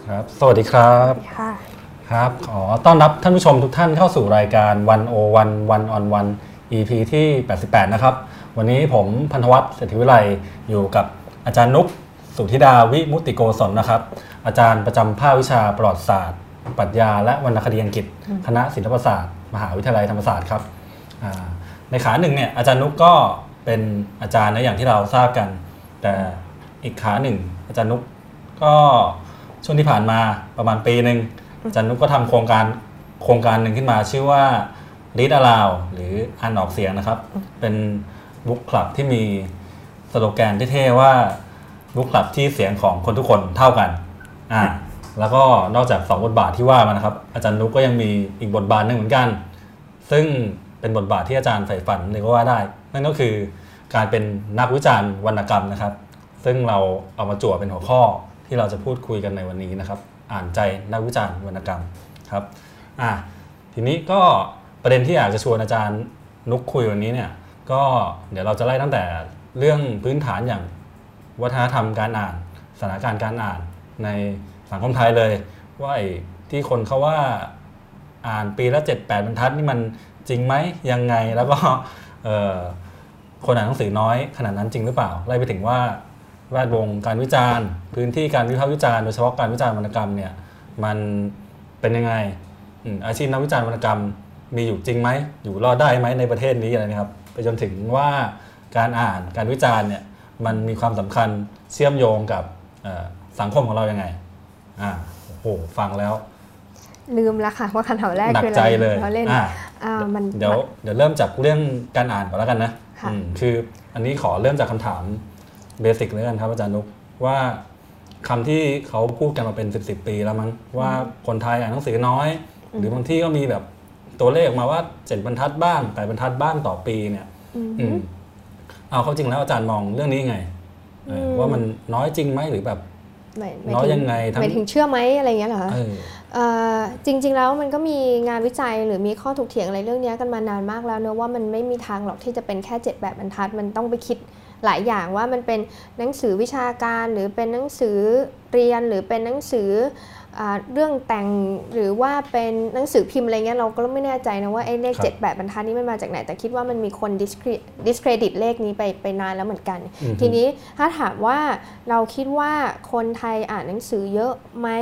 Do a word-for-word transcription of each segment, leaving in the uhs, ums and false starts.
ครับสวัสดีครับค่ะครับขอต้อนรับท่านผู้ชมทุกท่านเข้าสู่รายการวันโอวันวันออนวัน อี พี ที่แปดสิบแปดนะครับวันนี้ผมพันธวัฒน์เศรษฐวิไลอยู่กับอาจารย์นุกสุธิดาวิมุตติโกศลนะครับอาจารย์ประจำภาควิชาประวัติศาสตร์ปรัชญาและวรรณคดีอังกฤษคณะศิลปศาสตร์มหาวิทยาลัยธรรมศาสตร์ครับในขาหนึ่งเนี่ยอาจารย์นุกก็เป็นอาจารย์นะอย่างที่เราทราบกันแต่อีกขาหนึ่งอาจารย์นุกก็ช่วงที่ผ่านมาประมาณปีหนึ่งอาจารย์นุกก็ทำโครงการโครงการหนึ่งขึ้นมาชื่อว่า Read Aloud หรืออ่านออกเสียงนะครับเป็นบุ๊กคลับที่มีสโลแกนเท่ๆว่าบุ๊กคลับที่เสียงของคนทุกคนเท่ากันอ่าแล้วก็นอกจากสองบทบาทที่ว่ามานะครับอาจารย์นุกก็ยังมีอีกบทบาทหนึ่งเหมือนกันซึ่งเป็นบทบาทที่อาจารย์ใฝ่ฝันเลยก็ว่าได้นั่นก็คือการเป็นนักวิจารณ์วรรณกรรมนะครับซึ่งเราเอามาจั่วเป็นหัวข้อที่เราจะพูดคุยกันในวันนี้นะครับอ่านใจนักวิจารณ์วรรณกรรมครับอ่ะทีนี้ก็ประเด็นที่อยากจะชวนอาจารย์นุกคุยวันนี้เนี่ยก็เดี๋ยวเราจะไล่ตั้งแต่เรื่องพื้นฐานอย่างวัฒนธรรมการอ่านสถานการณ์การอ่านในสังคมไทยเลยว่าไอ้ที่คนเขาว่าอ่านปีละเจ็ดแปดบรรทัดนี่มันจริงไหมยังไงแล้วก็คนอ่านหนังสือน้อยขนาดนั้นจริงหรือเปล่าไล่ไปถึงว่าแวดวงการวิจารณ์พื้นที่การวิพากษ์วิจารณ์โดยเฉพาะการวิจารณ์วรรณกรรมเนี่ยมันเป็นยังไงอาชีพนักวิจารณ์วรรณกรรมมีอยู่จริงไหมอยู่รอดได้ไหมในประเทศนี้อะไรนะครับไปจนถึงว่าการอ่านการวิจารณ์เนี่ยมันมีความสำคัญเชื่อมโยงกับสังคมของเรายังไงอ่าโอ้โหฟังแล้วลืมแล้วค่ะว่าคำถามแรกคืออะไรหนักใจเลยเราเล่นมันเดี๋ยวเดี๋ยวเริ่มจากเรื่องการอ่านก่อนแล้วกันนะคืออันนี้ขอเริ่มจากคำถามเบสิกเลยกันครับอาจารย์นุกว่าคำที่เขาพูดกันมาเป็นสิบสิบปีแล้วมั้งว่าคนไทยอ่านหนังสือน้อยหรือบางที่ก็มีแบบตัวเลขออกมาว่าเจ็ดบรรทัดบ้างแปดบรรทัดบ้างต่อปีเนี่ยเอาเข้าจริงแล้วอาจารย์มองเรื่องนี้ไงว่ามันน้อยจริงไหมหรือแบบน้อยยังไงหมายถึงเชื่อไหมอะไรเงี้ยเหรอจริงๆแล้วมันก็มีงานวิจัยหรือมีข้อถกเถียงอะไรเรื่องนี้กันมานานมากแล้วเนอะว่ามันไม่มีทางหรอกที่จะเป็นแค่เจ็ดแปดบรรทัดมันต้องไปคิดหลายอย่างว่ามันเป็นหนังสือวิชาการหรือเป็นหนังสือเรียนหรือเป็นหนังสือเรื่องแต่งหรือว่าเป็นหนังสือพิมพ์อะไรเงี้ยเราก็ไม่แน่ใจนะว่าไอ้เลขเจ็ดแปดบรรทัดนี้มันมาจากไหนแต่คิดว่ามันมีคน discredit เลขนี้ไปไปนานแล้วเหมือนกันทีนี้ถ้าถามว่าเราคิดว่าคนไทยอ่านหนังสือเยอะไหม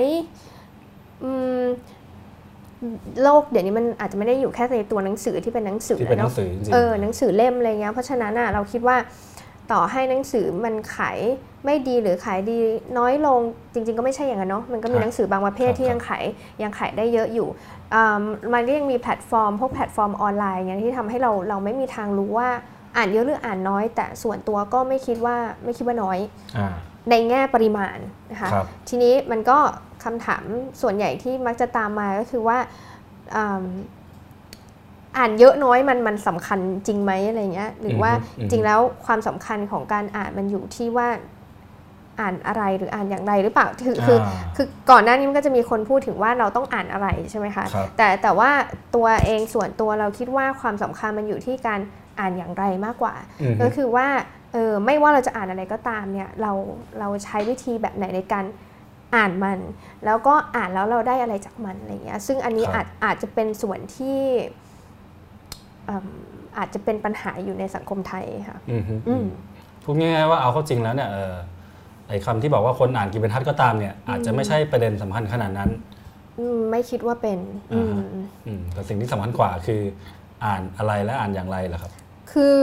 โลกเดี๋ยวนี้มันอาจจะไม่ได้อยู่แค่ในตัวหนังสือที่เป็นหนังสือเนาะเออหนังสือเล่มอะไรเงี้ยเพราะฉะนั้นอ่ะเราคิดว่าต่อให้หนังสือมันขายไม่ดีหรือขายดีน้อยลงจริงๆก็ไม่ใช่อย่างนั้นเนาะมันก็มีหนังสือบางประเภทที่ยังขายยังขายได้เยอะอยู่มันก็ยังมีแพลตฟอร์มพวกแพลตฟอร์มออนไลน์อย่างที่ทำให้เราเราไม่มีทางรู้ว่าอ่านเยอะหรืออ่านน้อยแต่ส่วนตัวก็ไม่คิดว่าไม่คิดว่าน้อยในแง่ปริมาณนะคะทีนี้มันก็คำถามส่วนใหญ่ที่มักจะตามมาก็คือว่าอ่านเยอะน้อยมันมันสำคัญจริงไหมอะไรเงี้ยหรือว่าจริงแล้วความสำคัญของการอ่านมันอยู่ที่ว่าอ่านอะไรหรืออ่านอย่างไรหรือเปล่าคือคือคือก่อนหน้านี้มันก็จะมีคนพูดถึงว่าเราต้องอ่านอะไรใช่ไหมคะแต่แต่ว่าตัวเองส่วนตัวเราคิดว่าความสำคัญมันอยู่ที่การอ่านอย่างไรมากกว่าก็คือว่าเออไม่ว่าเราจะอ่านอะไรก็ตามเนี่ยเราเราใช้วิธีแบบไหนในการอ่านมันแล้วก็อ่านแล้วเราได้อะไรจากมันอะไรเงี้ยซึ่งอันนี้อาจอาจจะเป็นส่วนที่อาจจะเป็นปัญหาอยู่ในสังคมไทยค่ะพูดง่ายๆว่าเอาเข้าจริงแล้วเนี่ยไอ้คำที่บอกว่าคนอ่านกี่บรรทัดก็ตามเนี่ยอาจจะไม่ใช่ประเด็นสำคัญขนาดนั้นไม่คิดว่าเป็นแต่สิ่งที่สำคัญกว่าคืออ่านอะไรและอ่านอย่างไรล่ะครับคือ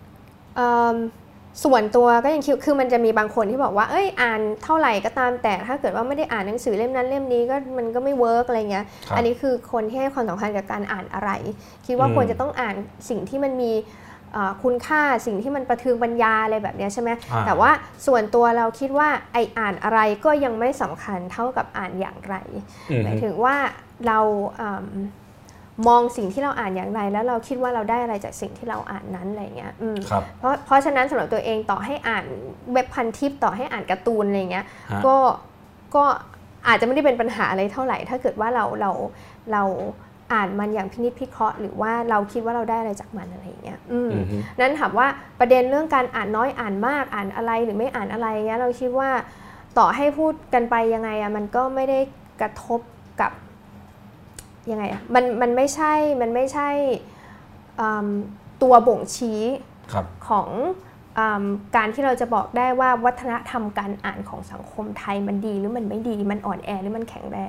ส่วนตัวก็ยังคิดคือมันจะมีบางคนที่บอกว่าเอ้ยอ่านเท่าไหร่ก็ตามแต่ถ้าเกิดว่าไม่ได้อ่านหนังสือเล่มนั้นเล่มนี้ก็มันก็ไม่เวิร์กอะไรเงี้ยอันนี้คือคนที่ให้ความสำคัญกับการอ่านอะไรคิดว่าควรจะต้องอ่านสิ่งที่มันมีคุณค่าสิ่งที่มันประเทืองปัญญาอะไรแบบนี้ใช่ไหมแต่ว่าส่วนตัวเราคิดว่าไออ่านอะไรก็ยังไม่สำคัญเท่ากับอ่านอย่างไรหมายถึงว่าเรามองสิ่งที่เราอ่านอย่างไรแล้วเราคิดว่าเราได้อะไรจากสิ่งที่เราอ่านนั้นอะไรเงี้ยเพราะเพราะฉะนั้นสำหรับตัวเองต่อให้อ่านเว็บพันทิปต่อให้อ่านการ์ตูนอะไรเงี้ยก็ก็อาจจะไม่ได้เป็นปัญหาอะไรเท่าไหร่ถ้าเกิดว่าเราเราเราอ่านมันอย่างพินิจพิเคราะห์หรือว่าเราคิดว่าเราได้อะไรจากมันอะไรเงี้ยนั้นถามว่าประเด็นเรื่องการอ่านน้อยอ่านมากอ่านอะไรหรือไม่อ่านอะไรเงี้ยเราคิดว่าต่อให้พูดกันไปยังไงอะมันก็ไม่ได้กระทบกับยังไงอะมันมันไม่ใช่มันไม่ใช่ตัวบ่งชี้ของการที่เราจะบอกได้ว่าวัฒนธรรมการอ่านของสังคมไทยมันดีหรือมันไม่ดีมันอ่อนแอหรือมันแข็งแรง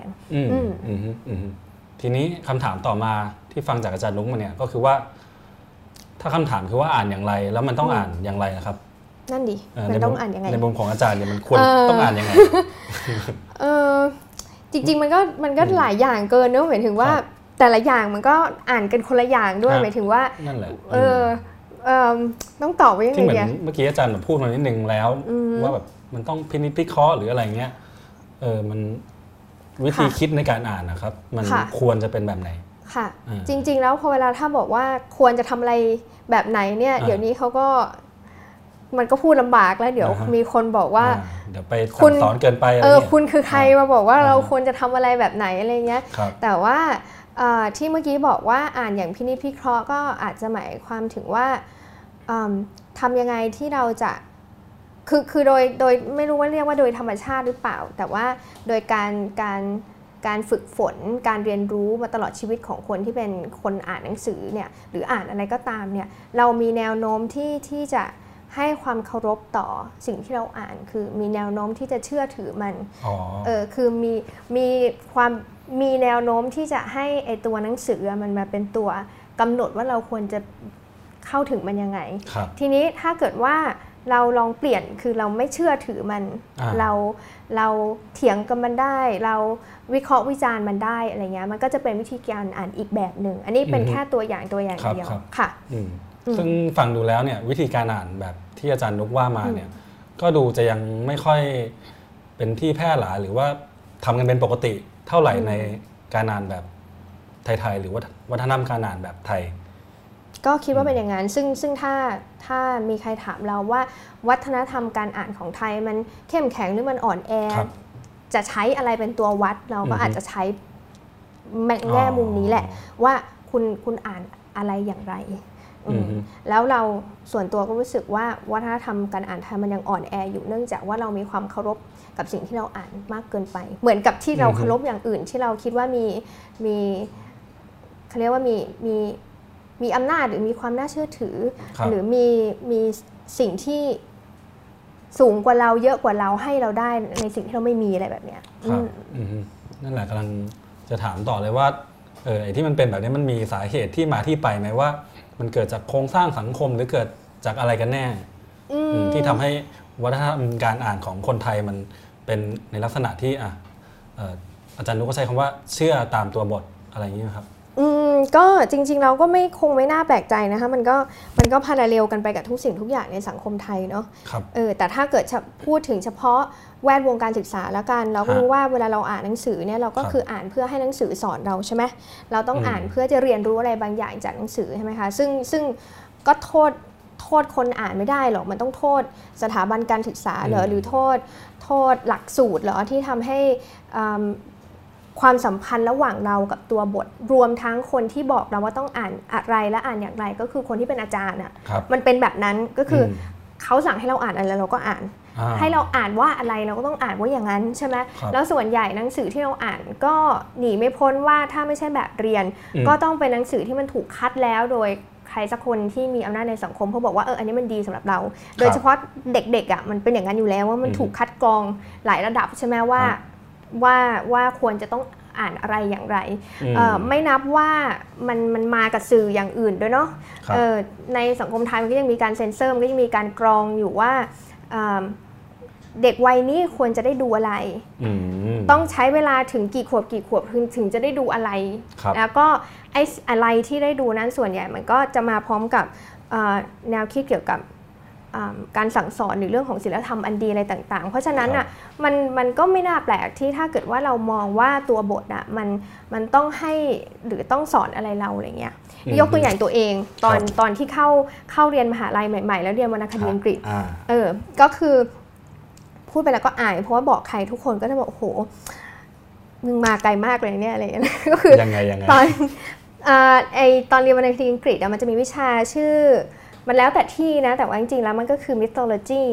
ทีนี้คำถามต่อมาที่ฟังจากอาจารย์นุ๊กมาเนี่ยก็คือว่าถ้าคำถามคือว่าอ่านอย่างไรแล้วมันต้องอ่านอย่างไรนะครับนั่นดิมันต้องอ่านยังไงในมุมของอาจารย์เนี่ยมันควรต้องอ่านยังไงเออจริงๆมันก็มันก็หลายอย่างเกินเนอะหมายถึงว่าแต่ละอย่างมันก็อ่านกันคนละอย่างด้วยหมายถึงว่านั่นแหละเออเออต้องตอบว่ายังไงดีเมื่อกี้อาจารย์พูดมานิดนึงแล้วว่าแบบมันต้องพินิจพิเคราะห์หรืออะไรเงี้ยเออมันวิธีคิดในการอ่านนะครับมันควรจะเป็นแบบไหนค่ะจริงๆแล้วพอเวลาถ้าบอกว่าควรจะทำอะไรแบบไหนเนี่ยเดี๋ยวนี้เขาก็มันก็พูดลำบากแล้วเดี๋ยวมีคนบอกว่าเดี๋ยวไปสั่งสอนเกินไปเออคุณคือใครมาบอกว่าเราควรจะทำอะไรแบบไหนอะไรเงี้ยแต่ว่าที่เมื่อกี้บอกว่าอ่านอย่างพินิจพิเคราะห์ก็อาจจะหมายความถึงว่าทำยังไงที่เราจะคือคือโดยโดยไม่รู้ว่าเรียกว่าโดยธรรมชาติหรือเปล่าแต่ว่าโดยการการการฝึกฝนการเรียนรู้มาตลอดชีวิตของคนที่เป็นคนอ่านหนังสือเนี่ยหรืออ่านอะไรก็ตามเนี่ยเรามีแนวโน้มที่ที่จะให้ความเคารพต่อสิ่งที่เราอ่านคือมีแนวโน้มที่จะเชื่อถือมันเออคือมีมีความมีแนวโน้มที่จะให้ไอตัวหนังสือมันมาเป็นตัวกำหนดว่าเราควรจะเข้าถึงมันยังไงทีนี้ถ้าเกิดว่าเราลองเปลี่ยนคือเราไม่เชื่อถือมันเราเราเถียงกับมันได้เราวิเคราะห์วิจารณ์มันได้อะไรเงี้ยมันก็จะเป็นวิธีการอ่านอีกแบบหนึ่งอันนี้เป็นแค่ตัวอย่างตัวอย่างเดียวค่ะซึ่งฟังดูแล้วเนี่ยวิธีการอ่านแบบที่อาจารย์นุกว่ามาเนี่ยก็ดูจะยังไม่ค่อยเป็นที่แพร่หลายหรือว่าทำกันเป็นปกติเท่าไหร่ในการอ่านแบบไทยๆหรือว่าวัฒนธรรมการอ่านแบบไทยก็คิดว่าเป็นอย่างนั้นซึ่งซึ่งถ้าถ้ามีใครถามเราว่าวัฒนธรรมการอ่านของไทยมันเข้มแข็งหรือมันอ่อนแอจะใช้อะไรเป็นตัววัดเราก็อาจจะใช้แง่มุมนี้แหละว่าคุณคุณอ่านอะไรอย่างไรแล้วเราส่วนตัวก็รู้สึกว่าวัฒนธรรมการอ่านไทยมันยังอ่อนแออยู่เนื่องจากว่าเรามีความเคารพกับสิ่งที่เราอ่านมากเกินไปเหมือนกับที่เราเคารพอย่างอื่นที่เราคิดว่ามีมีเขาเรียกว่ามีมีมีอำนาจหรือมีความน่าเชื่อถือหรือมีมีสิ่งที่สูงกว่าเราเยอะกว่าเราให้เราได้ในสิ่งที่เราไม่มีอะไรแบบเนี้ยนั่นแหละกำลังจะถามต่อเลยว่าเออไอ้ที่มันเป็นแบบนี้มันมีสาเหตุที่มาที่ไปไหมว่ามันเกิดจากโครงสร้างสังคมหรือเกิดจากอะไรกันแน่ที่ทำให้วัฒนธรรมการอ่านของคนไทยมันเป็นในลักษณะที่อ่ะอาจารย์นุก็ใช้คำว่าเชื่อตามตัวบทอะไรอย่างนี้ครับอืมก็จริงๆเราก็ไม่คงไม่น่าแปลกใจนะคะมันก็มันก็พาราเรลกันไปกับทุกสิ่งทุกอย่างในสังคมไทยเนาะเออแต่ถ้าเกิดพูดถึงเฉพาะแวดวงการศึกษาแล้วกันเราก็รู้ว่าเวลาเราอ่านหนังสือเนี่ยเราก็คืออ่านเพื่อให้หนังสือสอนเราใช่ไหมเราต้องอ่านเพื่อจะเรียนรู้อะไรบางอย่างจากหนังสือใช่ไหมคะซึ่งซึ่งก็โทษโทษคนอ่านไม่ได้หรอกมันต้องโทษสถาบันการศึกษาเหรอหรือโทษโทษหลักสูตรเหรอที่ทำให้ความสัมพันธ์ระหว่างเรากับตัวบทรวมทั้งคนที่บอกเราว่าต้องอ่านอะไรและอ่านอย่างไรก็คือคนที่เป็นอาจารย์อ่ะมันเป็นแบบนั้นก็คือเขาสั่งให้เราอ่านอะไรเราก็อ่านให้เราอ่านว่าอะไรเราก็ต้องอ่านว่าอย่างนั้นใช่ไหมแล้วส่วนใหญ่หนังสือที่เราอ่านก็หนีไม่พ้นว่าถ้าไม่ใช่แบบเรียนก็ต้องเป็นหนังสือที่มันถูกคัดแล้วโดยใครสักคนที่มีอำนาจในสังคมเขาบอกว่าเอออันนี้มันดีสำหรับเราโดยเฉพาะเด็กๆอ่ะมันเป็นอย่างนั้นอยู่แล้วว่ามันถูกคัดกรองหลายระดับใช่ไหมว่าว่าว่าควรจะต้องอ่านอะไรอย่างไรไม่นับว่ามันมันมากับสื่ออย่างอื่นด้วยเนาะในสังคมไทยมันก็ยังมีการเซ็นเซอร์มันก็ยังมีการกรองอยู่ว่าเด็กวัยนี้ควรจะได้ดูอะไรต้องใช้เวลาถึงกี่ขวบกี่ขวบถึงจะได้ดูอะไรแล้วก็ไอ้อะไรที่ได้ดูนั้นส่วนใหญ่มันก็จะมาพร้อมกับแนวคิดเกี่ยวกับการสั่งสอนหรือเรื่องของศีลธรรมอันดีอะไรต่างๆเพราะฉะนั้นอ่ะมันมันก็ไม่น่าแปลกที่ถ้าเกิดว่าเรามองว่าตัวบทอ่ะมันมันต้องให้หรือต้องสอนอะไรเราอะไรเงี้ยยกตัวอย่างตัวเองตอนตอนที่เข้าเข้าเรียนมหาลัยใหม่ๆแล้วเรียนวรรณคดีอังกฤษเออก็คือพูดไปแล้วก็อายเพราะว่าบอกใครทุกคนก็จะบอกโอ้โหมึงมาไกลมากเลยเนี่ยอะไรเงี้ยก็คือตอนไอตอนเรียนวรรณคดีอังกฤษมันจะมีวิชาชื่อมันแล้วแต่ที่นะแต่ว่าจริงๆแล้วมันก็คือ mythology อ่ะ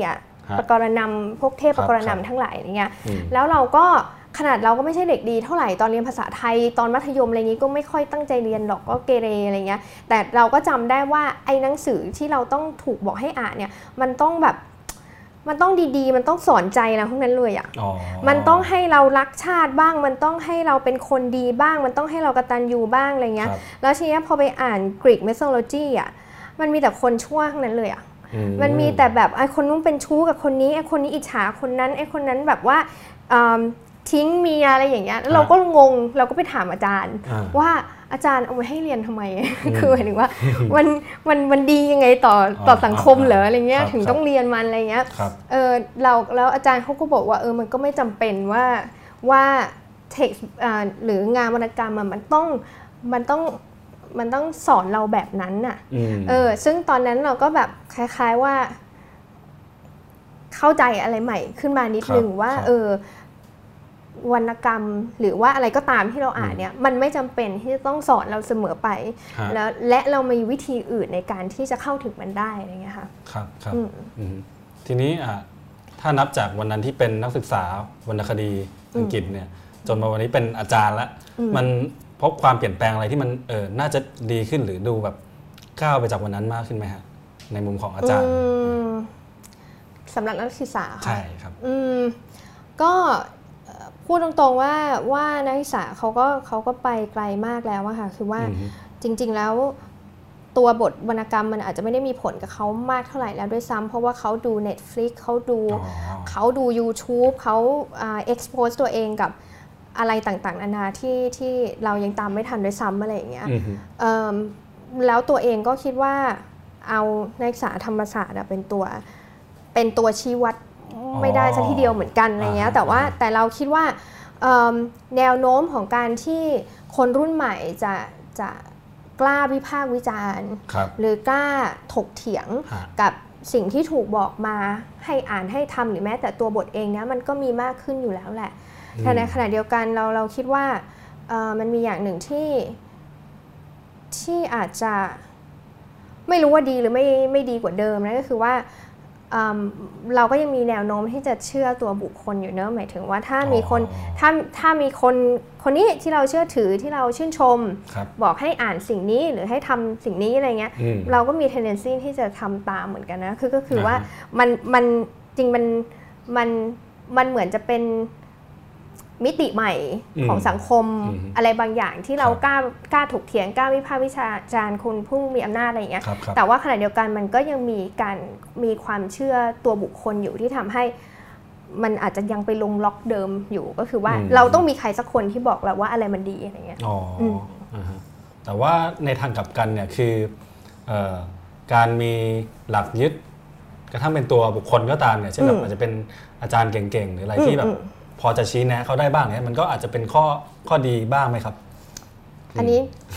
ปกรณำพวกเทพปกรณำทั้งหลายอย่างเงี้ยแล้วเราก็ขนาดเราก็ไม่ใช่เด็กดีเท่าไหร่ตอนเรียนภาษาไทยตอนมัธยมอะไรนี้ก็ไม่ค่อยตั้งใจเรียนหรอกก็เกเรอะไรเงี้ยแต่เราก็จำได้ว่าไอ้หนังสือที่เราต้องถูกบอกให้อ่านเนี่ยมันต้องแบบมันต้องดีๆมันต้องสอนใจเราพวกนั้นเลยอ่ะมันต้องให้เรารักชาติบ้างมันต้องให้เราเป็นคนดีบ้างมันต้องให้เรากตัญญูบ้างอะไรเงี้ยแล้วทีนี้พอไปอ่านกรีก mythology อ่ะมันมีแต่คนชั่วทั้งนั้นเลยอ่ะมันมีแต่แบบไอ้คนนู้นเป็นชู้กับคนนี้ไอ้คนนี้อิจฉาคนนั้นไอ้คนนั้นแบบว่าทิ้งเมียอะไรอย่างเงี้ยแล้วเราก็งงเราก็ไปถามอาจารย์ว่าอาจารย์เอาไว้ให้เรียนทำไมคือหมายถึงว่ามันมันมันดียังไงต่อต่อสังคมเหรออะไรเงี้ยถึงต้องเรียนมันอะไรเงี้ยเออเราแล้วอาจารย์เขาก็บอกว่าเออมันก็ไม่จำเป็นว่าว่าเทคหรืองานวรรณกรรมมันต้องมันต้องมันต้องสอนเราแบบนั้นน่ะเออซึ่งตอนนั้นเราก็แบบคล้ายๆว่าเข้าใจอะไรใหม่ขึ้นมานิดนึงว่าเออวรรณกรรมหรือว่าอะไรก็ตามที่เราอ่านเนี่ยมันไม่จำเป็นที่จะต้องสอนเราเสมอไปแล้วและเรามีวิธีอื่นในการที่จะเข้าถึงมันได้อะไรเงี้ยค่ะครับครับทีนี้ถ้านับจากวันนั้นที่เป็นนักศึกษาวรรณคดีอังกฤษเนี่ยจนมาวันนี้เป็นอาจารย์แล้วมันพบความเปลี่ยนแปลงอะไรที่มันเออน่าจะดีขึ้นหรือดูแบบก้าวไปจากวันนั้นมากขึ้นไหมฮะในมุมของอาจารย์สำหรับนักศึกษาค่ะใช่ครับก็พูดตรงๆว่าว่านักศึกษาเขาก็เขาก็ไปไกลมากแล้วอะค่ะคือว่าจริงๆแล้วตัวบทวรรณกรรมมันอาจจะไม่ได้มีผลกับเขามากเท่าไหร่แล้วด้วยซ้ำเพราะว่าเขาดู Netflix เขาดูเขาดู YouTube เขา expose ตัวเองกับอะไรต่างๆนานาที่ที่เรายังตามไม่ทันด้วยซ้ำอะไรอย่างเงี้ยแล้วตัวเองก็คิดว่าเอานักศึกษาธรรมศาสตร์เป็นตัวเป็นตัวชี้วัดไม่ได้ซะทีเดียวเหมือนกันอะไรเงี้ยแต่ว่าแต่เราคิดว่าแนวโน้มของการที่คนรุ่นใหม่จะจะกล้าวิพากษ์วิจารณ์หรือกล้าถกเถียงกับสิ่งที่ถูกบอกมาให้อ่านให้ทำหรือแม้แต่ตัวบทเองเนี่ยมันก็มีมากขึ้นอยู่แล้วแหละแต่ในขณะเดียวกันเราเราคิดว่ามันมีอย่างหนึ่งที่ที่อาจจะไม่รู้ว่าดีหรือไม่ไม่ดีกว่าเดิมนะก็คือว่าเราก็ยังมีแนวโน้มที่จะเชื่อตัวบุคคลอยู่เนอะหมายถึงว่าถ้ามีคนถ้าถ้ามีคนคนนี้ที่เราเชื่อถือที่เราชื่นชมบอกให้อ่านสิ่งนี้หรือให้ทำสิ่งนี้อะไรเงี้ยเราก็มี tendency ที่จะทำตามเหมือนกันนะคือก็คือว่ามันมันจริงมันมันมันเหมือนจะเป็นมิติใหม่ของสังคมอะไรบางอย่างที่เรากล้ากล้าถกเถียงกล้าวิพากษ์วิจารณ์คนผู้มีอำนาจอะไรอย่างเงี้ยแต่ว่าขณะเดียวกันมันก็ยังมีการมีความเชื่อตัวบุคคลอยู่ที่ทำให้มันอาจจะยังไปลงล็อกเดิมอยู่ก็คือว่าเราต้องมีใครสักคนที่บอกเราว่าอะไรมันดีอะไรเงี้ยอ๋อแต่ว่าในทางกลับกันเนี่ยคือการมีหลักยึดกระทั่งเป็นตัวบุคคลก็ตามเนี่ยเช่นแบบอาจจะเป็นอาจารย์เก่งๆหรืออะไรที่แบบพอจะชี้แนะเขาได้บ้างเนี่ยมันก็อาจจะเป็นข้อข้อดีบ้างไหมครับอันนี้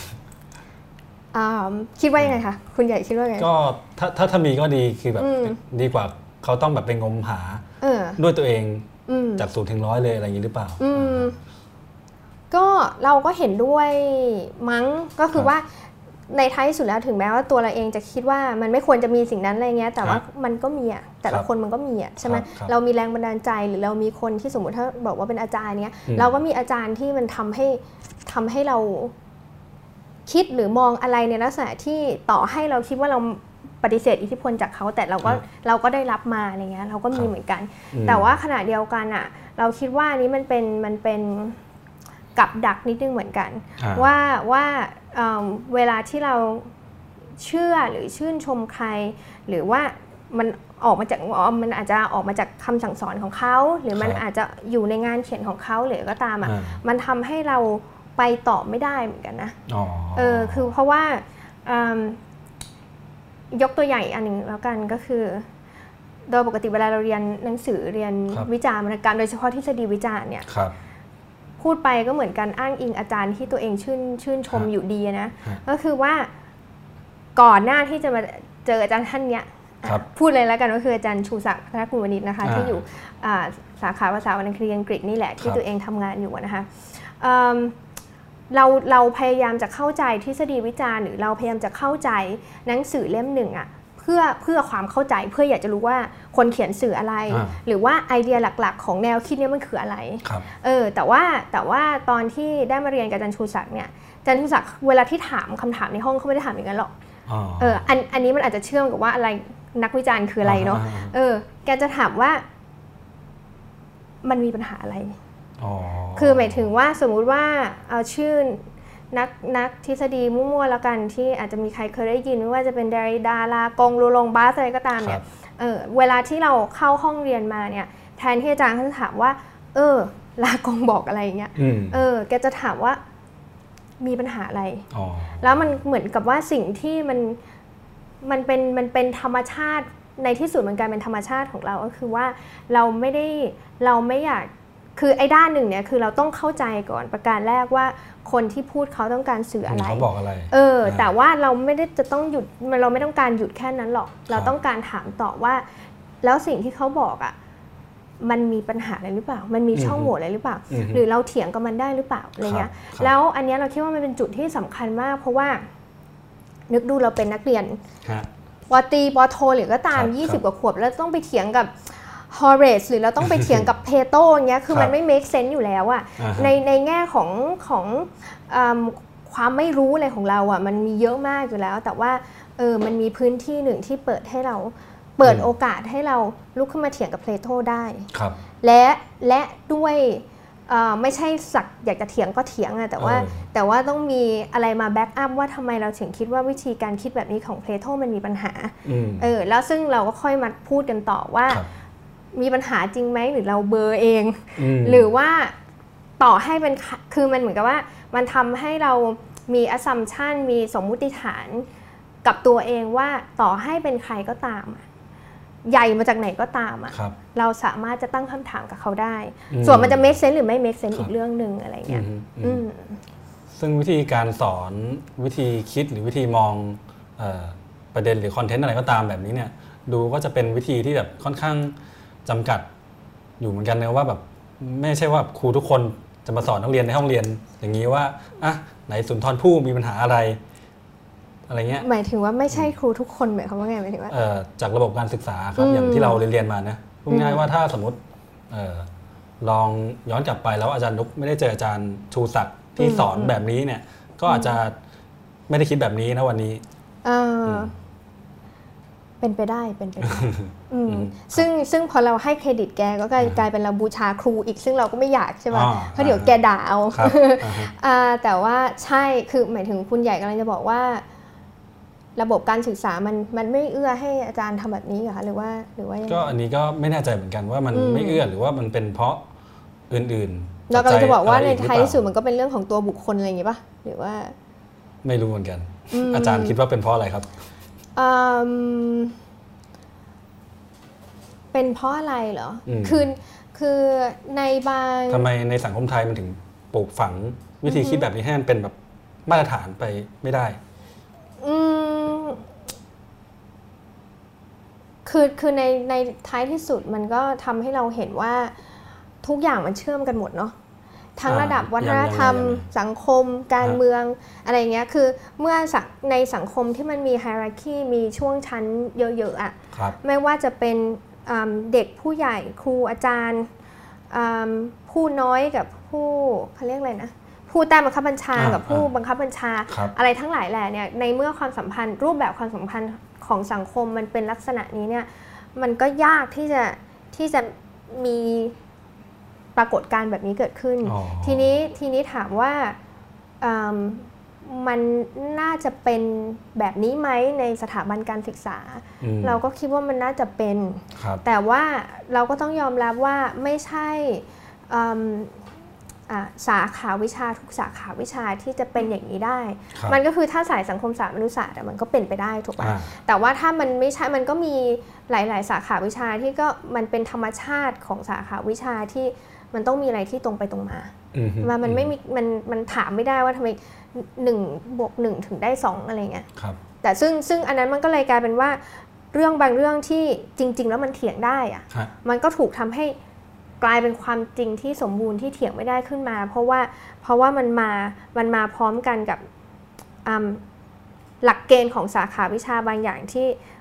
คิดว่ายังไงคะคุณใหญ่คิดว่าไงก็ถ้าถ้าถ้ามีก็ดีคือแบบดีกว่าเขาต้องแบบไปงมหาด้วยตัวเองจากศูนย์ถึงร้อยเลยอะไรอย่างนี้หรือเปล่าก็เราก็เห็นด้วยมั้งก็คือว่าในท้ายสุดแล้วถึงแม้ว่าตัวเราเองจะคิดว่ามันไม่ควรจะมีสิ่งนั้นอะไรเงี้ยแต่ว่ามันก็มีอ่ะแต่ละคนมันก็มีอ่ะใช่ไหมเรามีแรงบันดาลใจหรือเรามีคนที่สมมติถ้าบอกว่าเป็นอาจารย์เนี้ยเราก็มีอาจารย์ที่มันทำให้ทำให้เราคิดหรือมองอะไรในลักษณะที่ต่อให้เราคิดว่าเราปฏิเสธอิทธิพลจากเขาแต่เราก็เราก็ได้รับมาอะไรเงี้ยเราก็มีเหมือนกันแต่ว่าขณะเดียวกันอ่ะเราคิดว่านี้มันเป็นมันเป็นกับดักนิดนึงเหมือนกันว่าว่าเวลาที่เราเชื่อหรือชื่นชมใครหรือว่ามันออกมาจากมันอาจจะออกมาจากคำสั่งสอนของเขาหรือมันอาจจะอยู่ในงานเขียนของเขาหรือก็ตามอ่ะมันทำให้เราไปต่อไม่ได้เหมือนกันนะเออคือเพราะว่ายกตัวอย่างอีกอันหนึ่งแล้วกันก็คือโดยปกติเวลาเราเรียนหนังสือเรียนวิจารณ์วรรณกรรมโดยเฉพาะทฤษฎีวิจารณ์เนี่ยพูดไปก็เหมือนกันอ้างอิงอาจารย์ที่ตัวเองชื่นชื่นชมอยู่ดีนะก็คือว่าก่อนหน้าที่จะมาเจออาจารย์ท่านเนี้ยพูดเลยแล้วกันก็คืออาจารย์ชูศักดิ์พัฒนกุลวณิชนะคะที่อยู่สาขาภาษาวรรณคดีอังกฤษนี่แหละที่ตัวเองทำงานอยู่นะคะเราเราพยายามจะเข้าใจทฤษฎีวิจารณ์หรือเราพยายามจะเข้าใจหนังสือเล่มหนึ่งอ่ะพื่อเพื่อความเข้าใจเพื่ออยากจะรู้ว่าคนเขียนสื่ออะไรหรือว่าไอเดียหลักๆของแนวคิดนี้มันคืออะไรเออแต่ว่าแต่ว่าตอนที่ได้มาเรียนกับอาจารย์ชูศักดิ์เนี่ยอาจารย์ชูศักดิ์เวลาที่ถามคำถามในห้องเขาไม่ได้ถามอย่างนั้นหรอกเอออันอันนี้มันอาจจะเชื่อมกับว่าอะไรนักวิจารณ์คืออะไรเนาะเออแกจะถามว่ามันมีปัญหาอะไรคือหมายถึงว่าสมมุติว่าเอาชื่อนักนักทฤษฎีมั่วๆแล้วกันที่อาจจะมีใครเคยได้ยินไม่ว่าจะเป็นเดริดาลากงลูลงบาสอะไรก็ตามเนี่ยเออเวลาที่เราเข้าห้องเรียนมาเนี่ยแทนที่อาจารย์เขาจะถามว่าเออลากงบอกอะไรเงี้ยเออแกจะถามว่ามีปัญหาอะไรแล้วมันเหมือนกับว่าสิ่งที่มันมันเป็นมันเป็นธรรมชาติในที่สุดมันกลายเป็นธรรมชาติของเราก็คือว่าเราไม่ได้เราไม่อยากคือไอ้ด้านหนึ่งเนี่ยคือเราต้องเข้าใจก่อนประการแรกว่าคนที่พูดเขาต้องการสื่ออะไรเขาบอกอะไรเออแต่ว่าเราไม่ได้จะต้องหยุดเราไม่ต้องการหยุดแค่นั้นหรอกเราต้องการถามต่อว่าแล้วสิ่งที่เขาบอกอ่ะมันมีปัญหาอะไรหรือเปล่ามันมีช่องโหว่อะไรหรือเปล่าหรือเราเถียงกับมันได้หรือเปล่าอะไรเงี้ยแล้วอันนี้เราคิดว่ามันเป็นจุดที่สำคัญมากเพราะว่านึกดูเราเป็นนักเรียนปอตรีปอโทหรือก็ตามยี่สิบกว่าขวบแล้วต้องไปเถียงกับฮอเรสหรือเราต้องไปเถียงกับเพโตอย่างเงี้ยคือมันไม่ make sense อยู่แล้วอะในในแง่ของของความไม่รู้อะไรของเราอะมันมีเยอะมากอยู่แล้วแต่ว่าเออมันมีพื้นที่หนึ่งที่เปิดให้เราเปิดโอกาสให้เราลุกขึ้นมาเถียงกับเพโตได้และและด้วยไม่ใช่สักอยากจะเถียงก็เถียงอะแต่ว่าแต่ว่าต้องมีอะไรมาแบ็กอัพว่าทำไมเราถึงคิดว่าวิธีการคิดแบบนี้ของเพโตมันมีปัญหาเออแล้วซึ่งเราก็ค่อยมาพูดกันต่อว่ามีปัญหาจริงไหมหรือเราเบอร์เองหรือว่าต่อให้เป็นคือมันเหมือนกับว่ามันทำให้เรามี assumption มีสมมุติฐานกับตัวเองว่าต่อให้เป็นใครก็ตามใหญ่มาจากไหนก็ตามอ่ะเราสามารถจะตั้งคำถามกับเขาได้ส่วนมันจะ make sense หรือไม่ make sense อีกเรื่องนึงอะไรเงี้ยซึ่งวิธีการสอนวิธีคิดหรือวิธีมองเอ่อประเด็นหรือคอนเทนต์อะไรก็ตามแบบนี้เนี่ยดูก็จะเป็นวิธีที่แบบค่อนข้างจำกัดอยู่เหมือนกันนะว่าแบบไม่ใช่ว่าครูทุกคนจะมาสอนนักเรียนในห้องเรียนอย่างนี้ว่าอ่ะไหนสุนทรภู่มีปัญหาอะไรอะไรเงี้ยหมายถึงว่าไม่ใช่ครูทุกคนหมายความว่าไงหมายถึงว่าจากระบบการศึกษาครับอย่างที่เราเรียนมานะพูดง่ายว่าถ้าสมมติลองย้อนกลับไปแล้วอาจารย์นุ๊กไม่ได้เจออาจารย์ชูศักดิ์ที่สอนแบบนี้เนี่ยก็อาจจะไม่ได้คิดแบบนี้นะวันนี้เป็นไปได้เป็นไปได้ซึ่งซึ่งพอเราให้เครดิตแกก็กลายเป็นเราบูชาครูอีกซึ่งเราก็ไม่อยากใช่ไหมเพราะเดี๋ยวแกด่าเอาแต่ว่าใช่คือหมายถึงคุณใหญ่กำลังจะบอกว่าระบบการศึกษามันมันไม่เอื้อให้อาจารย์ทำแบบนี้เหรอคะหรือว่าหรือว่าก็อันนี้ก็ไม่แน่ใจเหมือนกันว่ามันไม่เอื้อหรือว่ามันเป็นเพราะอื่นๆเรากำลังจะบอกว่าในท้ายที่สุดมันก็เป็นเรื่องของตัวบุคคลอะไรอย่างงี้ป่ะหรือว่าไม่รู้เหมือนกันอาจารย์คิดว่าเป็นเพราะอะไรครับเป็นเพราะอะไรเหรอคือคือในบางทำไมในสังคมไทยมันถึงปลูกฝังวิธีคิดแบบนี้ให้มันเป็นแบบมาตรฐานไปไม่ได้คือคือในในท้ายที่สุดมันก็ทำให้เราเห็นว่าทุกอย่างมันเชื่อมกันหมดเนาะทั้งระดับวัฒนธรรมสังคมการเมืองอะไรเงี้ยคือเมื่อในสังคมที่มันมีไฮรักีมีช่วงชั้นเยอะๆอ่ะไม่ว่าจะเป็นเด็กผู้ใหญ่ครูอาจารย์ผู้น้อยกับผู้เขาเรียกอะไรนะผู้ใต้บังคับบัญชากับผู้บังคับบัญชาอะไรทั้งหลายแหละเนี่ยในเมื่อความสัมพันธ์รูปแบบความสัมพันธ์ของสังคมมันเป็นลักษณะนี้เนี่ยมันก็ยากที่จะที่จะมีปรากฏการณ์แบบนี้เกิดขึ้นทีนี้ทีนี้ถามว่ามันน่าจะเป็นแบบนี้ไหมในสถาบันการศึกษาเราก็คิดว่ามันน่าจะเป็นแต่ว่าเราก็ต้องยอมรับว่าไม่ใช่สาขาวิชาทุกสาขาวิชาที่จะเป็นอย่างนี้ได้มันก็คือถ้าสายสังคมศาสตร์มนุษยศาสตร์มันก็เป็นไปได้ถูกป่ะแต่ว่าถ้ามันไม่ใช่มันก็มีหลายๆสาขาวิชาที่ก็มันเป็นธรรมชาติของสาขาวิชาที่มันต้องมีอะไรที่ตรงไปตรงมามามันไม่มีมันมันถามไม่ได้ว่าทำไมหนึ่งบวกหนึ่งถึงได้สองอะไรเงี้ยแต่ซึ่งซึ่งอันนั้นมันก็เลยกลายเป็นว่าเรื่องบางเรื่องที่จริงๆแล้วมันเถียงได้อะมันก็ถูกทำให้กลายเป็นความจริงที่สมบูรณ์ที่เถียงไม่ได้ขึ้นมาเพราะว่าเพราะว่ามันมามันมาพร้อมกันกับหลักเกณฑ์ของสาขาวิชาบางอย่างที่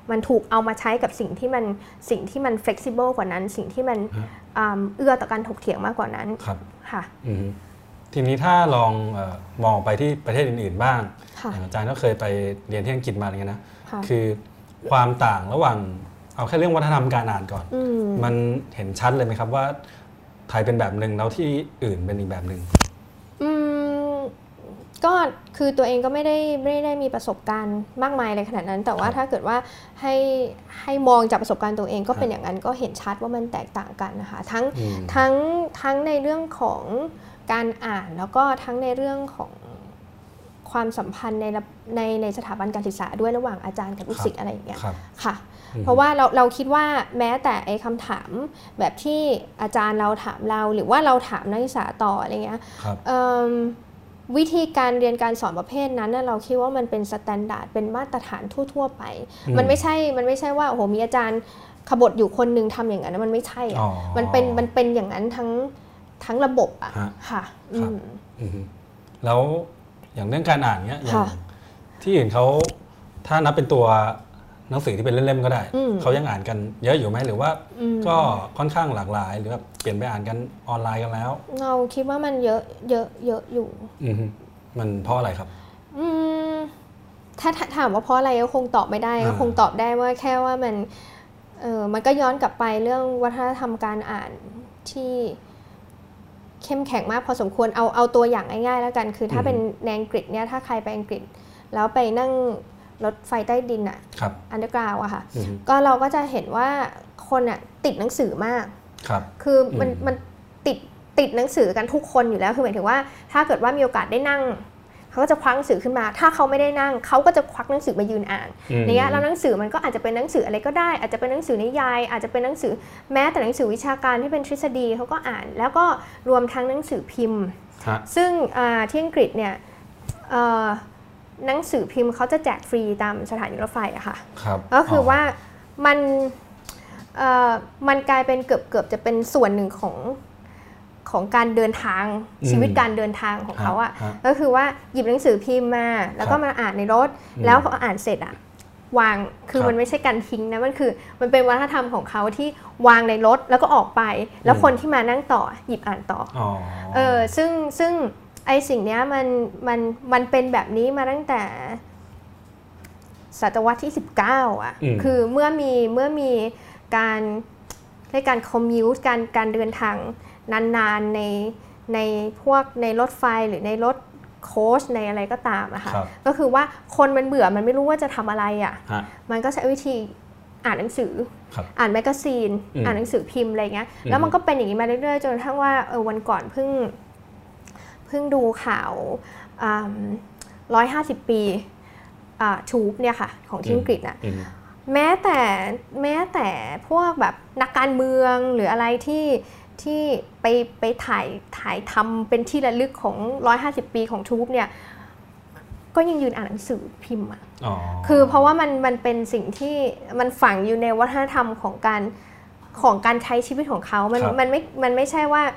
มันถูกเอามาใช้กับสิ่งที่มันสิ่งที่มัน flexible กว่านั้นสิ่งที่มันเอื้อต่อการถกเถียงมากกว่านั้นค่ะทีนี้ถ้าลองเอ่อมองไปที่ประเทศอื่นๆบ้างอย่างอาจารย์ก็เคยไปเรียนที่อังกฤษมาอย่างเงี้ยนะคือความต่างระหว่างเอาแค่เรื่องวัฒนธรรมการอ่านก่อนมันเห็นชัดเลยไหมครับว่าไทยเป็นแบบหนึ่งแล้วที่อื่นเป็นอีกแบบหนึ่งอืมก็คือตัวเองก็ไม่ได้ไม่ได้มีประสบการณ์มากมายอะไรขนาดนั้นแต่ว่าถ้าเกิดว่าให้ให้มองจากประสบการณ์ตัวเองก็เป็นอย่างนั้นก็เห็นชัดว่ามันแตกต่างกันนะคะทั้งทั้งทั้งในเรื่องของการอ่านแล้วก็ทั้งในเรื่องของความสัมพันธ์ในในในสถาบันการศึกษาด้วยระหว่างอาจารย์กับลูกศิษย์อะไรอย่างเงี้ยค่ะเพราะว่าเราเราคิดว่าแม้แต่ไอ้คำถามแบบที่อาจารย์เราถามเราหรือว่าเราถามนักศึกษาต่ออะไรเงี้ยวิธีการเรียนการสอนประเภทนั้นเราคิดว่ามันเป็นสแตนดาร์ดเป็นมาตรฐานทั่วๆไปมันไม่ใช่มันไม่ใช่ว่าโอ้โหมีอาจารย์ขบฏอยู่คนหนึ่งทำอย่างนั้นมันไม่ใช่อ่ะมันเป็นมันเป็นอย่างนั้นทั้งทั้งระบบอ่ะค่ะแล้วอย่างเรื่องการอ่านเนี้ยอย่างที่อื่นเขาถ้านับเป็นตัวหนังสือที่เป็นเล่มๆก็ได้เขายังอ่านกันเยอะอยู่ไหมหรือว่าก็ค่อนข้างหลากหลายหรือว่าเปลี่ยนไปอ่านกันออนไลน์กันแล้วเราคิดว่ามันเยอะเยอะเยอะอยู่มันเพราะอะไรครับถ้าถามว่าเพราะอะไรก็คงตอบไม่ได้ก็คงตอบได้ว่าแค่ว่ามันเออมันก็ย้อนกลับไปเรื่องวัฒนธรรมการอ่านที่เข้มแข็งมากพอสมควรเอาเอาตัวอย่างง่ายๆแล้วกันคือถ้าเป็นในอังกฤษเนี่ยถ้าใครไปอังกฤษแล้วไปนั่งรถไฟใต้ดินอ่ะอันเดอร์กราวด์อะค่ะก็เราก็จะเห็นว่าคนอ่ะติดหนังสือมากคือมันมันติดติดหนังสือกันทุกคนอยู่แล้วคือหมายถึงว่าถ้าเกิดว่ามีโอกาสได้นั่งเขาก็จะคว้าหนังสือขึ้นมาถ้าเขาไม่ได้นั่งเขาก็จะควักหนังสือมายืนอ่านเนี่ยแล้วหนังสือมันก็อาจจะเป็นหนังสืออะไรก็ได้อาจจะเป็นหนังสือนิยายอาจจะเป็นหนังสือแม้แต่หนังสือวิชาการที่เป็นทฤษฎีเขาก็อ่านแล้วก็รวมทั้งหนังสือพิมพ์ซึ่งที่อังกฤษเนี่ยหนังสือพิมพ์เขาจะแจกฟรีตามสถานีรถไฟอะค่ะก็คือว่ามันมันกลายเป็นเกือบเกือบจะเป็นส่วนหนึ่งของของการเดินทางชีวิตการเดินทางของเขาอ่ะก็คือว่าหยิบหนังสือพิมพ์มาแล้วก็มาอ่านในรถแล้วพออ่านเสร็จอ่ะวางคือมันไม่ใช่การทิ้งนะมันคือมันเป็นวัฒนธรรมของเขาที่วางในรถแล้วก็ออกไปแล้วคนที่มานั่งต่อหยิบอ่านต่อเออซึ่งซึ่งไอสิ่งเนี้ยมันมันมันเป็นแบบนี้มาตั้งแต่ศตวรรษที่สิบเก้าอ่ะคือเมื่อมีเมื่อมีการในการคอมมิวต์การการเดินทางนานๆในในพวกในรถไฟหรือในรถโค้ชในอะไรก็ตามอะค่ะก็คือว่าคนมันเบื่อมันไม่รู้ว่าจะทำอะไรอะมันก็ใช้วิธีอ่านหนังสืออ่านแมกกาซีนอ่านหนังสือพิมพ์อะไรเงี้ยแล้วมันก็เป็นอย่างนี้มาเรื่อยๆจนกระทั่งว่าเออวันก่อนเพิ่งเพิ่งดูข่าวร้อยห้าสิบปีทูบเนี่ยค่ะของที่อังกฤษน่ะแม้แต่แม้แต่พวกแบบนักการเมืองหรืออะไรที่ที่ไปไปถ่ายถ่ายทำเป็นที่ระลึกของหนึ่งร้อยห้าสิบปีของทูบเนี่ยก็ยังยืนอ่านหนังสือพิมพ์อ่ะคือเพราะว่ามันมันเป็นสิ่งที่มันฝังอยู่ในวัฒนธรรมของการของการใช้ชีวิตของเขามันมันไม่มันไม่ใช่ว่า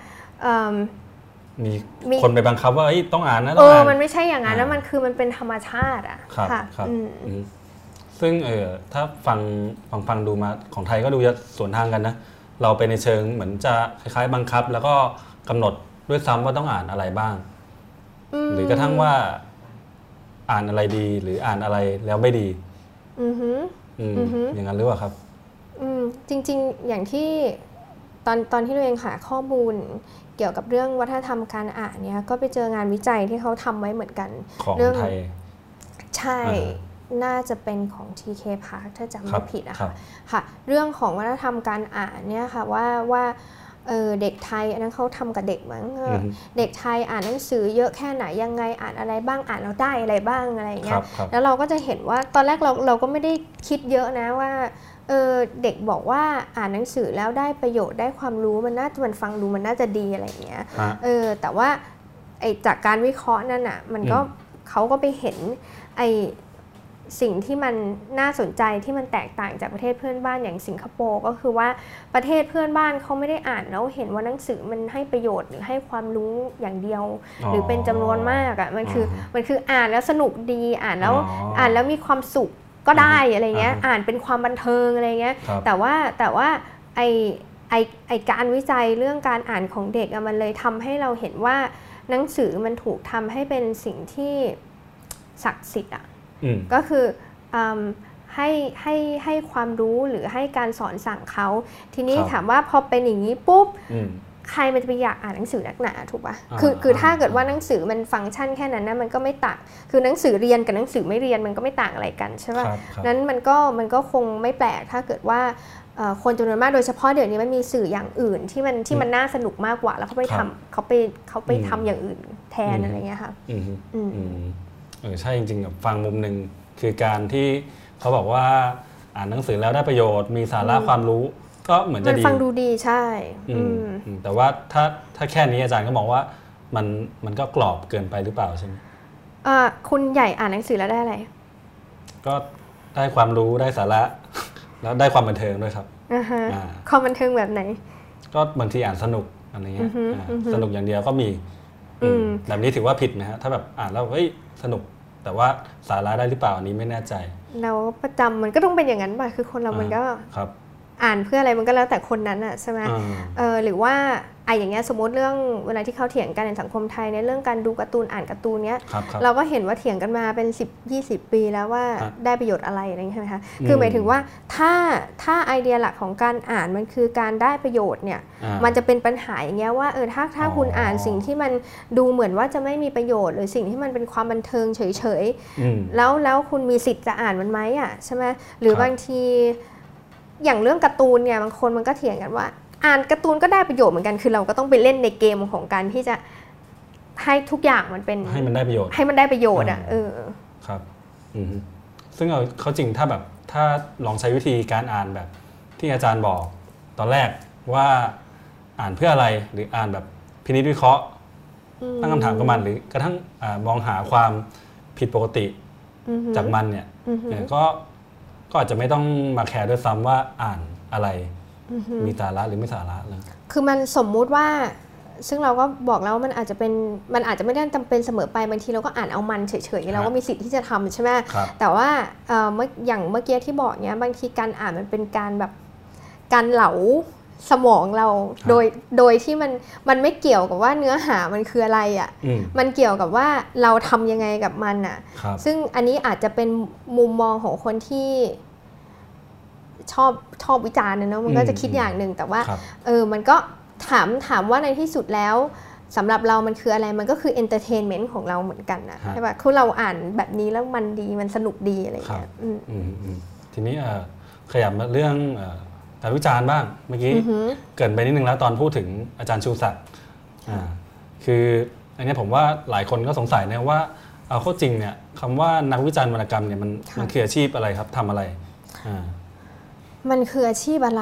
มีคนไปบังคับว่าต้องอ่านนะเออมันไม่ใช่อย่างนั้นนะมันคือมันเป็นธรรมชาติอ่ะค่ะซึ่งเออถ้าฟังฟังฟังดูมาของไทยก็ดูจะสวนทางกันนะเราไปในเชิงเหมือนจะคล้ายๆบังคับแล้วก็กำหนดด้วยซ้ำว่าต้องอ่านอะไรบ้างหรือกระทั่งว่าอ่านอะไรดีหรืออ่านอะไรแล้วไม่ดีอือฮึอย่างนั้นหรือเปล่าครับจริงๆอย่างที่ตอนตอนที่เราเองหาข้อมูลเกี่ยวกับเรื่องวัฒนธรรมการอ่านเนี่ยก็ไปเจองานวิจัยที่เขาทำไว้เหมือนกันของไทยใช่น่าจะเป็นของ ที เค Park ถ้าจำไม่ผิดอะค่ะค่ะเรื่องของวัฒนธรรมการอ่านเนี่ยค่ะว่าว่าเออเด็กไทยอันนั้นเขาทำกับเด็กมั้งเด็กไทยอ่านหนังสือเยอะแค่ไหนยังไงอ่านอะไรบ้างอ่านแล้วได้อะไรบ้างอะไรอย่างเงี้ยแล้วเราก็จะเห็นว่าตอนแรกเราเราก็ไม่ได้คิดเยอะนะว่าเออเด็กบอกว่าอ่านหนังสือแล้วได้ประโยชน์ได้ความรู้มันน่าจะมันฟังดูมันน่าจะดีอะไรอย่างเงี้ยเออแต่ว่าไอจากการวิเคราะห์นั่นอ่ะมันก็เขาก็ไปเห็นไอสิ่งที่มันน่าสนใจที่มันแตกต่างจากประเทศเพื่อนบ้านอย่างสิงคโปร์ก็คือว่าประเทศเพื่อนบ้านเขาไม่ได้อ่านแล้วเห็นว่าหนังสือมันให้ประโยชน์หรือให้ความรู้อย่างเดียวหรือเป็นจำนวนมากอ่ะมันคือมันคืออ่านแล้วสนุกดีอ่านแล้วอ่านแล้วมีความสุขก็ได้อะไรเงี้ยอ่านเป็นความบันเทิงอะไรเงี้ยแต่ว่าแต่ว่าไอไอไอการวิจัยเรื่องการอ่านของเด็กมันเลยทำให้เราเห็นว่าหนังสือมันถูกทำให้เป็นสิ่งที่ศักดิ์สิทธิ์อ่ะก็คือให้ให้ให้ความรู้หรือให้การสอนสั่งเขาทีนี้ถามว่าพอเป็นอย่างนี้ปุ๊บใครมันจะไปอยากอ่านหนังสือนักหนาถูกป่ะคือคือถ้าเกิดว่าหนังสือมันฟังก์ชันแค่นั้นนะมันก็ไม่ต่างคือหนังสือเรียนกับหนังสือไม่เรียนมันก็ไม่ต่างอะไรกันใช่ป่ะนั้นมันก็มันก็คงไม่แปลกถ้าเกิดว่าคนจำนวนมากโดยเฉพาะเดี๋ยวนี้มันมีสื่ออย่างอื่นที่มันที่มันน่าสนุกมากกว่าแล้วเขาไปทำเขาไปเขาไปทำอย่างอื่นแทนอะไรเงี้ยค่ะอืมเออใช่จริงๆกับฟังมุมหนึ่งคือการที่เขาบอกว่าอ่านหนังสือแล้วได้ประโยชน์มีสาระความรู้ก็เหมือนจะดีมันฟังดูดีใช่แต่ว่าถ้าถ้าแค่นี้อาจารย์ก็มองว่ามันมันก็กรอบเกินไปหรือเปล่าใช่ไหมคุณใหญ่อ่านหนังสือแล้วได้อะไรก็ได้ความรู้ได้สาระแล้วได้ความบันเทิงด้วยครับความบันเทิงแบบไหนก็บางทีอ่านสนุกอะไรเงี้ยสนุกอย่างเดียวก็มีแบบนี้ถือว่าผิดนะฮะถ้าแบบอ่านแล้วเฮ้ยสนุกแต่ว่าสาระได้หรือเปล่าอันนี้ไม่แน่ใจเราประจำมันก็ต้องเป็นอย่างนั้นป่ะคือคนเรามันก็อ่านเพื่ออะไรมันก็แล้วแต่คนนั้นอะใช่ไหมเออหรือว่าไอ้อย่างเงี้ยสมมติเรื่องเวลาที่เขาเถียงกันในสังคมไทยในเรื่องการดูการ์ตูนอ่านการ์ตูนเนี้ยเราก็เห็นว่าเถียงกันมาเป็นสิบ ยี่สิบปีแล้วว่าได้ประโยชน์อะไรอะไรใช่ไหมคะคือหมายถึงว่าถ้าถ้าไอเดียหลักของการอ่านมันคือการได้ประโยชน์เนี่ยมันจะเป็นปัญหาอย่างเงี้ยว่าเออถ้าถ้าคุณอ่านสิ่งที่มันดูเหมือนว่าจะไม่มีประโยชน์หรือสิ่งที่มันเป็นความบันเทิงเฉยๆแล้วแล้วคุณมีสิทธิ์จะอ่านมันไหมอ่ะใช่ไหมหรือบางทีอย่างเรื่องการ์ตูนเนี่ยบางคนมันก็เถียงกันว่าอ่านการ์ตูนก็ได้ประโยชน์เหมือนกันคือเราก็ต้องไปเล่นในเกมของการที่จะให้ทุกอย่างมันเป็นให้มันได้ประโยชน์ให้มันได้ประโยชน์อ่ะเออครับซึ่งเอาเขาจริงถ้าแบบถ้าลองใช้วิธีการอ่านแบบที่อาจารย์บอกตอนแรกว่าอ่านเพื่ออะไรหรืออ่านแบบพินิจวิเคราะห์ตั้งคำถามกับมันหรือกระทั่งมองหาความผิดปกติจากมันเนี่ยก็ก็อาจจะไม่ต้องมาแคร์ด้วยซ้ำว่าอ่านอะไรมีสาระหรือไม่สาระเลยคือมันสมมุติว่าซึ่งเราก็บอกแล้วว่ามันอาจจะเป็นมันอาจจะไม่ได้จำเป็นเสมอไปบางทีเราก็อ่านเอามันเฉยๆเราก็มีสิทธิ์ที่จะทำใช่ไหมแต่ว่าเมื่ออย่างเมื่อกี้ที่บอกเนี้ยบางทีการอ่านมันเป็นการแบบการเหลาสมองเราโดยโดยที่มันมันไม่เกี่ยวกับว่าเนื้อหามันคืออะไรอ่ะมันเกี่ยวกับว่าเราทำยังไงกับมันอ่ะซึ่งอันนี้อาจจะเป็นมุมมองของคนที่ชอบชอบวิจารณ์นะเนาะมันก็จะคิดอย่างหนึ่งแต่ว่าเออมันก็ถามถามว่าในที่สุดแล้วสำหรับเรามันคืออะไรมันก็คือเอนเตอร์เทนเมนต์ของเราเหมือนกันนะใช่ป่ะคือเราอ่านแบบนี้แล้วมันดีมันสนุกดีอะไรอย่างเงี้ยทีนี้ขยับมาเรื่องการวิจารณ์บ้างเมื่อกี้เกิดไปนิดนึงแล้วตอนพูดถึงอาจารย์ชูศักดิ์คืออันนี้ผมว่าหลายคนก็สงสัยนะว่าเอาเข้าจริงเนี่ยคำว่านักวิจารณ์วรรณกรรมเนี่ยมันมันคืออาชีพอะไรครับทำอะไรมันคืออาชีพอะไร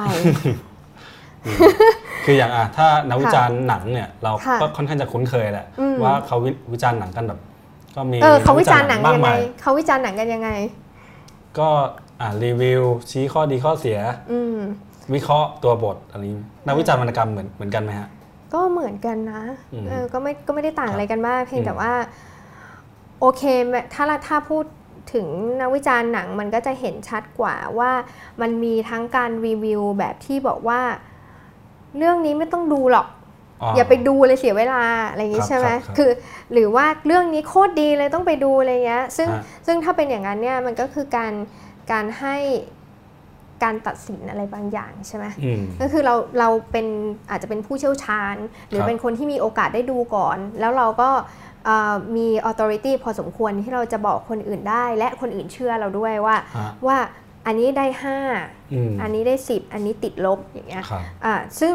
คืออย่างอ่ะถ้านักวิจารณ์หนังเนี่ยเราก็ค่อนข้างจะคุ้นเคยแหละว่าเขาวิจารณ์หนังกันแบบก็มีเขาวิจารณ์หนังยังไงเขาวิจารณ์หนังกันยังไงก็อ่ารีวิวชี้ข้อดีข้อเสียวิเคราะห์ตัวบทอะไรนี้นักวิจารณ์วรรณกรรมเหมือนเหมือนกันไหมฮะก็เหมือนกันนะเออก็ไม่ก็ไม่ได้ต่างอะไรกันมากเพียงแต่ว่าโอเคถ้าถ้าพูดถึงนักวิจารณ์หนังมันก็จะเห็นชัดกว่าว่ามันมีทั้งการรีวิวแบบที่บอกว่าเรื่องนี้ไม่ต้องดูหรอกอย่าไปดูเลยเสียเวลาอะไรอย่างนี้ใช่ไหมคือหรือว่าเรื่องนี้โคตรดีเลยต้องไปดูอะไรเงี้ยซึ่งซึ่งถ้าเป็นอย่างนั้นเนี่ยมันก็คือการการให้การตัดสินอะไรบางอย่างใช่ไหมก็คือเราเราเป็นอาจจะเป็นผู้เชี่ยวชาญหรือเป็นคนที่มีโอกาสได้ดูก่อนแล้วเราก็มี authority พอสมควรที่เราจะบอกคนอื่นได้และคนอื่นเชื่อเราด้วยว่าว่าอันนี้ได้ห้าอันนี้ได้สิบอันนี้ติดลบอย่างเงี้ยซึ่ง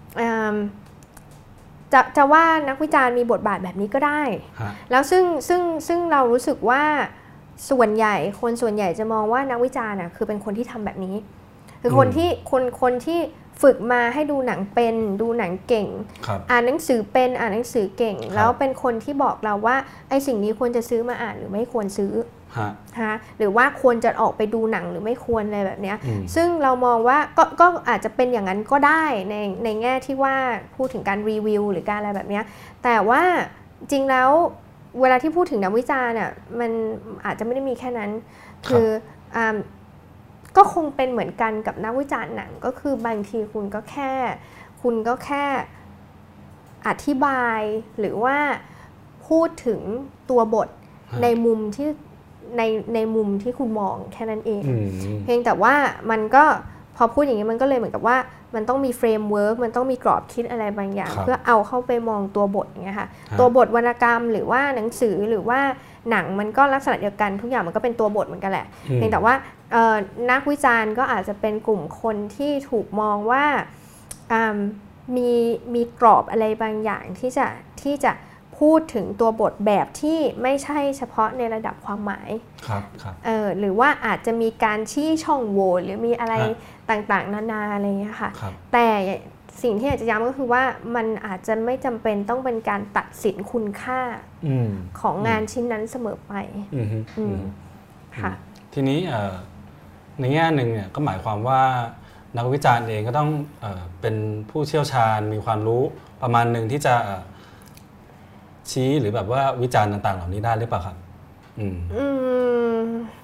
จะจะว่านักวิจารณ์มีบทบาทแบบนี้ก็ได้แล้วซึ่งซึ่งซึ่งเรารู้สึกว่าส่วนใหญ่คนส่วนใหญ่จะมองว่านักวิจารณ์คือเป็นคนที่ทำแบบนี้คือคนที่คนคนที่ฝึกมาให้ดูหนังเป็นดูหนังเก่งอ่านหนังสือเป็นอ่านหนังสือเก่งแล้วเป็นคนที่บอกเราว่าไอ้สิ่งนี้ควรจะซื้อมาอ่านหรือไม่ควรซื้อฮะหรือว่าควรจะออกไปดูหนังหรือไม่ควรอะไรแบบนี้ซึ่งเรามองว่าก็ก็อาจจะเป็นอย่างนั้นก็ได้ในในแง่ที่ว่าพูดถึงการรีวิวหรือการอะไรแบบนี้แต่ว่าจริงแล้วเวลาที่พูดถึงนักวิจารณ์อ่ะมันอาจจะไม่ได้มีแค่นั้นคือก็คงเป็นเหมือนกันกับนักวิจารณ์หนังก็คือบางทีคุณก็แค่คุณก็แค่อธิบายหรือว่าพูดถึงตัวบทในมุมที่ในในมุมที่คุณมองแค่นั้นเองเพียงแต่ว่ามันก็พอพูดอย่างนี้มันก็เลยเหมือนกับว่ามันต้องมีเฟรมเวิร์กมันต้องมีกรอบคิดอะไรบางอย่างเพื่อเอาเข้าไปมองตัวบทอย่างเงี้ยค่ะตัวบทวรรณกรรมหรือว่าหนังสือหรือว่าหนังมันก็ลักษณะเดียวกันทุกอย่างมันก็เป็นตัวบทเหมือนกันแหละเพียงแต่ว่านักวิจารณ์ก็อาจจะเป็นกลุ่มคนที่ถูกมองว่ามีมีกรอบอะไรบางอย่างที่จะที่จะพูดถึงตัวบทแบบที่ไม่ใช่เฉพาะในระดับความหมายครับครับเออหรือว่าอาจจะมีการชี้ช่องโหว่หรือมีอะไรต่างๆนานาอะไรอย่างเงี้ยค่ะแต่สิ่งที่อยากจะย้ำก็คือว่ามันอาจจะไม่จำเป็นต้องเป็นการตัดสินคุณค่าของงานชิ้นนั้นเสมอไปค่ะทีนี้ในแง่หนึ่งเนี่ยก็หมายความว่านักวิจารณ์เองก็ต้องเป็นผู้เชี่ยวชาญมีความรู้ประมาณหนึ่งที่จะชี้หรือแบบว่าวิจารณ์ต่างๆเหล่านี้ได้หรือเปล่าครับอืมอืม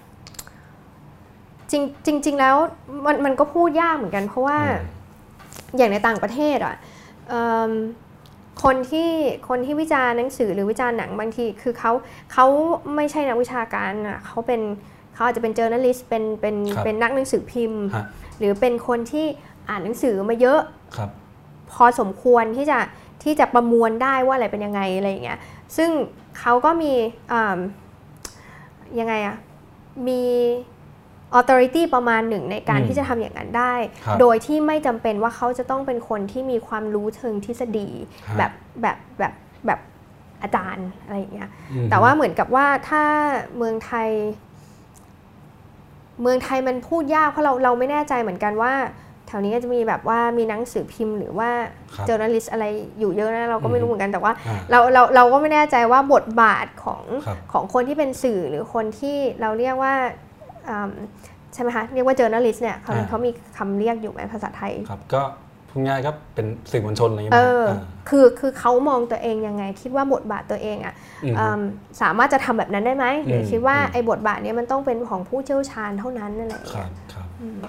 จริงจริงๆแล้วมันมันก็พูดยากเหมือนกันเพราะว่าอย่างในต่างประเทศอ่ะคนที่คนที่วิจารณ์หนังสือหรือวิจารณ์หนังบางทีคือเขาเขาไม่ใช่นักวิชาการอ่ะเขาเป็นเขาอาจจะเป็น journalist เป็นเป็นเป็นนักหนังสือพิมพ์หรือเป็นคนที่อ่านหนังสือมาเยอะพอสมควรที่จะที่จะประมวลได้ว่าอะไรเป็นยังไงอะไรอย่างเงี้ยซึ่งเขาก็มียังไงอะมี authority ประมาณหนึ่งในการที่จะทำอย่างนั้นได้โดยที่ไม่จำเป็นว่าเขาจะต้องเป็นคนที่มีความรู้เชิงทฤษฎีแบบแบบแบบแบบอาจารย์อะไรอย่างเงี้ยแต่ว่าเหมือนกับว่าถ้าเมืองไทยเมืองไทยมันพูดยากเพราะเราเราไม่แน่ใจเหมือนกันว่าแถวนี้ก็จะมีแบบว่ามีหนังสือพิมพ์หรือว่า journalist อะไรอยู่เยอะนะเราก็ไม่รู้เหมือนกันแต่ว่าเราเราเราก็ไม่แน่ใจว่าบทบาทของของคนที่เป็นสื่อหรือคนที่เราเรียกว่าใช่ไหมคะเรียกว่า journalist เนี่ยเขาเขามีคำเรียกอยู่ในภาษาไทยครับก็พูดง่ายก็เป็นสื่อมวลชนอะไรอย่างเงี้ยคือคือเขามองตัวเองยังไงคิดว่าบทบาทตัวเองอ่ะสามารถจะทำแบบนั้นได้ไหมหรือคิดว่าไอ้บทบาทนี้มันต้องเป็นของผู้เชี่ยวชาญเท่านั้นอะไรอย่างเงี้ยครับ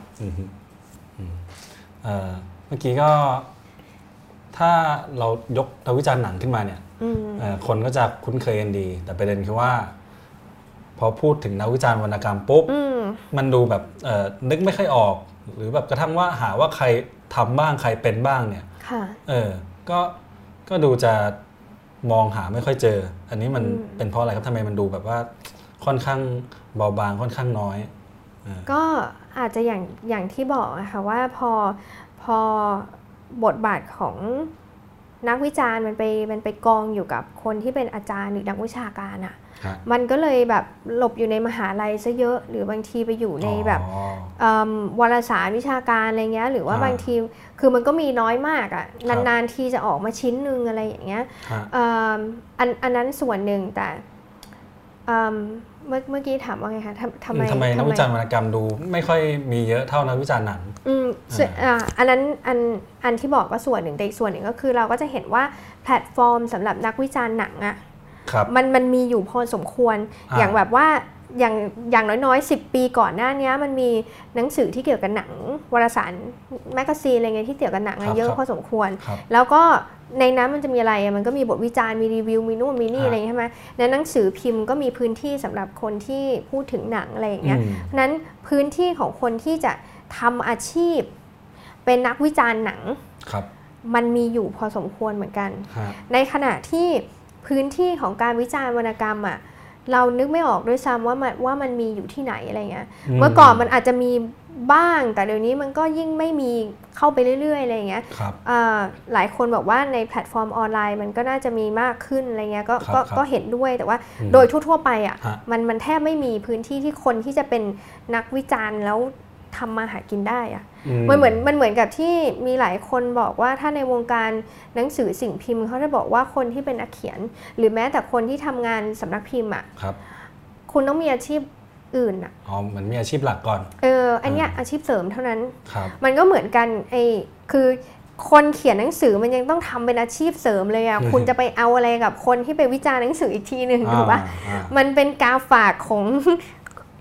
เมื่อกี้ก็ถ้าเรายกนักวิจารณ์หนังขึ้นมาเนี่ยคนก็จะคุ้นเคยกันดีแต่ประเด็นคือว่าพอพูดถึงนักวิจารณ์วรรณกรรมปุ๊บมันดูแบบนึกไม่ค่อยออกหรือแบบกระทั่งว่าหาว่าใครทำบ้างใครเป็นบ้างเนี่ยเออก็ก็ดูจะมองหาไม่ค่อยเจออันนี้มันเป็นเพราะอะไรครับทำไมมันดูแบบว่าค่อนข้างเบาบางค่อนข้างน้อยก็อาจจะอย่างอย่างที่บอกนะคะว่าพอพอบทบาทของนักวิจารณ์มันไปมันไปกองอยู่กับคนที่เป็นอาจารย์หรือนักวิชาการอ่ะมันก็เลยแบบหลบอยู่ในมหาลัยซะเยอะหรือบางทีไปอยู่ในแบบวารสารวิชาการอะไรเงี้ยหรือว่าบางทีคือมันก็มีน้อยมากอ่ะนานๆทีจะออกมาชิ้นนึงอะไรอย่างเงี้ยอันอันนั้นส่วนหนึ่งแต่เมื่อเมื่อกี้ถามว่าไงคะทำไมทำไมนักวิจารณ์วรรณกรรมดูไม่ค่อยมีเยอะเท่านักวิจารณ์หนังอืมอ่าอันนั้นอันอันที่บอกก็ส่วนหนึ่งแต่อีกส่วนหนึ่งก็คือเราก็จะเห็นว่าแพลตฟอร์มสำหรับนักวิจารณ์หนังอ่ะมันมันมีอยู่พอสมควรอย่างแบบว่าอย่างอย่างน้อยๆสิบปีก่อนหน้านี้มันมีหนังสือที่เกี่ยวกับหนังวารสารแมกกาซีนอะไรเงี้ยที่เกี่ยวกับหนังเยอะพอสมควรแล้วก็ในนั้นมันจะมีอะไรมันก็มีบทวิจารณ์มีรีวิวมีนู่นมีนี่อะไรใช่ไหมในหนังสือพิมพ์ก็มีพื้นที่สำหรับคนที่พูดถึงหนังอะไรอย่างเงี้ยนั้นพื้นที่ของคนที่จะทำอาชีพเป็นนักวิจารณ์หนังมันมีอยู่พอสมควรเหมือนกันในขณะที่พื้นที่ของการวิจารณ์วรรณกรรมอ่ะเรานึกไม่ออกด้วยซ้ำว่ามันว่ามันมีอยู่ที่ไหนอะไรเงี้ยเมื่อก่อนมันอาจจะมีบ้างแต่เดี๋ยวนี้มันก็ยิ่งไม่มีเข้าไปเรื่อยๆอะไรเงี้ยหลายคนบอกว่าในแพลตฟอร์มออนไลน์มันก็น่าจะมีมากขึ้นอะไรเงี้ยก็ก็เห็นด้วยแต่ว่าโดยทั่วๆไปอ่ะมันมันแทบไม่มีพื้นที่ที่คนที่จะเป็นนักวิจารณ์แล้วทำมาหากินได้อ่ะมันเหมือนมันเหมือนกับที่มีหลายคนบอกว่าถ้าในวงการหนังสือสิ่งพิมพ์เขาจะบอกว่าคนที่เป็นนักเขียนหรือแม้แต่คนที่ทำงานสำนักพิมพ์อ่ะคุณต้องมีอาชีพอื่นอ่ะอ๋อมันมีอาชีพหลักก่อนเอออันเนี้ยอาชีพเสริมเท่านั้นมันก็เหมือนกันไอ้คือคนเขียนหนังสือมันยังต้องทำเป็นอาชีพเสริมเลยอ่ะ คุณจะไปเอาอะไรกับคนที่ไปวิจารณ์หนังสืออีกทีหนึ่งถูกปะมันเป็นกาฝากของ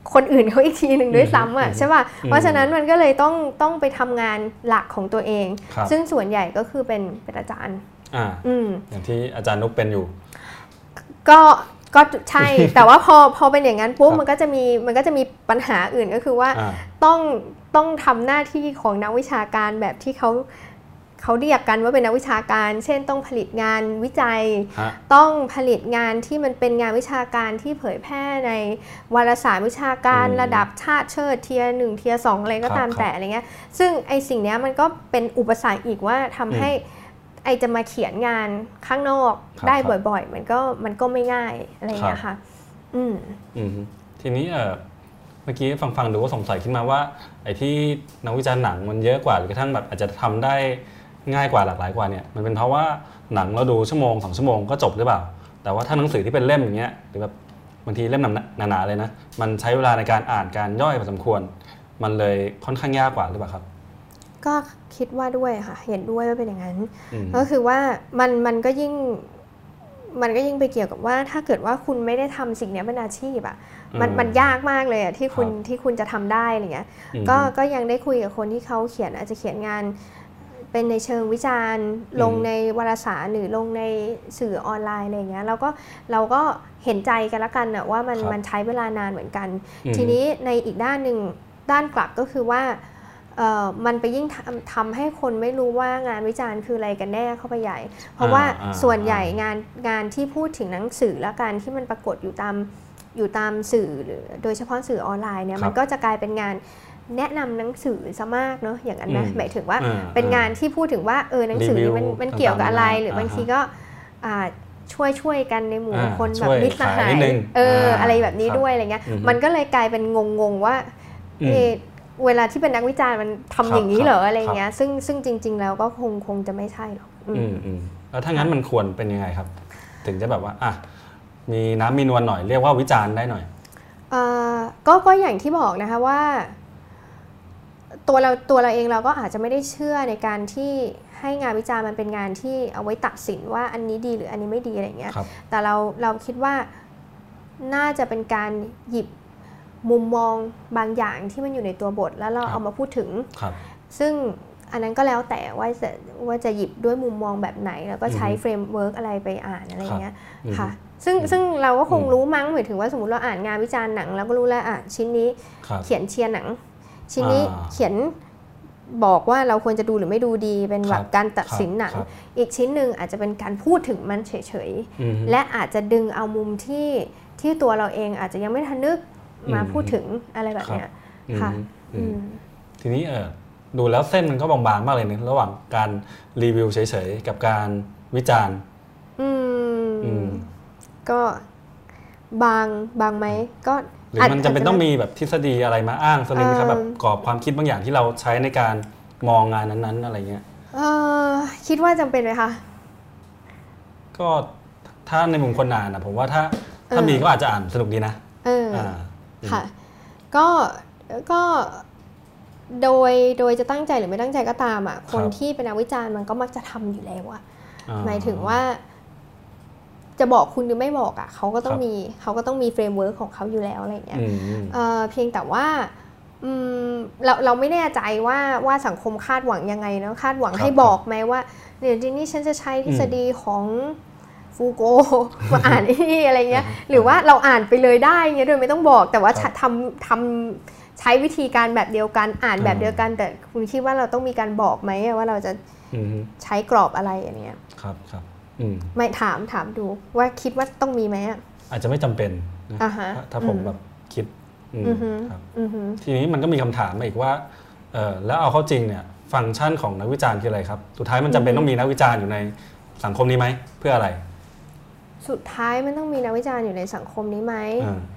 คนอื่นเขาอีกทีหนึ่งด้วยซ้ำอ่ะใช่ป่ะเพราะฉะนั้นมันก็เลยต้องต้องไปทำงานหลักของตัวเองซึ่งส่วนใหญ่ก็คือเป็นเป็นอาจารย์อ่าอย่างที่อาจารย์นุ๊กเป็นอยู่ก็ก็ใช่แต่ว่าพอพอเป็นอย่างนั้นปุ๊บมันก็จะมีมันก็จะมีปัญหาอื่นก็คือว่าต้องต้องทำหน้าที่ของนักวิชาการแบบที่เขาเขาเรียกกันว่าเป็นนักวิชาการเช่นต้องผลิตงานวิจัยต้องผลิตงานที่มันเป็นงานวิชาการที่เผยแพร่ในวารสารวิชาการระดับชาติเชิดเทียร์หนึ่งเทียร์สองอะไรก็ตามแต่อะไรเงี้ยซึ่งไอสิ่งนี้มันก็เป็นอุปสรรคอีกว่าทำให้ไอจะมาเขียนงานข้างนอกได้บ่อยๆมันก็มันก็ไม่ง่ายอะไรเงี้ยค่ะอืมทีนี้เออเมื่อกี้ฟังฟังดูก็สงสัยขึ้นมาว่าไอ้ที่นักวิจารณ์หนังมันเยอะกว่าหรือกระทั่งแบบอาจจะทำได้ง่ายกว่าหลากหลายกว่าเนี่ยมันเป็นเพราะว่าหนังเราดูชั่วโมงสองชั่วโมงก็จบหรือเปล่าแต่ว่าถ้าหนังสือที่เป็นเล่มอย่างเงี้ยหรือแบบบางทีเล่มหนาๆเลยนะมันใช้เวลาในการอ่านการย่อยพอสมควรมันเลยค่อนข้างยากกว่าหรือเปล่าครับก็คิดว่าด้วยค่ะเห็นด้วยว่าเป็นอย่างนั้นก็คือว่ามันมันก็ยิ่งมันก็ยิ่งไปเกี่ยวกับว่าถ้าเกิดว่าคุณไม่ได้ทำสิ่งนี้เป็นอาชีพอะมันมันยากมากเลยอะที่คุณที่คุณจะทำได้อะไรเงี้ยก็ก็ยังได้คุยกับคนที่เขาเขียนอาจจะเขียนงานเป็นในเชิงวิจารณ์ลงในวารสารหรือลงในสื่อออนไลน์อะไรเงี้ยแล้วก็เราก็เห็นใจกันละกันอะว่ามันมันใช้เวลานานเหมือนกันทีนี้ในอีกด้านหนึ่งด้านกลับก็คือว่ามันไปยิ่งทำให้คนไม่รู้ว่างานวิจารณ์คืออะไรกันแน่เข้าไปใหญ่เพราะว่าส่วนใหญ่งานงานที่พูดถึงหนังสือและการที่มันปรากฏอยู่ตามอยู่ตามสื่อหรือโดยเฉพาะสื่อออนไลน์เนี่ยมันก็จะกลายเป็นงานแนะนำหนังสือซะมากเนาะอย่างนั้นนะหมายถึงว่าเป็นงานที่พูดถึงว่าเออหนังสือนี้มันมันเกี่ยวกับอะไรหรือบางทีก็ช่วยช่วยกันในหมู่คนแบบมิตรสหายเอออะไรแบบนี้ด้วยอะไรเงี้ยมันก็เลยกลายเป็นงงๆว่าเวลาที่เป็นนักวิจารณ์มันทำอย่างนี้เหรออะไรเงี้ยซึ่งซึ่งจริงๆแล้วก็คงคงจะไม่ใช่หรอกแล้วถ้างั้นมันควรเป็นยังไงครับถึงจะแบบว่าอ่ะมีน้ำมีนวลหน่อยเรียกว่าวิจารณ์ได้หน่อยก็ก็อย่างที่บอกนะคะว่าตัวเราตัวเราเองเราก็อาจจะไม่ได้เชื่อในการที่ให้งานวิจารณ์มันเป็นงานที่เอาไว้ตัดสินว่าอันนี้ดีหรืออันนี้ไม่ดีอะไรเงี้ยแต่เราเราคิดว่าน่าจะเป็นการหยิบมุมมองบางอย่างที่มันอยู่ในตัวบทแล้วเราเอามาพูดถึงซึ่งอันนั้นก็แล้วแต่ว่าจะว่าจะหยิบด้วยมุมมองแบบไหนแล้วก็ใช้เฟรมเวิร์กอะไรไปอ่านอะไรเงี้ยค่ะซึ่งซึ่งเราก็คงรู้มั้งหมายถึงว่าสมมติเราอ่านงานวิจารณ์หนังเราก็รู้แล้วอ่ะชิ้นนี้เขียนเชียร์หนังชิ้นนี้เขียนบอกว่าเราควรจะดูหรือไม่ดูดีเป็นแบบการตัดสินหนังอีกชิ้นหนึ่งอาจจะเป็นการพูดถึงมันเฉยๆและอาจจะดึงเอามุมที่ที่ตัวเราเองอาจจะยังไม่ทันนึกมาพูดถึงอะไรแบบเนี้ยค่ะทีนี้เออดูแล้วเส้นมันก็บางๆมากเลยนะระหว่างการรีวิวเฉยๆกับการวิจารณ์อืมก็บางบางไหมก็หรือมันจำเป็นต้องมีแบบทฤษฎีอะไรมาอ้างสักนิดครับแบบกรอบความคิดบางอย่างที่เราใช้ในการมองงานนั้นๆอะไรเงี้ยคิดว่าจำเป็นไหมคะก็ถ้าในมุมคนอ่านนะผมว่าถ้าถ้ามีก็อาจจะอ่านสนุกดีนะเออค่ะก็ก็โดยโดยจะตั้งใจหรือไม่ตั้งใจก็ตามอ่ะคนที่เป็นนักวิจารณ์มันก็มักจะทำอยู่แล้วอ่ะหมายถึงว่าจะบอกคุณหรือไม่บอกอ่ะเขาก็ต้องมีเขาก็ต้องมีเฟรมเวิร์กของเขาอยู่แล้วอะไรอย่างเงี้ยเพียงแต่ว่าเราเราไม่แน่ใจว่าว่าสังคมคาดหวังยังไงเนาะคาดหวังให้บอกไหมว่าเดี๋ยวนี้ฉันจะใช้ทฤษฎีของฟูโกมาอ่านนี่อะไรเงี้ยหรือว่าเราอ่านไปเลยได้เงี้ยโดยไม่ต้องบอกแต่ว่าทำทำใช้วิธีการแบบเดียวกันอ่านแบบเดียวกันแต่คุณคิดว่าเราต้องมีการบอกไหมว่าเราจะใช้กรอบอะไรอย่างเงี้ยครับครับไม่ถามถามดูว่าคิดว่าต้องมีไหมอ่ะอาจจะไม่จำเป็นนะถ้าผมแบบคิดครับทีนี้มันก็มีคำถามมาอีกว่าแล้วเอาเข้าจริงเนี่ยฟังก์ชันของนักวิจารณ์คืออะไรครับสุดท้ายมันจำเป็นต้องมีนักวิจารณ์อยู่ในสังคมนี้ไหมเพื่ออะไรสุดท้ายมันต้องมีนักวิจารณ์อยู่ในสังคมนี้ไหม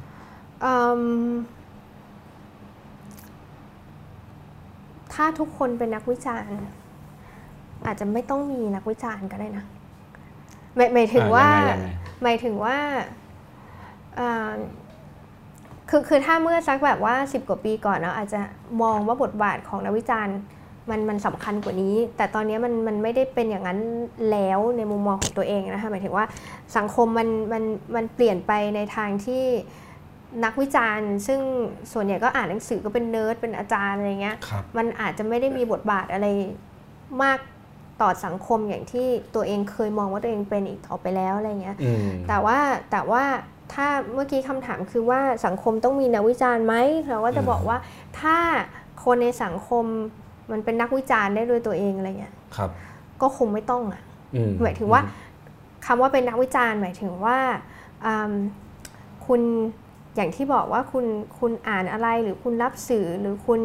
ถ้าทุกคนเป็นนักวิจารณ์อาจจะไม่ต้องมีนักวิจารณ์ก็ได้นะหมายหมายถึงว่าหมายถึงว่าคือคือถ้าเมื่อสักแบบว่าสิบกว่าปีก่อนเราอาจจะมองว่าบทบาทของนักวิจารณ์มันมันสำคัญกว่านี้แต่ตอนนี้มันมันไม่ได้เป็นอย่างนั้นแล้วในมุมมองของตัวเองนะคะหมายถึงว่าสังคมมันมันมันเปลี่ยนไปในทางที่นักวิจารณ์ซึ่งส่วนใหญ่ก็อ่านหนังสือก็เป็นเนิร์ดเป็นอาจารย์อะไรเงี้ยมันอาจจะไม่ได้มีบทบาทอะไรมากต่อสังคมอย่างที่ตัวเองเคยมองว่าตัวเองเป็นอีกต่อไปแล้วอะไรเงี้ยแต่ว่าแต่ว่าถ้าเมื่อกี้คำถามคือว่าสังคมต้องมีนักวิจารณ์ไหมเราก็จะบอกว่าถ้าคนในสังคมมันเป็นนักวิจารณ์ได้ด้วยตัวเองอะไรเงี้ยก็คงไม่ต้องอ่ะหมายถึงว่าคำว่าเป็นนักวิจารณ์หมายถึงว่าคุณอย่างที่บอกว่าคุณคุณอ่านอะไรหรือคุณรับสื่อหรือคุณ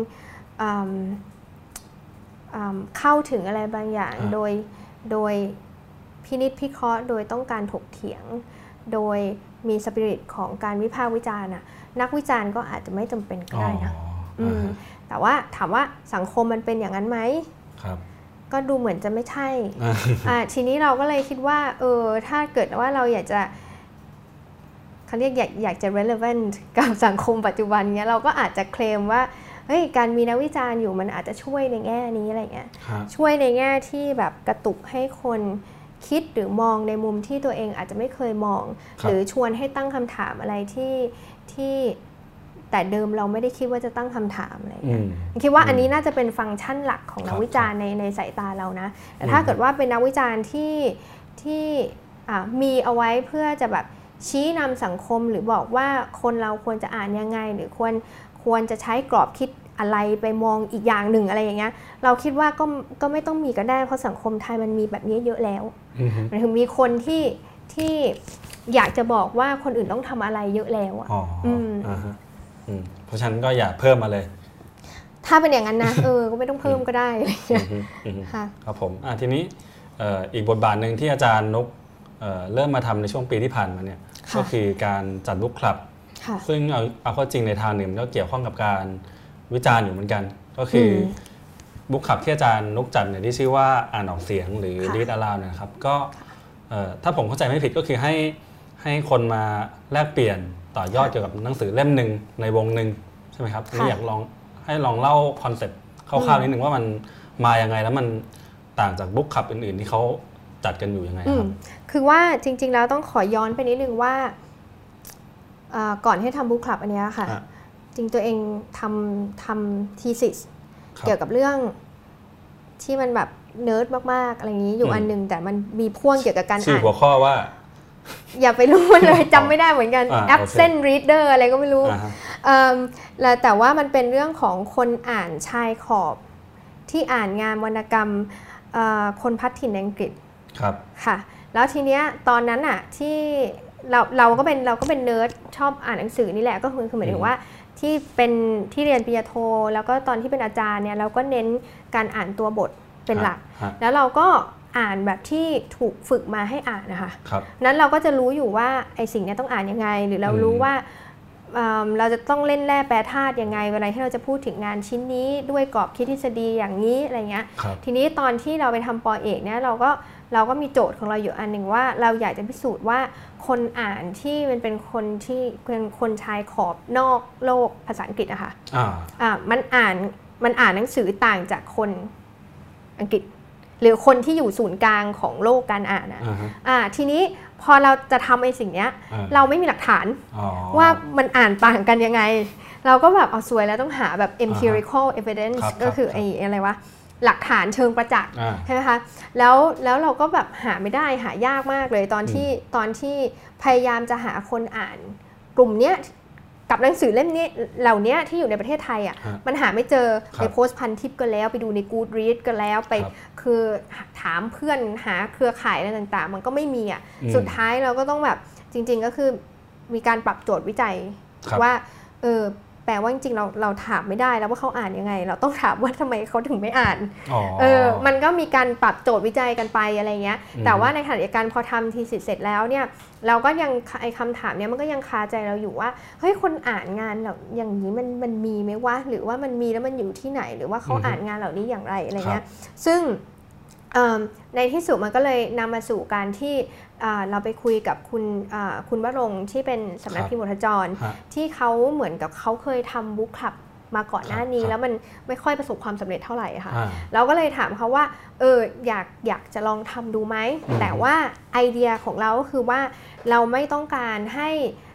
เข้าถึงอะไรบางอย่างโดยโดยพินิจพิเคราะห์โดยต้องการถกเถียงโดยมีสปิริตของการวิพากษ์วิจารณ์นะนักวิจารณ์ก็อาจจะไม่จำเป็นก็ได้นะแต่ว่าถามว่าสังคมมันเป็นอย่างนั้นไหมก็ดูเหมือนจะไม่ใช่ทีนี้เราก็เลยคิดว่าเออถ้าเกิดว่าเราอยากจะเขาเรียกอยากอยากจะ relevant กับสังคมปัจจุบันเนี้ยเราก็อาจจะเคลมว่าเฮ้ยการมีนักวิจารณ์อยู่มันอาจจะช่วยในแง่นี้อะไรเงี้ยช่วยในแง่ที่แบบกระตุกให้คนคิดหรือมองในมุมที่ตัวเองอาจจะไม่เคยมองหรือชวนให้ตั้งคำถามอะไรที่ที่แต่เดิมเราไม่ได้คิดว่าจะตั้งคำถามอะไรเงี้ยคิดว่าอันนี้น่าจะเป็นฟังก์ชันหลักของนักวิจารณ์ในในสายตาเรานะแต่ถ้าเกิดว่าเป็นนักวิจารณ์ที่ที่มีเอาไว้เพื่อจะแบบชี้นำสังคมหรือบอกว่าคนเราควรจะอ่านยังไงหรือควรควรจะใช้กรอบคิดอะไรไปมองอีกอย่างหนึ่งอะไรอย่างเงี้ยเราคิดว่าก็ก็ไม่ต้องมีก็ได้เพราะสังคมไทยมันมีแบบนี้เยอะแล้วมันถึงมีคนที่ที่อยากจะบอกว่าคนอื่นต้องทำอะไรเยอะแล้วอ่ะเพราะฉะนั้นก็อย่าเพิ่มมาเลยถ้าเป็นอย่างนั้นนะเออก็ไม่ต้องเพิ่มก็ได้ค่ะครับผมทีนี้อีกบทบาทหนึ่งที่อาจารย์นกเริ่มมาทำในช่วงปีที่ผ่านมาเนี่ยก็คือการจัดบุ๊กคลับซึ่งเอาเอาเข้าจริงในทางหนึ่งก็เกี่ยวข้องกับการวิจารณ์อยู่เหมือนกันก็คือบุ๊กคลับที่อาจารย์นกจัดเนี่ยที่ชื่อว่าอ่านออกเสียงหรือ read aloud นะครับก็ถ้าผมเข้าใจไม่ผิดก็คือให้ให้คนมาแลกเปลี่ยนต่อยอดเกี่ยวกับหนังสือเล่มหนึ่งในวงหนึ่งใช่ไหมครับนี่อยากลองให้ลองเล่าคอนเซ็ปต์คร่าวๆนิดหนึ่งว่ามันมายังไงแล้วมันต่างจากบุ๊กคลับอื่นๆที่เขาจัดกันอยู่ยังไงครับคือว่าจริงๆแล้วต้องขอย้อนไปนิดนึงว่าก่อนที่ทำบุ๊กคลับอันนี้ค่ะจริงตัวเองทำทำทีซิสเกี่ยวกับเรื่องที่มันแบบเนิร์ดมากๆอะไรอย่างนี้อยู่อันหนึ่งแต่มันมีพ่วงเกี่ยวกับการอ่านชื่อหัวข้อว่าอย่าไปรู้มันเลยจำไม่ได้เหมือนกัน absent reader อะไรก็ไม่รู้แล้วแต่ว่ามันเป็นเรื่องของคนอ่านชายขอบที่อ่านงานวรรณกรรมคนพัฒถิ่นอังกฤษครับค่ะแล้วทีเนี้ยตอนนั้นอ่ะที่เราเราก็เป็นเราก็เป็นเนิร์ดชอบอ่านหนังสือนี่แหละก็คือคือหมายถึงว่าที่เป็นที่เรียนปริญญาโทแล้วก็ตอนที่เป็นอาจารย์เนี่ยเราก็เน้นการอ่านตัวบทเป็นหลักแล้วเราก็อ่านแบบที่ถูกฝึกมาให้อ่านนะคะนั้นเราก็จะรู้อยู่ว่าไอ้สิ่งนี้ต้องอ่านยังไงหรือเรารู้ว่าเราจะต้องเล่นแร่แปรธาตุยังไงเวลาที่เราจะพูดถึงงานชิ้นนี้ด้วยกรอบคิดทฤษฎีอย่างนี้อะไรเงี้ยทีนี้ตอนที่เราไปทำปอเอกเนี่ยเราก็เราก็มีโจทย์ของเราอยู่อันหนึ่งว่าเราอยากจะพิสูจน์ว่าคนอ่านที่มันเป็นคนที่เป็นคนชายขอบนอกโลกภาษาอังกฤษอะค่ะอ่ามันอ่านมันอ่านหนังสือต่างจากคนอังกฤษหรือคนที่อยู่ศูนย์กลางของโลกการอ่านนะอ่าทีนี้พอเราจะทำไอ้สิ่งเนี้ยเราไม่มีหลักฐานว่ามันอ่านต่างกันยังไงเราก็แบบเอาสวยแล้วต้องหาแบบ empirical evidence ก็คือไอ้อะไรวะหลักฐานเชิงประจักษ์ใช่ไหมคะแล้วแล้วเราก็แบบหาไม่ได้หายากมากเลยตอนที่ตอนที่พยายามจะหาคนอ่านกลุ่มเนี้ยกับหนังสือเล่มนี้เหล่านี้ที่อยู่ในประเทศไทยอ่ะมันหาไม่เจอไปโพสต์พันทิปก็แล้วไปดูใน Goodreads ก็แล้วไปคือถามเพื่อนหาเครือข่ายอะไรต่างๆมันก็ไม่มีอ่ะสุดท้ายเราก็ต้องแบบจริงๆก็คือมีการปรับโจทย์วิจัยว่าเออแปลว่าจริงๆเราเราถามไม่ได้แล้วว่าเขาอ่านยังไงเราต้องถามว่าทำไมเขาถึงไม่อ่านเออมันก็มีการปรับโจทย์วิจัยกันไปอะไรเงี้ยแต่ว่าในขณะเดียวกันพอทำทีสิทธิ์เสร็จแล้วเนี่ยเราก็ยังไอ้คำถามเนี้ยมันก็ยังคาใจเราอยู่ว่าเฮ้ยคนอ่านงานแบบอย่างนี้มันมันมีไหมวะหรือว่ามันมีแล้วมันอยู่ที่ไหนหรือว่าเขาอ่านงานเหล่านี้อย่างไรอะไรเงี้ยซึ่งในที่สุดมันก็เลยนำมาสู่การที่เราไปคุยกับคุณคุณวรงค์ที่เป็นสำนักพิมพ์อุทจรที่เขาเหมือนกับเขาเคยทำบุ๊กคลับมาก่อนหน้านี้แล้วมันไม่ค่อยประสบความสำเร็จเท่าไหร่ค่ะเราก็เลยถามเขาว่าเอออยากอยากจะลองทำดูไหมแต่ว่าไอเดียของเราก็คือว่าเราไม่ต้องการให้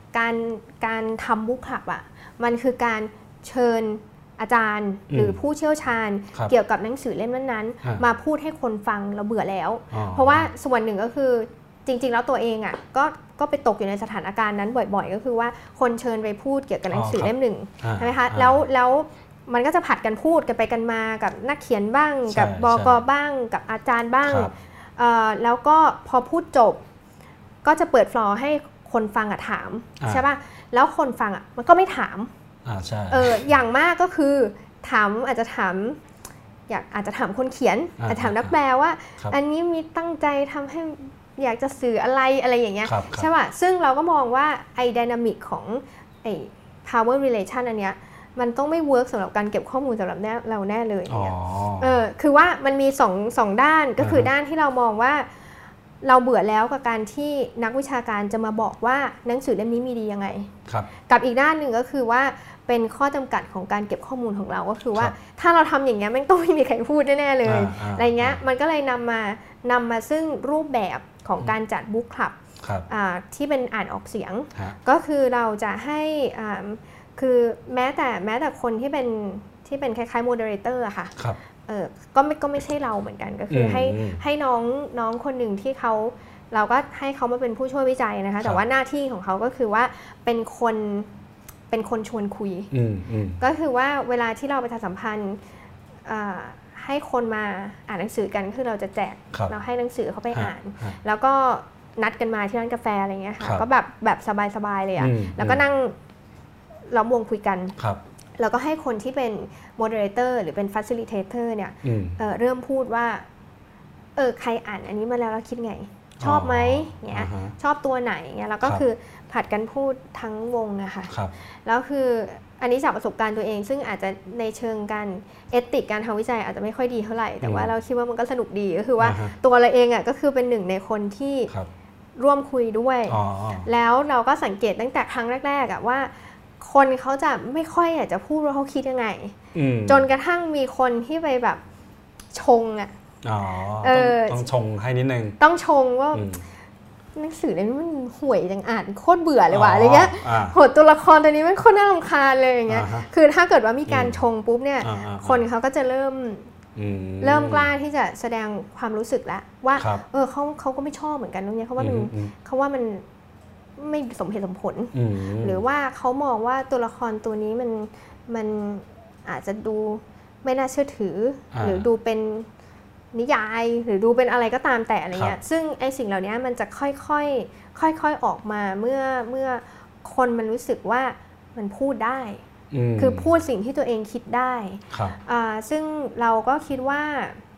การการทำบุ๊กคลับอ่ะมันคือการเชิญอาจารย์หรือผู้เชี่ยวชาญเกี่ยวกับหนังสือเล่มนั้นๆมาพูดให้คนฟังเราเบื่อแล้วเพราะว่าส่วนหนึ่งก็คือจริงๆแล้วตัวเองอ่ะก็ก็ไปตกอยู่ในสถานการณ์นั้นบ่อยๆก็คือว่าคนเชิญไปพูดเกี่ยวกับหนังสือเล่มหนึ่งใช่ไหมคะแล้วแล้วมันก็จะผัดกันพูดกันไปกันมากับนักเขียนบ้างกับบก.บ้างกับอาจารย์บ้างแล้วก็พอพูดจบก็จะเปิดฟลอร์ให้คนฟังอะถามใช่ป่ะแล้วคนฟังอะมันก็ไม่ถามเอออย่างมากก็คือถามอาจจะถามอยากอาจจะถามคนเขียนอาจจะถามนักแปลว่าอันนี้มีตั้งใจทำให้อยากจะสื่ออะไรอะไรอย่างเงี้ยใช่ป่ะซึ่งเราก็มองว่าไอ้ไดนามิกของไอ้ power relation อันเนี้ยมันต้องไม่เวิร์กสำหรับการเก็บข้อมูลสำหรับเราแน่เลยเนี่ยเออคือว่ามันมีสองสองด้านก็คือด้านที่เรามองว่าเราเบื่อแล้วกับการที่นักวิชาการจะมาบอกว่าหนังสือเล่มนี้มีดียังไงกับอีกด้านหนึ่งก็คือว่าเป็นข้อจำกัดของการเก็บข้อมูลของเราก็คือว่าถ้าเราทำอย่างเงี้ยไม่ต้องไม่มีใครพูดแน่ๆเลยอะไรเงี้ยมันก็เลยนำมานำมาซึ่งรูปแบบของการจัดบุ๊กคลับที่เป็นอ่านออกเสียงก็คือเราจะให้คือแม้แต่แม้แต่คนที่เป็นที่เป็นคล้ายๆโมเดเลเตอร์อะค่ะเออก็ไม่ก็ไม่ใช่เราเหมือนกันก็คือให้ให้น้องน้องคนหนึ่งที่เขาเราก็ให้เขามาเป็นผู้ช่วยวิจัยนะคะแต่ว่าหน้าที่ของเขาก็คือว่าเป็นคนเป็นคนชวนคุยก็คือว่าเวลาที่เราไปสัมพันธ์ให้คนมาอ่านหนังสือกันคือเราจะแจกเราให้หนังสือเขาไปอ่านแล้วก็นัดกันมาที่ร้านกาแฟอะไรเงี้ยค่ะก็แบบแบบสบายๆเลยอะแล้วก็นั่งล้อมวงคุยกันแล้วก็ให้คนที่เป็นโมเดเลเตอร์หรือเป็นฟัสซิลิเทเตอร์เนี่ย เ, เริ่มพูดว่าเออใครอ่านอันนี้มาแล้วแล้วคิดไงชอบไหมเนี่ยชอบตัวไหนเนี่ยแล้วก็คือผัดกันพูดทั้งวงนะคะแล้วคืออันนี้จากประสบการณ์ตัวเองซึ่งอาจจะในเชิงการเอติกการทำวิจัยอาจจะไม่ค่อยดีเท่าไหร่แต่ว่าเราคิดว่ามันก็สนุกดีก็คือว่าตัวเราเองอ่ะก็คือเป็นหนึ่งในคนที่ร่วมคุยด้วยแล้วเราก็สังเกตตั้งแต่ครั้งแรกๆอ่ะว่าคนเขาจะไม่ค่อยอยากจะพูดว่าเขาคิดยังไงจนกระทั่งมีคนที่ไปแบบชงอ่ะต้องชงให้นิดนึงต้องชงว่าหนังสือเล่มนี้มันห่วยจังอ่านโคตรเบื่อเลยว่ะอะไรเงี้ยโหตัวละครตัวนี้มันโคตรน่ารำคาญเลยอย่างเงี้ยคือถ้าเกิดว่ามีการชงปุ๊บเนี่ยคนเขาก็จะเริ่มเริ่มกล้าที่จะแสดงความรู้สึกแล้วว่าเออเขาเขาก็ไม่ชอบเหมือนกันตรงนี้เขาว่ามันเขาว่ามันไม่สมเหตุสมผลหรือว่าเขามองว่าตัวละครตัวนี้มันมันอาจจะดูไม่น่าเชื่อถือหรือดูเป็นนิยายหรือดูเป็นอะไรก็ตามแต่อะไรเงี้ยซึ่งไอ้สิ่งเหล่านี้มันจะค่อยๆค่อยๆออกมาเมื่อเมื่อคนมันรู้สึกว่ามันพูดได้คือพูดสิ่งที่ตัวเองคิดได้ซึ่งเราก็คิดว่า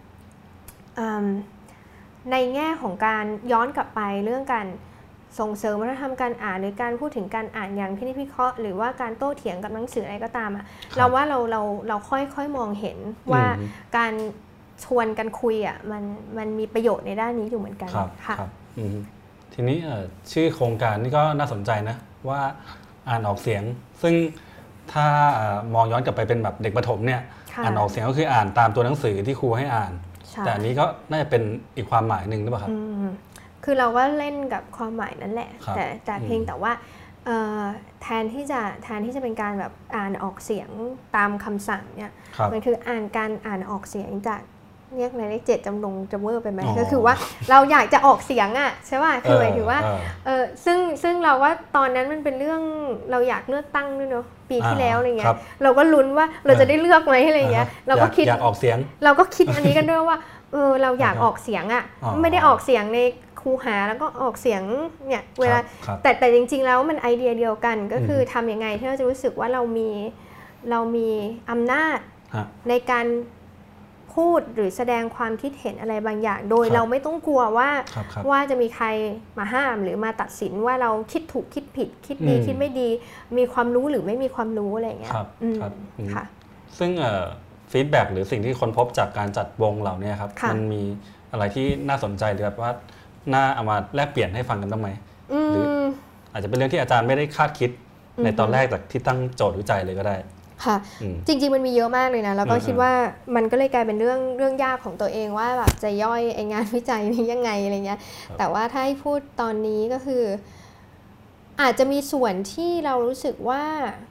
ในแง่ของการย้อนกลับไปเรื่องการส่งเสริมวัฒนธรรมการอ่านหรือการพูดถึงการอ่านอย่างพินิจพิเคราะห์หรือว่าการโต้เถียงกับหนังสืออะไรก็ตามอ่ะเราว่าเราเราเราค่อยๆมองเห็นว่าการชวนกันคุยอ่ะมันมันมีประโยชน์ในด้านนี้อยู่เหมือนกันค่ะทีนี้ชื่อโครงการนี่ก็น่าสนใจนะว่าอ่านออกเสียงซึ่งถ้ามองย้อนกลับไปเป็นแบบเด็กประถมเนี่ยอ่านออกเสียงก็คืออ่านตามตัวหนังสือที่ครูให้อ่านแต่อันนี้ก็น่าจะเป็นอีกความหมายหนึ่งหรือเปล่าครับคือเราก็เล่นกับความหมายนั้นแหละแต่แต่เพียงแต่ว่าแทนที่จะแทนที่จะเป็นการแบบอ่านออกเสียงตามคำสั่งเนี่ยมันคืออ่านการอ่านออกเสียงจากเรียกอะไรเลขเจ็ดจำลงจำเวอร์ไปไหมก็คือว่าเราอยากจะออกเสียงอ่ะใช่ป่ะคือหมายถึงว่าเออซึ่งซึ่งเราว่าตอนนั้นมันเป็นเรื่องเราอยากเลือกตั้งด้วยเนาะปีที่แล้วอะไรเงี้ยเราก็ลุ้นว่าเราจะได้เลือกไหมอะไรเงี้ยเราก็คิดอยากออกเสียงเราก็คิดอันนี้กันด้วยว่าเออเราอยากออกเสียงอ่ะไม่ได้ออกเสียงในคูหาแล้วก็ออกเสียงเนี่ยเวลาแต่แต่จริงๆแล้วมันไอเดียเดียวกันก็คือทำยังไงที่เราจะรู้สึกว่าเรามีเรามีอำนาจในการพูดหรือแสดงความคิดเห็นอะไรบางอย่างโดยเราไม่ต้องกลัวว่าว่าจะมีใครมาห้ามหรือมาตัดสินว่าเราคิดถูกคิดผิดคิดดีคิดไม่ดีมีความรู้หรือไม่มีความรู้อะไรอย่างเงี้ยค่ะซึ่งฟีดแบ็กหรือสิ่งที่คนพบจากการจัดวงเหล่านี้ครับมันมีอะไรที่น่าสนใจหรือแบบว่าน่าเอามาแลกเปลี่ยนให้ฟังกันบ้างไหมหรืออาจจะเป็นเรื่องที่อาจารย์ไม่ได้คาดคิดในตอนแรกจากที่ตั้งโจทย์วิจัยเลยก็ได้ค่ะจริงๆมันมีเยอะมากเลยนะแล้วก็คิดว่ามันก็เลยกลายเป็นเรื่องเรื่องยากของตัวเองว่าแบบจะย่อยไองานวิจัยนี้ยังไงอะไรเงี้ยแต่ว่าถ้าให้พูดตอนนี้ก็คืออาจจะมีส่วนที่เรารู้สึกว่า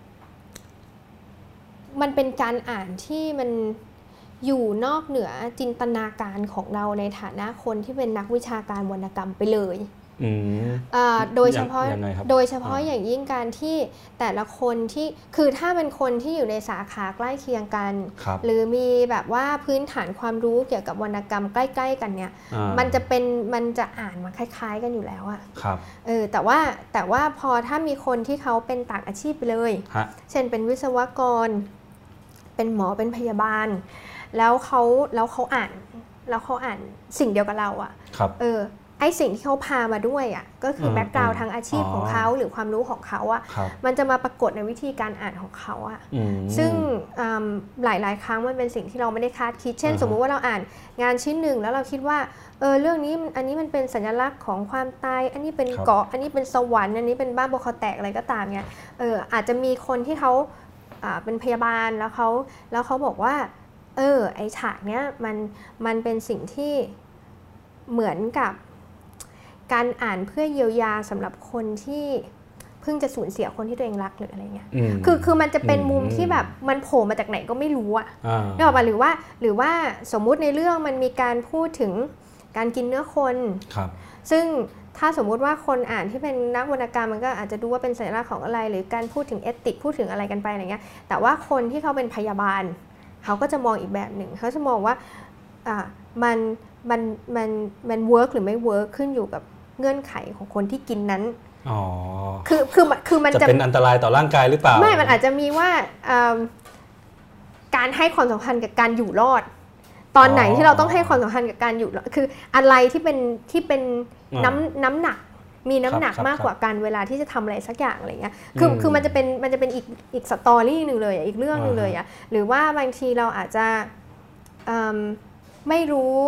มันเป็นการอ่านที่มันอยู่นอกเหนือจินตนาการของเราในฐานะคนที่เป็นนักวิชาการวรรณกรรมไปเลยโดยเฉพาะโดยเฉพาะอย่างยิ่งการที่แต่ละคนที่คือถ้าเป็นคนที่อยู่ในสาขาใกล้เคียงกันหรือมีแบบว่าพื้นฐานความรู้เกี่ยวกับวรรณกรรมใกล้ๆกันเนี่ยมันจะเป็นมันจะอ่านมาคล้ายๆกันอยู่แล้วอะเออแต่ว่าแต่ว่าพอถ้ามีคนที่เขาเป็นต่างอาชีพไปเลยเช่นเป็นวิศวกรเป็นหมอเป็นพยาบาลแล้วเขาแล้วเขาอ่านแล้วเขาอ่านสิ่งเดียวกับเราอะเออไอสิ่งที่เขาพามาด้วยอ่ะก็คือแบ็กกราวด์ทางอาชีพของเขาหรือความรู้ของเขาอ่ะมันจะมาปรากฏในวิธีการอ่านของเขาอ่ะซึ่งหลายๆครั้งมันเป็นสิ่งที่เราไม่ได้คาดคิดเช่นสมมุติว่าเราอ่านงานชิ้นหนึ่งแล้วเราคิดว่าเออเรื่องนี้อันนี้มันเป็นสัญลักษณ์ของความตายอันนี้เป็นเกาะอันนี้เป็นสวรรค์อันนี้เป็นบ้านบกแตกอะไรก็ตามเนี่ยเอออาจจะมีคนที่เขาเป็นพยาบาลแล้วเขาแล้วเขาบอกว่าเออไอฉากเนี้ยมันมันเป็นสิ่งที่เหมือนกับการอ่านเพื่อเยียวยาสำหรับคนที่เพิ่งจะสูญเสียคนที่ตัวเองรักหรืออะไรเงี้ยคือคือมันจะเป็นมุมที่แบบมันโผล่มาจากไหนก็ไม่รู้อะนึกออกป่ะหรือว่าหรือว่าสมมุติในเรื่องมันมีการพูดถึงการกินเนื้อคนซึ่งถ้าสมมุติว่าคนอ่านที่เป็นนักวรรณกรรมมันก็อาจจะดูว่าเป็นสัญลักษณ์ของอะไรหรือการพูดถึงเอติกพูดถึงอะไรกันไปอะไรเงี้ยแต่ว่าคนที่เขาเป็นพยาบาลเขาก็จะมองอีกแบบหนึ่งเขาจะมองว่าอ่ามันมันมันมันเวิร์กหรือไม่เวิร์กขึ้นอยู่กับเงื่อนไขของคนที่กินนั้นอ๋อคือคือคือมันจะเป็นอันตรายต่อร่างกายหรือเปล่าไม่มันอาจจะมีว่าการให้ความสำคัญกับการอยู่รอดตอนไหนที่เราต้องให้ความสำคัญกับการอยู่รอดคืออะไรที่เป็นที่เป็นน้ำน้ำหนักมีน้ำหนักมากกว่าการเวลาที่จะทำอะไรสักอย่างอะไรเงี้ยคือคือมันจะเป็นมันจะเป็นอีกอีกสตอรี่หนึ่งเลยอีกเรื่องนึงเลยอ่ะหรือว่าบางทีเราอาจจะไม่รู้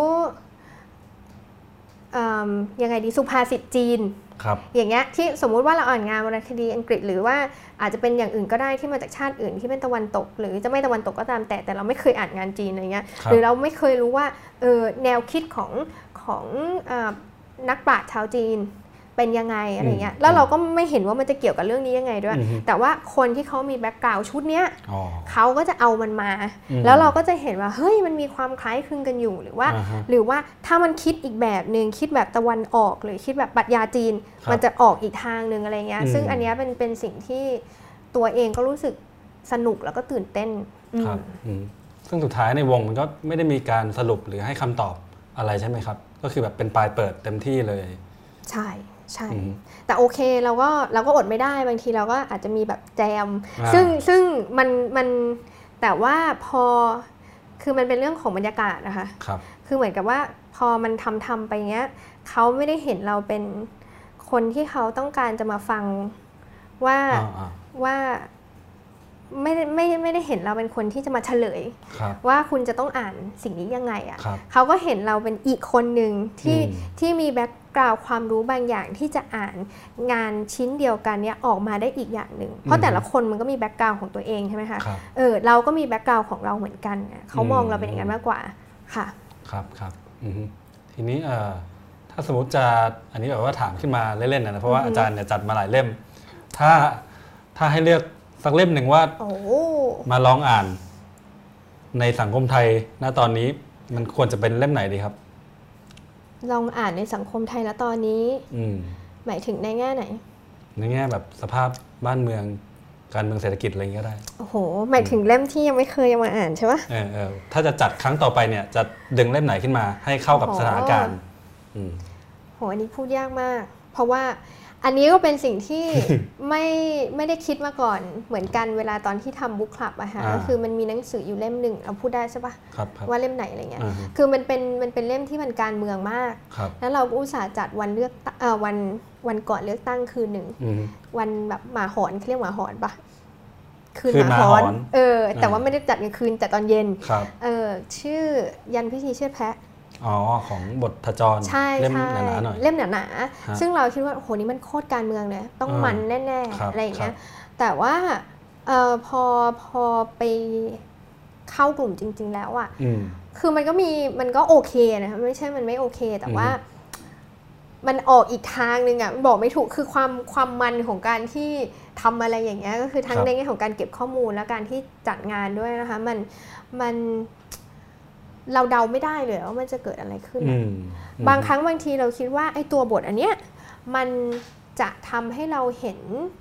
ยังไงดีสุภาษิตจีนอย่างเงี้ยที่สมมุติว่าเราอ่านงานวรรณคดีอังกฤษหรือว่าอาจจะเป็นอย่างอื่นก็ได้ที่มาจากชาติอื่นที่เป็นตะวันตกหรือจะไม่ตะวันตกก็ตามแต่แต่เราไม่เคยอ่านงานจีนอะไรเงี้ยหรือเราไม่เคยรู้ว่าเออแนวคิดของของนักปราชญ์ชาวจีนเป็นยังไงอะไรเงี้ยแล้วเราก็ไม่เห็นว่ามันจะเกี่ยวกับเรื่องนี้ยังไงด้วยแต่ว่าคนที่เขามีแบ็คกราวด์ชุดเนี้ยเขาก็จะเอามันมาแล้วเราก็จะเห็นว่าเฮ้ยมันมีความคล้ายคลึงกันอยู่หรือว่าหรือว่าถ้ามันคิดอีกแบบนึงคิดแบบตะวันออกหรือคิดแบบปรัชญาจีนมันจะออกอีกทางนึงอะไรเงี้ยซึ่งอันนี้เป็นเป็นสิ่งที่ตัวเองก็รู้สึกสนุกแล้วก็ตื่นเต้นซึ่งสุดท้ายในวงมันก็ไม่ได้มีการสรุปหรือให้คำตอบอะไรใช่ไหมครับก็คือแบบเป็นปลายเปิดเต็มที่เลยใช่ใช่แต่โอเคเราก็เราก็อดไม่ได้บางทีเราก็อาจจะมีแบบแจมซึ่งซึ่งมันมันแต่ว่าพอคือมันเป็นเรื่องของบรรยากาศนะคะครับคือเหมือนกับว่าพอมันทำทำไปเงี้ยเขาไม่ได้เห็นเราเป็นคนที่เขาต้องการจะมาฟังว่าว่าไม่ได้ไม่ไม่ได้เห็นเราเป็นคนที่จะมาเฉลยว่าคุณจะต้องอ่านสิ่งนี้ยังไงอ่ะเขาก็เห็นเราเป็นอีกคนหนึ่งที่ที่มีแบ็คกราวด์ความรู้บางอย่างที่จะอ่านงานชิ้นเดียวกันเนี้ยออกมาได้อีกอย่างหนึ่งเพราะแต่ละคนมันก็มีแบ็คกราวด์ของตัวเองใช่ไหมคะเออเราก็มีแบ็คกราวด์ของเราเหมือนกันเขามองเราเป็นอย่างนั้นมากกว่าค่ะครับครับทีนี้ถ้าสมมติจะอันนี้แบบว่าถามขึ้นมาเล่นๆนะเพราะว่าอาจารย์เนี่ยจัดมาหลายเล่มถ้าถ้าให้เลือกสักเล่มหนึ่งว่ามาลองอ่านในสังคมไทยณตอนนี้มันควรจะเป็นเล่มไหนดีครับลองอ่านในสังคมไทยณตอนนี้หมายถึงในแง่ไหนในแง่แบบสภาพบ้านเมืองการเมืองเศรษฐกิจอะไรอย่างเงี้ยก็ได้โอ้โหหมายถึงเล่มที่ยังไม่เคยมาอ่านใช่ไหมเออเออถ้าจะจัดครั้งต่อไปเนี่ยจะดึงเล่มไหนขึ้นมาให้เข้ากับสถานการณ์โหอันนี้พูดยากมากเพราะว่าอันนี้ก็เป็นสิ่งที่ ไม่ไม่ได้คิดมาก่อนเหมือนกันเวลาตอนที่ทำบุ๊กคลับอะค่ะก็คือมันมีหนังสืออยู่เล่มหนึ่งเราพูดได้ใช่ปะว่าเล่มไหนอะไรเงี้ยคือมันเป็นมันเป็นเล่มที่มันการเมืองมากแล้วเราก็อุตส่าห์จัดวันเลือกเอ่อวันวันก่อนเลือกตั้งคืนหนึ่งวันแบบหมาหอนเขาเรียกหมาหอนปะคืนหมาหอนเออแต่ว่าไม่ได้จัดกลางคืนแต่ตอนเย็นเออชื่อยันพิธีเชิดแพะอ๋อของบทจรเล่มหนาๆหน่อยเล่มหนาๆซึ่งเราคิดว่าโอ้โหนี่มันโคตรการเมืองเลยต้องมันแน่ๆอะไรอย่างเงี้ยแต่ว่าเออพอพอไปเข้ากลุ่มจริงๆแล้วอ่ะคือมันก็มีมันก็โอเคนะไม่ใช่มันไม่โอเคแต่ว่ามันออกอีกทางหนึ่งอ่ะบอกไม่ถูกคือความความมันของการที่ทำอะไรอย่างเงี้ยก็คือทั้งในแง่ของการเก็บข้อมูลและการที่จัดงานด้วยนะคะมันมันเราเดาไม่ได้เลยว่ามันจะเกิดอะไรขึ้นบางครั้งบางทีเราคิดว่าไอ้ตัวบทอันเนี้ยมันจะทำให้เราเห็น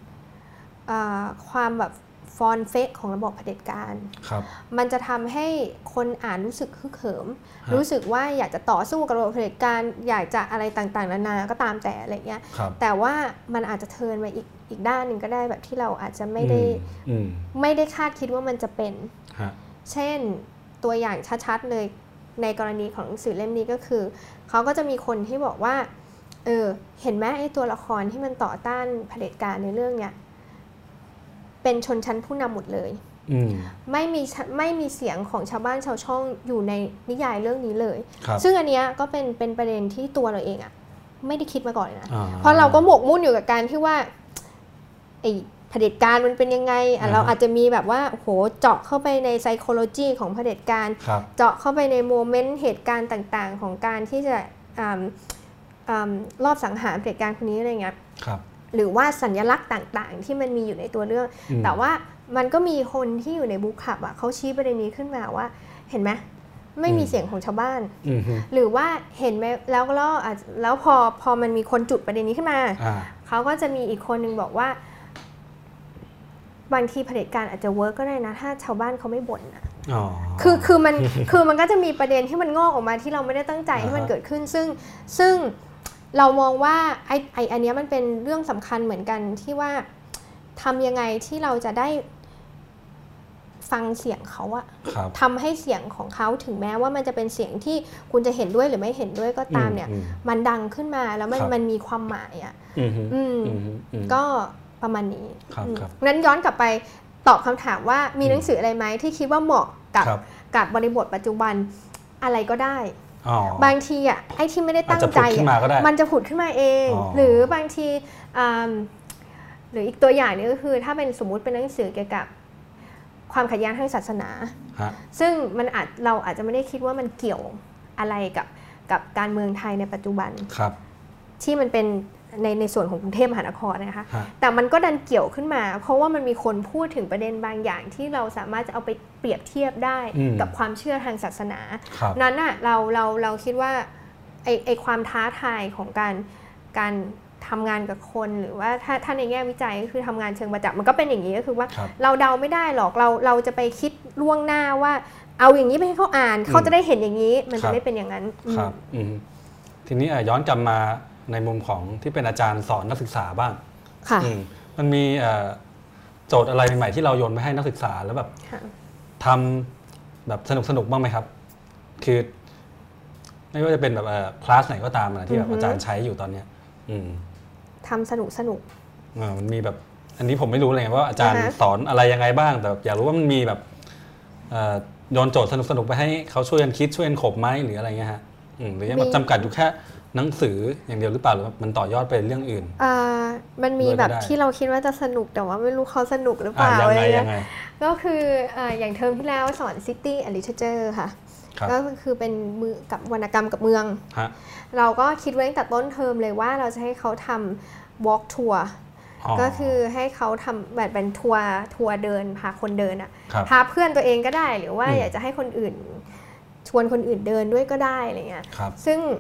ความแบบฟอนเฟกของระบบเผด็จการมันจะทำให้คนอ่านรู้สึกฮึกเหิมรู้สึกว่าอยากจะต่อสู้กับระบบเผด็จการอยากจะอะไรต่างๆนานาก็ตามแต่อะไรเงี้ยแต่ว่ามันอาจจะเทิร์นไปอีกอีกด้านหนึ่งก็ได้แบบที่เราอาจจะไม่ได้ไม่ได้คาดคิดว่ามันจะเป็นเช่นตัวอย่างชัดๆเลยในกรณีของหนังสือเล่มนี้ก็คือเขาก็จะมีคนที่บอกว่าเออเห็นไหมไอ้ตัวละครที่มันต่อต้านเผด็จการในเรื่องเนี้ยเป็นชนชั้นผู้นำหมดเลยไม่มีไม่มีเสียงของชาวบ้านชาวช่องอยู่ในนิยายเรื่องนี้เลยซึ่งอันเนี้ยก็เป็นเป็นประเด็นที่ตัวเราเองอะไม่ได้คิดมาก่อนนะเพราะเราก็หมกมุ่นอยู่กับการที่ว่าไอ้เผด็จการมันเป็นยังไงเราอาจจะมีแบบว่าโหเจาะเข้าไปในไซโคโลจีของเผด็จการเจาะเข้าไปในโมเมนต์เหตุการณ์ต่างๆของการที่จะรอบสังหารเผด็จการคนนี้อะไรเงี้ยหรือว่าสัญลักษณ์ต่างๆที่มันมีอยู่ในตัวเรื่องแต่ว่ามันก็มีคนที่อยู่ในบุ๊คคลับอ่ะเขาชี้ประเด็นนี้ขึ้นมาว่าเห็นไหมไม่มีเสียงของชาวบ้านหรือว่าเห็นไหมแล้วก็แล้วพอพอมันมีคนจุดประเด็นนี้ขึ้นมาเขาก็จะมีอีกคนนึงบอกว่าบางทีเผด็จการอาจจะเวิร์กก็ได้นะถ้าชาวบ้านเขาไม่บ่นนะคือคือมันคือมันก็จะมีประเด็นที่มันงอกออกมาที่เราไม่ได้ตั้งใจให้มันเกิดขึ้นซึ่งซึ่งเรามองว่าไอ้ไอ้อันนี้มันเป็นเรื่องสำคัญเหมือนกันที่ว่าทำยังไงที่เราจะได้ฟังเสียงเขาอะทำให้เสียงของเขาถึงแม้ว่ามันจะเป็นเสียงที่คุณจะเห็นด้วยหรือไม่เห็นด้วยก็ตามเนี่ยมันดังขึ้นมาแล้วมันมันมีความหมายอะก็ประมาณนี้งั้นย้อนกลับไปตอบคำถามว่ามีหนังสืออะไรไหมที่คิดว่าเหมาะกับกับบริบทปัจจุบันอะไรก็ได้บางทีอ่ะไอ้ที่ไม่ได้ตั้งใจมันจะผุดขึ้นมาเองหรือบางทีหรืออีกตัวอย่างนึงก็คือถ้าเป็นสมมุติเป็นหนังสือเกี่ยวกับความขัดแย้งทางศาสนาซึ่งมันอาจเราอาจจะไม่ได้คิดว่ามันเกี่ยวอะไรกับกับการเมืองไทยในปัจจุบันที่มันเป็นในในส่วนของกรุงเทพมหานครนะคะแต่มันก็ดันเกี่ยวขึ้นมาเพราะว่ามันมีคนพูดถึงประเด็นบางอย่างที่เราสามารถจะเอาไปเปรียบเทียบได้กับความเชื่อทางศาสนานั้นน่ะเราเราเราคิดว่าไอไอความท้าทายของการการทำงานกับคนหรือว่าถ้าถ้าในแง่วิจัยก็คือทำงานเชิงประจักษ์มันก็เป็นอย่างนี้ก็คือว่าเราเดาไม่ได้หรอกเราเราจะไปคิดล่วงหน้าว่าเอาอย่างนี้ไปให้เขาอ่านเขาจะได้เห็นอย่างนี้มันจะไม่เป็นอย่างนั้นครับทีนี้ย้อนกลับมาในมุมของที่เป็นอาจารย์สอนนักศึกษาบ้างมันมีโจทย์อะไรใหม่ๆที่เราโยนไปให้นักศึกษาแล้วแบบทำแบบสนุกสนุกบ้างไหมครับคือไม่ว่าจะเป็นแบบคลาสไหนก็ตามนะที่แบบอาจารย์ใช้อยู่ตอนนี้ทำสนุกสนุกมันมีแบบอันนี้ผมไม่รู้เลยว่าอาจารย์สอนอะไรยังไงบ้างแต่อยากรู้ว่ามันมีแบบโยนโจทย์สนุกสนุกไปให้เขาช่วยกันคิดช่วยกันขบไหมหรืออะไรเงี้ยฮะหรือยังจำกัดอยู่แค่หนังสืออย่างเดียวหรือเปล่าหรือมันต่อยอดไปเรื่องอื่นอ่ามันมีแบบที่เราคิดว่าจะสนุกแต่ว่าไม่รู้เขาสนุกหรือเปล่าอะไรเงี้ยก็คืออย่างเทอมที่แล้วสอน City and Literature ค่ะก็คือเป็นมือกับวรรณกรรมกับเมืองเราก็คิดไว้ตั้งแต่ต้นเทอมเลยว่าเราจะให้เขาทำ walk tour ก็คือให้เขาทำแบบเป็นทัวร์ทัวร์เดินพาคนเดินอ่ะพาเพื่อนตัวเองก็ได้หรือว่าอยากจะให้คนอื่นชวนคนอื่นเดินด้วยก็ได้อะไรเงี้ยซึ่ง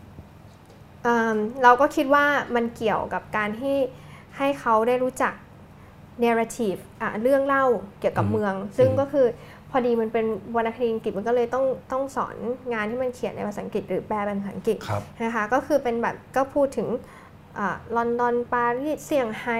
เราก็คิดว่ามันเกี่ยวกับการที่ให้เขาได้รู้จัก narrative เรื่องเล่าเกี่ยวกับเมืองซึ่งก็คือพอดีมันเป็นวรรณคดีอังกฤษมันก็เลยต้องต้องสอนงานที่มันเขียนในภาษาอังกฤษหรือแปลเป็นภาษาอังกฤษนะคะก็คือเป็นแบบก็พูดถึงลอนดอนปารีสเซี่ยงไฮ้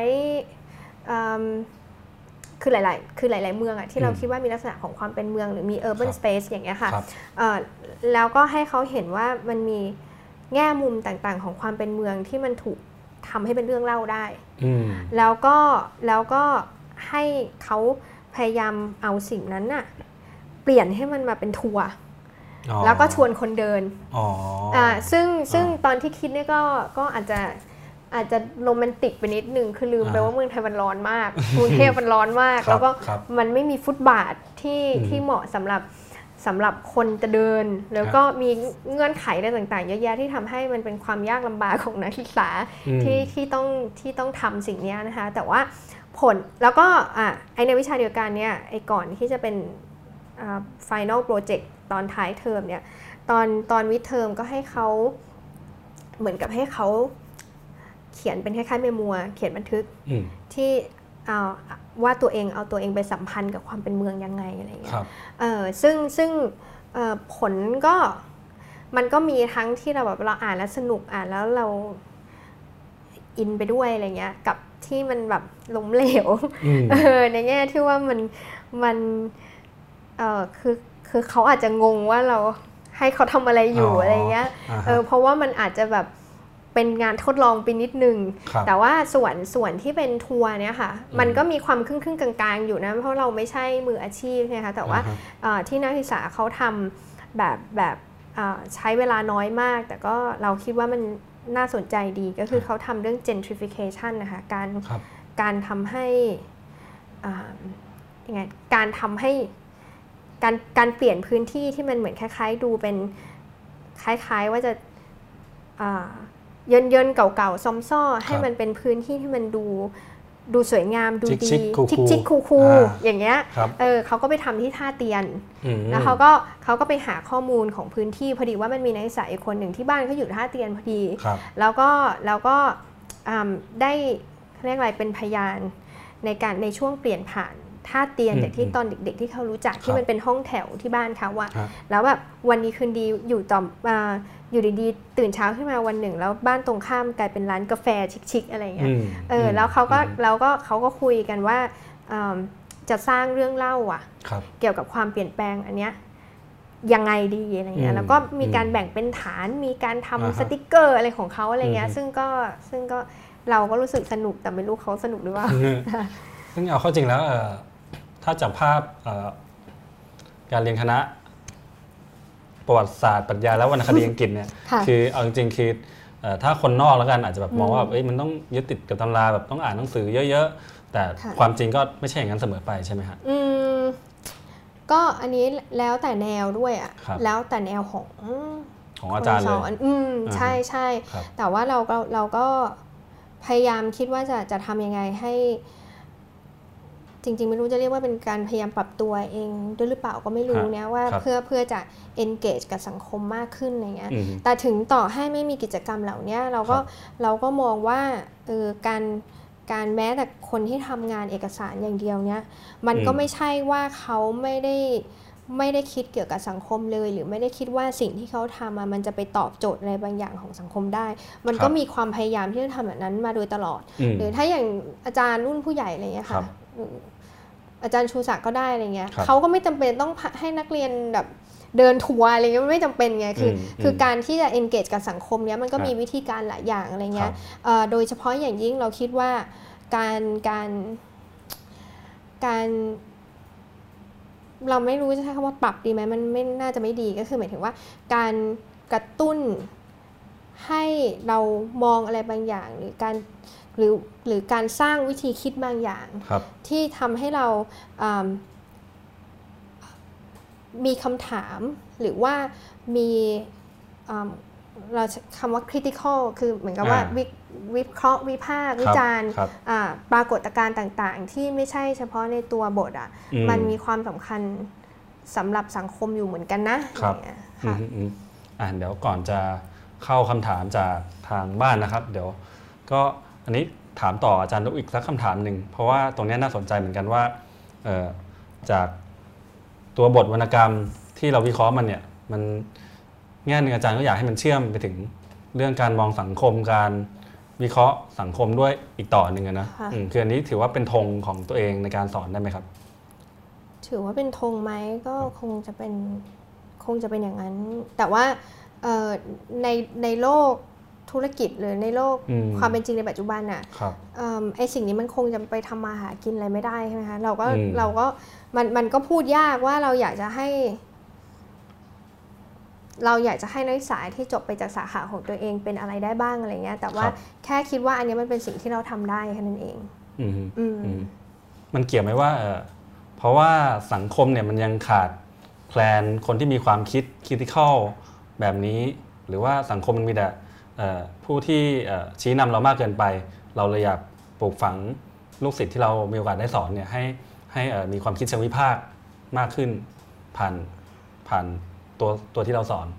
คือหลายๆคือหลายๆเมืองอะที่เราคิดว่ามีลักษณะของความเป็นเมืองหรือมี urban space อย่างเงี้ยค่ะแล้วก็ให้เขาเห็นว่ามันมีแง่มุมต่างๆของความเป็นเมืองที่มันถูกทำให้เป็นเรื่องเล่าได้แล้วก็แล้วก็ให้เขาพยายามเอาสิ่งนั้นน่ะเปลี่ยนให้มันมาเป็นทัวร์แล้วก็ชวนคนเดินอ่าซึ่งซึ่งตอนที่คิดเนี่ยก็ก็อาจจะอาจจะโรแมนติกไปนิดนึงคือลืมไปว่าเมืองไทยมันร้อนมากกรุงเทพมันร้อนมากแล้วก็มันไม่มีฟุตบาทที่ที่เหมาะสำหรับสำหรับคนจะเดินแล้วก็มีเงื่อนไขอะไรต่างๆเยอะแยะที่ทำให้มันเป็นความยากลำบากของนักศึกษาที่ที่ต้องที่ต้องทำสิ่งนี้นะคะแต่ว่าผลแล้วก็อ่ะไอในวิชาเดียวกันเนี่ยไอก่อนที่จะเป็นอ่า final project ตอนท้ายเทอมเนี่ยตอนตอนวิดเทอมก็ให้เขาเหมือนกับให้เขาเขียนเป็นคล้ายๆเมมัวเขียนบันทึกที่เอาว่าตัวเองเอาตัวเองไปสัมพันธ์กับความเป็นเมืองยังไงอะไรอย่างเงี้ยเออซึ่งซึ่งผลก็มันก็มีทั้งที่เราแบบเราอ่านแล้วสนุกอ่านแล้วเราอินไปด้วยอะไรเงี้ยกับที่มันแบบล้มเหลวเออในแง่ที่ว่ามันมันเออคือคือเขาอาจจะงงว่าเราให้เขาทำอะไรอยู่อะไรเงี้ยเออเพราะว่ามันอาจจะแบบเป็นงานทดลองไปนิดนึงแต่ว่าส่วนส่วนที่เป็นทัวร์เนี่ยค่ะมันก็มีความครึ่งครึ่งกลางๆอยู่นะเพราะเราไม่ใช่มืออาชีพนะคะแต่ว่าที่นักศึกษาเขาทำแบบแบบใช้เวลาน้อยมากแต่ก็เราคิดว่ามันน่าสนใจดีก็คือเขาทำเรื่อง gentrification นะคะการการทำให้ยังไงการทำให้การการเปลี่ยนพื้นที่ที่มันเหมือนคล้ายๆดูเป็นคล้ายๆว่าจะเยินเยินเก่าๆซอมซ่อให้มันเป็นพื้นที่ที่มันดูดูสวยงามดูดีชิคชิคคูคูอย่างเงี้ยเออเขาก็ไปทำที่ท่าเตียนแล้วเขาก็เขาก็ไปหาข้อมูลของพื้นที่พอดีว่ามันมีนักศึกษาอีกคนหนึ่งที่บ้านเขาอยู่ท่าเตียนพอดีแล้วก็แล้วก็ได้เรียกอะไรเป็นพยานในการในช่วงเปลี่ยนผ่านท่าเตียนจากที่ตอนเด็กๆที่เขารู้จักที่มันเป็นห้องแถวที่บ้านเขาอะแล้วแบบวันนี้คืนดีอยู่ต่อมาอยู่ดีๆตื่นเช้าขึ้นมาวันหนึ่งแล้วบ้านตรงข้ามกลายเป็นร้านกาแฟชิคๆอะไรเงี้ยเออแล้วเขาก็แล้วก็เขาก็คุยกันว่าจะสร้างเรื่องเล่าอะเกี่ยวกับความเปลี่ยนแปลงอันเนี้ยยังไงดีอะไรเงี้ยแล้วก็มีการแบ่งเป็นฐานมีการทำสติกเกอร์อะไรของเขาอะไรเงี้ยซึ่งก็ซึ่งก็เราก็รู้สึกสนุกแต่ไม่รู้เขาสนุกหรือเปล่าซึ่งเอาเข้าจริงแล้วถ้าจากภาพการเรียนคณะประวัติศาสตร์ปรัชญาและวรรณคดีอังกฤษเนี่ยคือเอาจริงๆคือถ้าคนนอกแล้วกันอาจจะแบบมองว่ามันต้องยึดติดกับตำราแบบต้องอ่านหนังสือเยอะๆแต่ความจริงก็ไม่ใช่อย่างนั้นเสมอไปใช่ไหมฮะอืมก็อันนี้แล้วแต่แนวด้วยอ่ะแล้วแต่แนวของของอาจารย์เลยอืมใช่ใช่แต่ว่าเราก็เราก็พยายามคิดว่าจะจะทำยังไงให้จริงๆไม่รู้จะเรียกว่าเป็นการพยายามปรับตัวเองด้วยหรือเปล่าก็ไม่รู้นะว่าเพื่อเพื่อจะ engage กับสังคมมากขึ้นอะไรเงี้ยแต่ถึงต่อให้ไม่มีกิจกรรมเหล่านี้เราก็เราก็มองว่าเออการการแม้แต่คนที่ทำงานเอกสารอย่างเดียวเนี้ยมันก็ไม่ใช่ว่าเขาไม่ได้ไม่ได้คิดเกี่ยวกับสังคมเลยหรือไม่ได้คิดว่าสิ่งที่เขาทำมันจะไปตอบโจทย์อะไรบางอย่างของสังคมได้มันก็มีความพยายามที่จะทำแบบนั้นมาโดยตลอดหรือถ้าอย่างอาจารย์รุ่นผู้ใหญ่อะไรเงี้ยค่ะอาจารย์ชูศักดิ์ก็ได้อะไรเงี้ยเขาก็ไม่จำเป็นต้องให้นักเรียนแบบเดินทัวร์อะไรเงี้ยไม่จำเป็นไงคือคือการที่จะ engage กับสังคมเนี้ยมันก็มีวิธีการหลายอย่างอะไรเงี้ยโดยเฉพาะอย่างยิ่งเราคิดว่าการการการเราไม่รู้จะใช้คำว่าปรับดีไหมมันไม่น่าจะไม่ดีก็คือหมายถึงว่าการกระตุ้นให้เรามองอะไรบางอย่างหรือการหรือหรือการสร้างวิธีคิดบางอย่างที่ทำให้เรามีคำถามหรือว่ามีเราคำว่า critical คือเหมือนกับว่าวิเคราะห์วิพากษ์วิจารณ์ปรากฏการณ์ต่างๆที่ไม่ใช่เฉพาะในตัวบทอ่ะมันมีความสำคัญสำหรับสังคมอยู่เหมือนกันนะครับอ่าเดี๋ยวก่อนจะเข้าคำถามจากทางบ้านนะครับเดี๋ยวก็อันนี้ถามต่ออาจารย์นุ๊กอีกสักคำถามหนึ่งเพราะว่าตรงนี้น่าสนใจเหมือนกันว่าจากตัวบทวรรณกรรมที่เราวิเคราะห์มันเนี่ยมันแง่หนึ่งอาจารย์ก็อยากให้มันเชื่อมไปถึงเรื่องการมองสังคมการวิเคราะห์สังคมด้วยอีกต่อหนึ่งนะคืออันนี้ถือว่าเป็นธงของตัวเองในการสอนได้ไหมครับถือว่าเป็นธงไหมก็คงจะเป็นคงจะเป็นอย่างนั้นแต่ว่าในในโลกธุรกิจหรือในโลกความเป็นจริงในปัจจุบันอ่ะไอสิ่งนี้มันคงจะไปทำมาหากินอะไรไม่ได้ใช่ไหมคะเราก็เราก็มันมันก็พูดยากว่าเราอยากจะให้เราอยากจะให้นักศึกษาที่จบไปจากสาขาของตัวเองเป็นอะไรได้บ้างอะไรเงี้ยแต่ว่าแค่คิดว่าอันนี้มันเป็นสิ่งที่เราทำได้แค่นั้นเองมันเกี่ยวไหมว่าเพราะว่าสังคมเนี่ยมันยังขาดแพลนคนที่มีความคิด critical แบบนี้หรือว่าสังคมมันมีแต่ผู้ที่ชี้นำเรามากเกินไปเราเลยอยากปลูกฝังลูกศิษย์ที่เรามีโอกาสได้สอนเนี่ยให้ให้มีความคิดเชิงวิพากษ์มากขึ้นผ่านผ่านตัวตัวที่เราสอน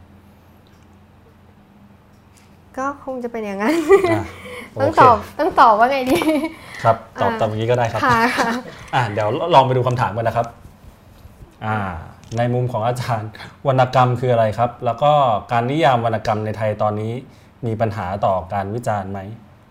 ก็คงจะเป็นอย่างนั้นต้องตอบต้องตอบว่าไงดีครับตอบตอบอย่างนี้ก็ได้ครับอ่าเดี๋ยวลองไปดูคำถามกันนะครับอ่าในมุมของอาจารย์วรรณกรรมคืออะไรครับแล้วก็การนิยามวรรณกรรมในไทยตอนนี้มีปัญหาต่อการวิจารณ์ไหม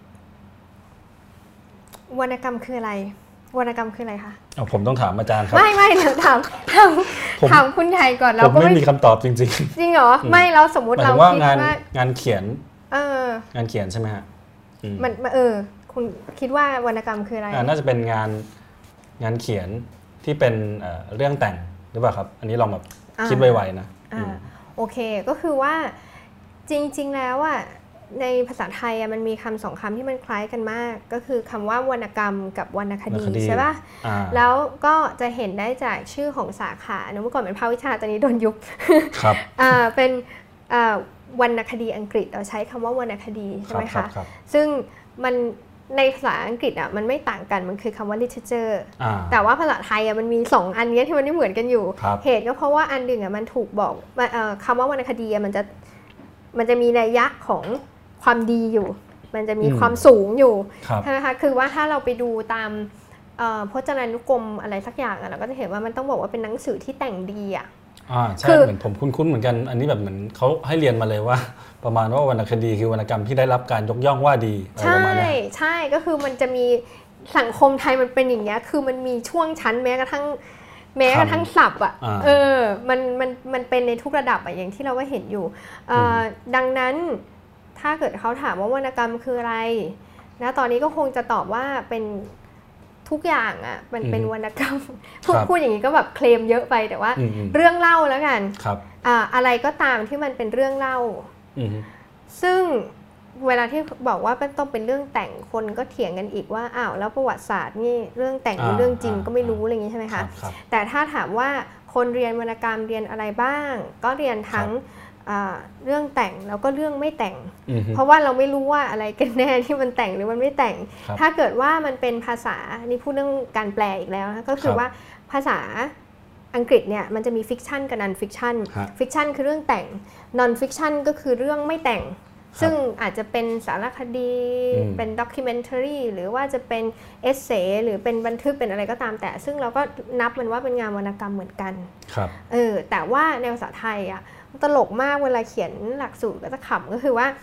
วรรณกรรมคืออะไรวรรณกรรมคืออะไรคะผมต้องถามอาจารย์ครับไม่ไม่ถามถามถามคุณไทยก่อนเราก็ไม่มีคำตอบจริงๆจริงเหรอไม่เราสมมติเราคิดว่างานเขียนเอองานเขียนใช่ไหมฮะมันเออคุณคิดว่าวรรณกรรมคืออะไรน่าจะเป็นงานงานเขียนที่เป็นเรื่องแต่งหรือเปล่าครับอันนี้ลองแบบคิดไวๆนะโอเคก็คือว่าจริงๆแล้วอ่ะในภาษาไทยมันมีคำสองคำที่มันคล้ายกันมากก็คือคำว่าวรรณกรรมกับวรรณคดีใช่ป่ะแล้วก็จะเห็นได้จากชื่อของสาขาเมื่อก่อนเป็นภาควิชาตอนนี้โดนยุบครับเป็นวรรณคดีอังกฤษเราใช้คำว่าวรรณคดีใช่ไหมคะซึ่งมันในภาษาอังกฤษอ่ะมันไม่ต่างกันมันคือคำว่า literature แต่ว่าภาษาไทยอ่ะมันมีสองอันนี้ที่มันไม่เหมือนกันอยู่เหตุก็เพราะว่าอันหนึ่งอ่ะมันถูกบอกคำว่าวรรณคดีมันจะมันจะมีนัยยะของความดีอยู่มันจะมีความสูงอยู่ใช่ไหมคะคือว่าถ้าเราไปดูตามพจนานุกรมอะไรสักอย่างเราก็จะเห็นว่ามันต้องบอกว่าเป็นหนังสือที่แต่งดีอ่ะอ่าใช่เหมือนผมคุ้นๆเหมือนกันอันนี้แบบเหมือนเขาให้เรียนมาเลยว่าประมาณว่าวรรณคดีคือวรรณกรรมที่ได้รับการยกย่องว่าดีอะไรประมาณนี้ใช่ใช่ก็คือมันจะมีสังคมไทยมันเป็นอย่างเงี้ยคือมันมีช่วงชั้นแม้กระทั่งแม้กระทั่งศัพท์อ่ะเออมันมันมันเป็นในทุกระดับอ่ะอย่างที่เราก็เห็นอยู่ดังนั้นถ้าเกิดเขาถามว่าวรรณกรรมคืออะไรนะตอนนี้ก็คงจะตอบว่าเป็นทุกอย่างอ่ะมันเป็นวรรณกรรมพูดพูดอย่างนี้ก็แบบเคลมเยอะไปแต่ว่าเรื่องเล่าแล้วกันอะไรก็ตามที่มันเป็นเรื่องเล่าซึ่งเวลาที่บอกว่าต้องเป็นเรื่องแต่งคนก็เถียงกันอีกว่าอ้าวแล้วประวัติศาสตร์นี่เรื่องแต่งหรือเรื่องจริงก็ไม่รู้อะไรอย่างนี้ใช่ไหมคะแต่ถ้าถามว่าคนเรียนวรรณกรรมเรียนอะไรบ้างก็เรียนทั้งเรื่องแต่งแล้วก็เรื่องไม่แต่งเพราะว่าเราไม่รู้ว่าอะไรกันแน่ที่มันแต่งหรือมันไม่แต่งถ้าเกิดว่ามันเป็นภาษานี่พูดเรื่องการแปลอีกแล้วนะก็คือว่าภาษาอังกฤษเนี่ยมันจะมีฟิกชันกับนอนฟิกชันฟิกชันคือเรื่องแต่งนอนฟิกชันก็คือเรื่องไม่แต่งซึ่งอาจจะเป็นสารคดีเป็นด็อกิเมนทารีหรือว่าจะเป็นเอเซหรือเป็นบันทึกเป็นอะไรก็ตามแต่ซึ่งเราก็นับมันว่าเป็นงานวรรณกรรมเหมือนกันเออแต่ว่าในภาษาไทยอ่ะตลกมากเวลาเขียนหลักสูตรก็จะขำก็คือว่า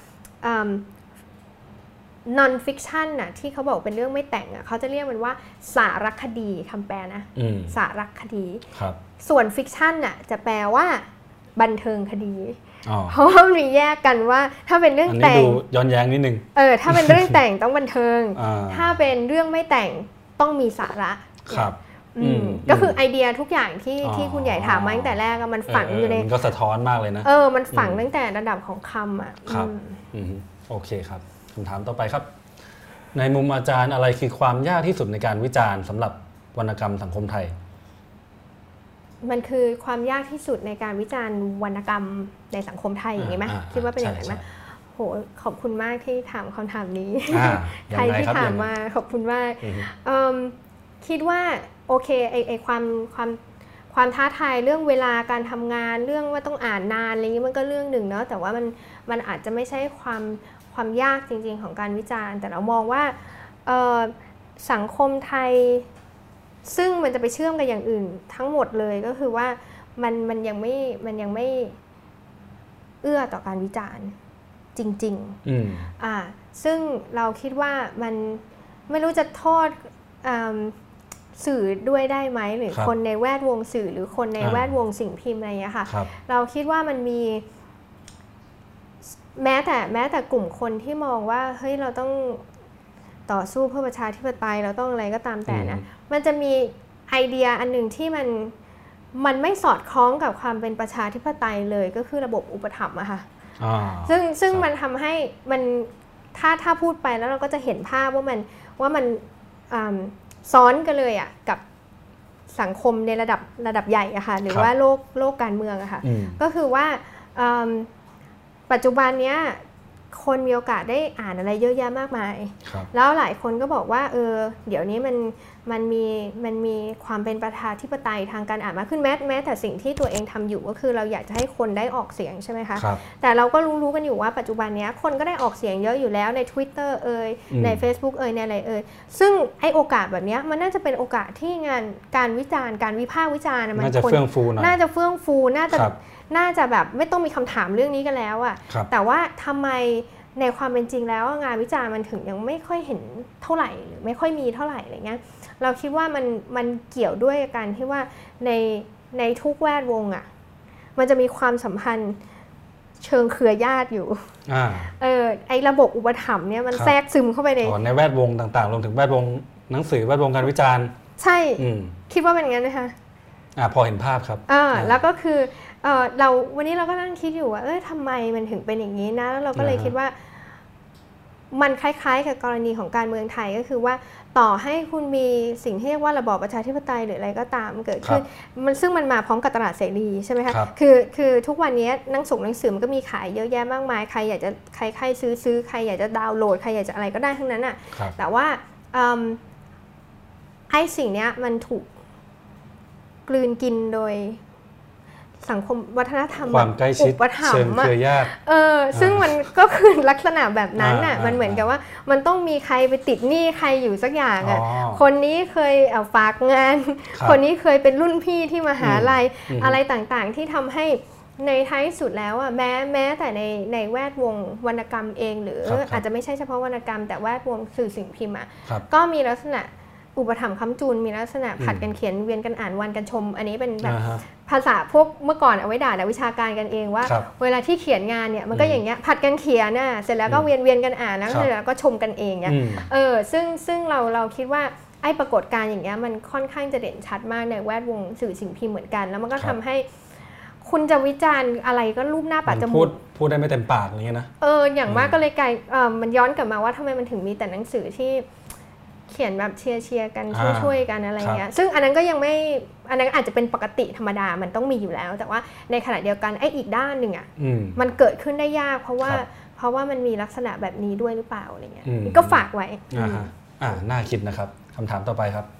non fiction น่ะที่เขาบอกเป็นเรื่องไม่แต่งอ่ะเขาจะเรียกมันว่าสารคดีคำแปลนะสารคดีส่วน fiction น่ะจะแปลว่าบันเทิงคดีเพราะว่ามีแยกกันว่าถ้าเป็นเรื่องแต่งย้อนแย้งนิดนึงเออถ้าเป็นเรื่องแต่งต้องบันเทิงถ้าเป็นเรื่องไม่แต่งต้องมีสาระครับก็คือไอเดียทุกอย่างที่ที่คุณใหญ่ถามมาตั้งแต่แรกมันฝังอยู่ในก็สะท้อนมากเลยนะเออมันฝังตั้งแต่ระดับของคำอ่ะครับโอเคครับคำถามต่อไปครับในมุมอาจารย์อะไรคือความยากที่สุดในการวิจารณ์สำหรับวรรณกรรมสังคมไทยมันคือความยากที่สุดในการวิจารณ์วรรณกรรมในสังคมไทยอย่างนี้ไหมคิดว่าเป็นอย่างนั้นไหมโหขอบคุณมากที่ถามคำถามนี้ใครที่ถามมาขอบคุณมากคิดว่าโอเคไอไอความความความท้าทายเรื่องเวลาการทำงานเรื่องว่าต้องอ่านนานอะไรนี้มันก็เรื่องหนึ่งเนาะแต่ว่ามันมันอาจจะไม่ใช่ความความยากจริงๆของการวิจารณ์แต่เรามองว่าสังคมไทยซึ่งมันจะไปเชื่อมกับอย่างอื่นทั้งหมดเลยก็คือว่ามันมันยังไม่มันยังไม่เอื้อต่อการวิจารณ์จริงๆอ่าซึ่งเราคิดว่ามันไม่รู้จะโทษสื่อด้วยได้ไหมหรือคนในแวดวงสื่อหรือคนในแวดวงสิ่งพิมพ์อะไรอย่างเงี้ยค่ะเราคิดว่ามันมีแม้แต่แม้แต่กลุ่มคนที่มองว่าเฮ้ยเราต้องต่อสู้เพื่อประชาธิปไตยเราต้องอะไรก็ตามแต่นะมันจะมีไอเดียอันหนึ่งที่มันมันไม่สอดคล้องกับความเป็นประชาธิปไตยเลยก็คือระบบอุปถัมภ์อะค่ะซึ่งซึ่งมันทำให้มันถ้าถ้าพูดไปแล้วเราก็จะเห็นภาพว่ามันว่ามันซ้อนกันเลยอ่ะกับสังคมในระดับระดับใหญ่อะค่ะหรือว่าโลกโลกการเมืองอะค่ะก็คือว่าปัจจุบันเนี้ยคนมีโอกาสได้อ่านอะไรเยอะแยะมากมายแล้วหลายคนก็บอกว่าเออเดี๋ยวนี้มันมันมีมันมีความเป็นประชาธิปไตยทางการอ่านมากขึ้นแม้แม้แต่สิ่งที่ตัวเองทำอยู่ก็คือเราอยากจะให้คนได้ออกเสียงใช่ไหมคะแต่เราก็รู้ๆกันอยู่ว่าปัจจุบันนี้คนก็ได้ออกเสียงเยอะอยู่แล้วใน Twitter เอ่ยใน Facebook เอ่ยในอะไรเอ่ยซึ่งไอโอกาสแบบนี้มันน่าจะเป็นโอกาสที่งานการวิจารณ์การวิพากษ์วิจารณ์มันน่าจะเฟื่องฟูหน่อยน่าจะเฟื่องฟูน่าจะน่าจะแบบไม่ต้องมีคำถามเรื่องนี้กันแล้วอะแต่ว่าทำไมในความเป็นจริงแล้วงานวิจารณ์มันถึงยังไม่ค่อยเห็นเท่าไหร่หรือไม่ค่อยมีเท่าไหร่อะไรเงี้ยเราคิดว่ามันมันเกี่ยวด้วยกันที่ว่าในในทุกแวดวงอะมันจะมีความสัมพันธ์เชิงเครือญาติอยู่เออไอระบบอุปถัมภ์เนี่ยมันแทรกซึมเข้าไปในในแวดวงต่างๆรวมถึงแวดวงหนังสือแวดวงการวิจารณ์ใช่คิดว่าเป็นอย่างนั้นนะคะอ่าพอเห็นภาพครับอ่าแล้วก็คือเออเราวันนี้เราก็นั่งคิดอยู่ว่าเออทำไมมันถึงเป็นอย่างนี้นะแล้วเราก็เลยคิดว่ามันคล้ายๆกับกรณีของการเมืองไทยก็คือว่าต่อให้คุณมีสิ่งที่เรียกว่าระบอบประชาธิปไตยหรืออะไรก็ตามเกิดขึ้นมันซึ่งมันมาพร้อมกับตลาดเสรีใช่ไหมคะคือคือทุกวันนี้หนังสือหนังสือมันก็มีขายเยอะแยะมากมายใครอยากจะใครใครซื้อซื้อใครอยากจะดาวน์โหลดใครอยากจะอะไรก็ได้ทั้งนั้นอ่ะแต่ว่าไอ้สิ่งนี้มันถูกกลืนกินโดยสังคมวัฒนธรรมความใกล้ชิดเชิงเครือญาติเออซึ่งมันก็คือลักษณะแบบนั้นน่ะมันเหมือนกับว่ามันต้องมีใครไปติดหนี้ใครอยู่สักอย่างอ่ะคนนี้เคยเอาฝากงานคนนี้เคยเป็นรุ่นพี่ที่มหาลัยอะไรต่างๆที่ทำให้ในท้ายสุดแล้วอ่ะแม้แม้แต่ในในแวดวงวรรณกรรมเองหรืออาจจะไม่ใช่เฉพาะวรรณกรรมแต่แวดวงสื่อสิ่งพิมพ์อ่ะก็มีลักษณะอุปถัมภ์ค้ำจูนมีลักษณะผัดกันเขียนเวียนกันอ่านวันกันชมอันนี้เป็นแบบภาษาพวกเมื่อก่อนเอาไว้ด่านักวิชาการกันเองว่าเวลาที่เขียนงานเนี่ยมันก็อย่างเงี้ยผัดกันเขียนน่ะเสร็จแล้วก็เวียนเวียนกันอ่านแล้วเสร็จแล้วก็ชมกันเองเนี่ยเออซึ่งซึ่งเราเราคิดว่าไอ้ปรากฏการณ์อย่างเงี้ยมันค่อนข้างจะเด่นชัดมากในแวดวงสื่อสิ่งพิมพ์เหมือนกันแล้วมันก็ทำให้คุณจะวิจารณ์อะไรก็รูปหน้าปัดจมูกพูดพูดได้ไม่เต็มปากอย่างเงี้ยนะเอออย่างมากก็เลยกลายเออมันย้อนกลับมาว่าทำไมมันถึงมีแต่หนังสือที่เขียนแบบเชียร์เชียร์กันช่วยๆกันอะไรเงี้ยซึ่งอันนั้นก็ยังไม่อันนั้นอาจจะเป็นปกติธรรมดามันต้องมีอยู่แล้วแต่ว่าในขณะเดียวกันไอ้อีกด้านหนึ่งอ่ะมันเกิดขึ้นได้ยากเพราะว่าเพราะว่ามันมีลักษณะแบบนี้ด้วยหรือเปล่าอะไรเงี้ยก็ฝากไว้อ่าอ่าน่าคิดนะครับคำถามต่อไปครับ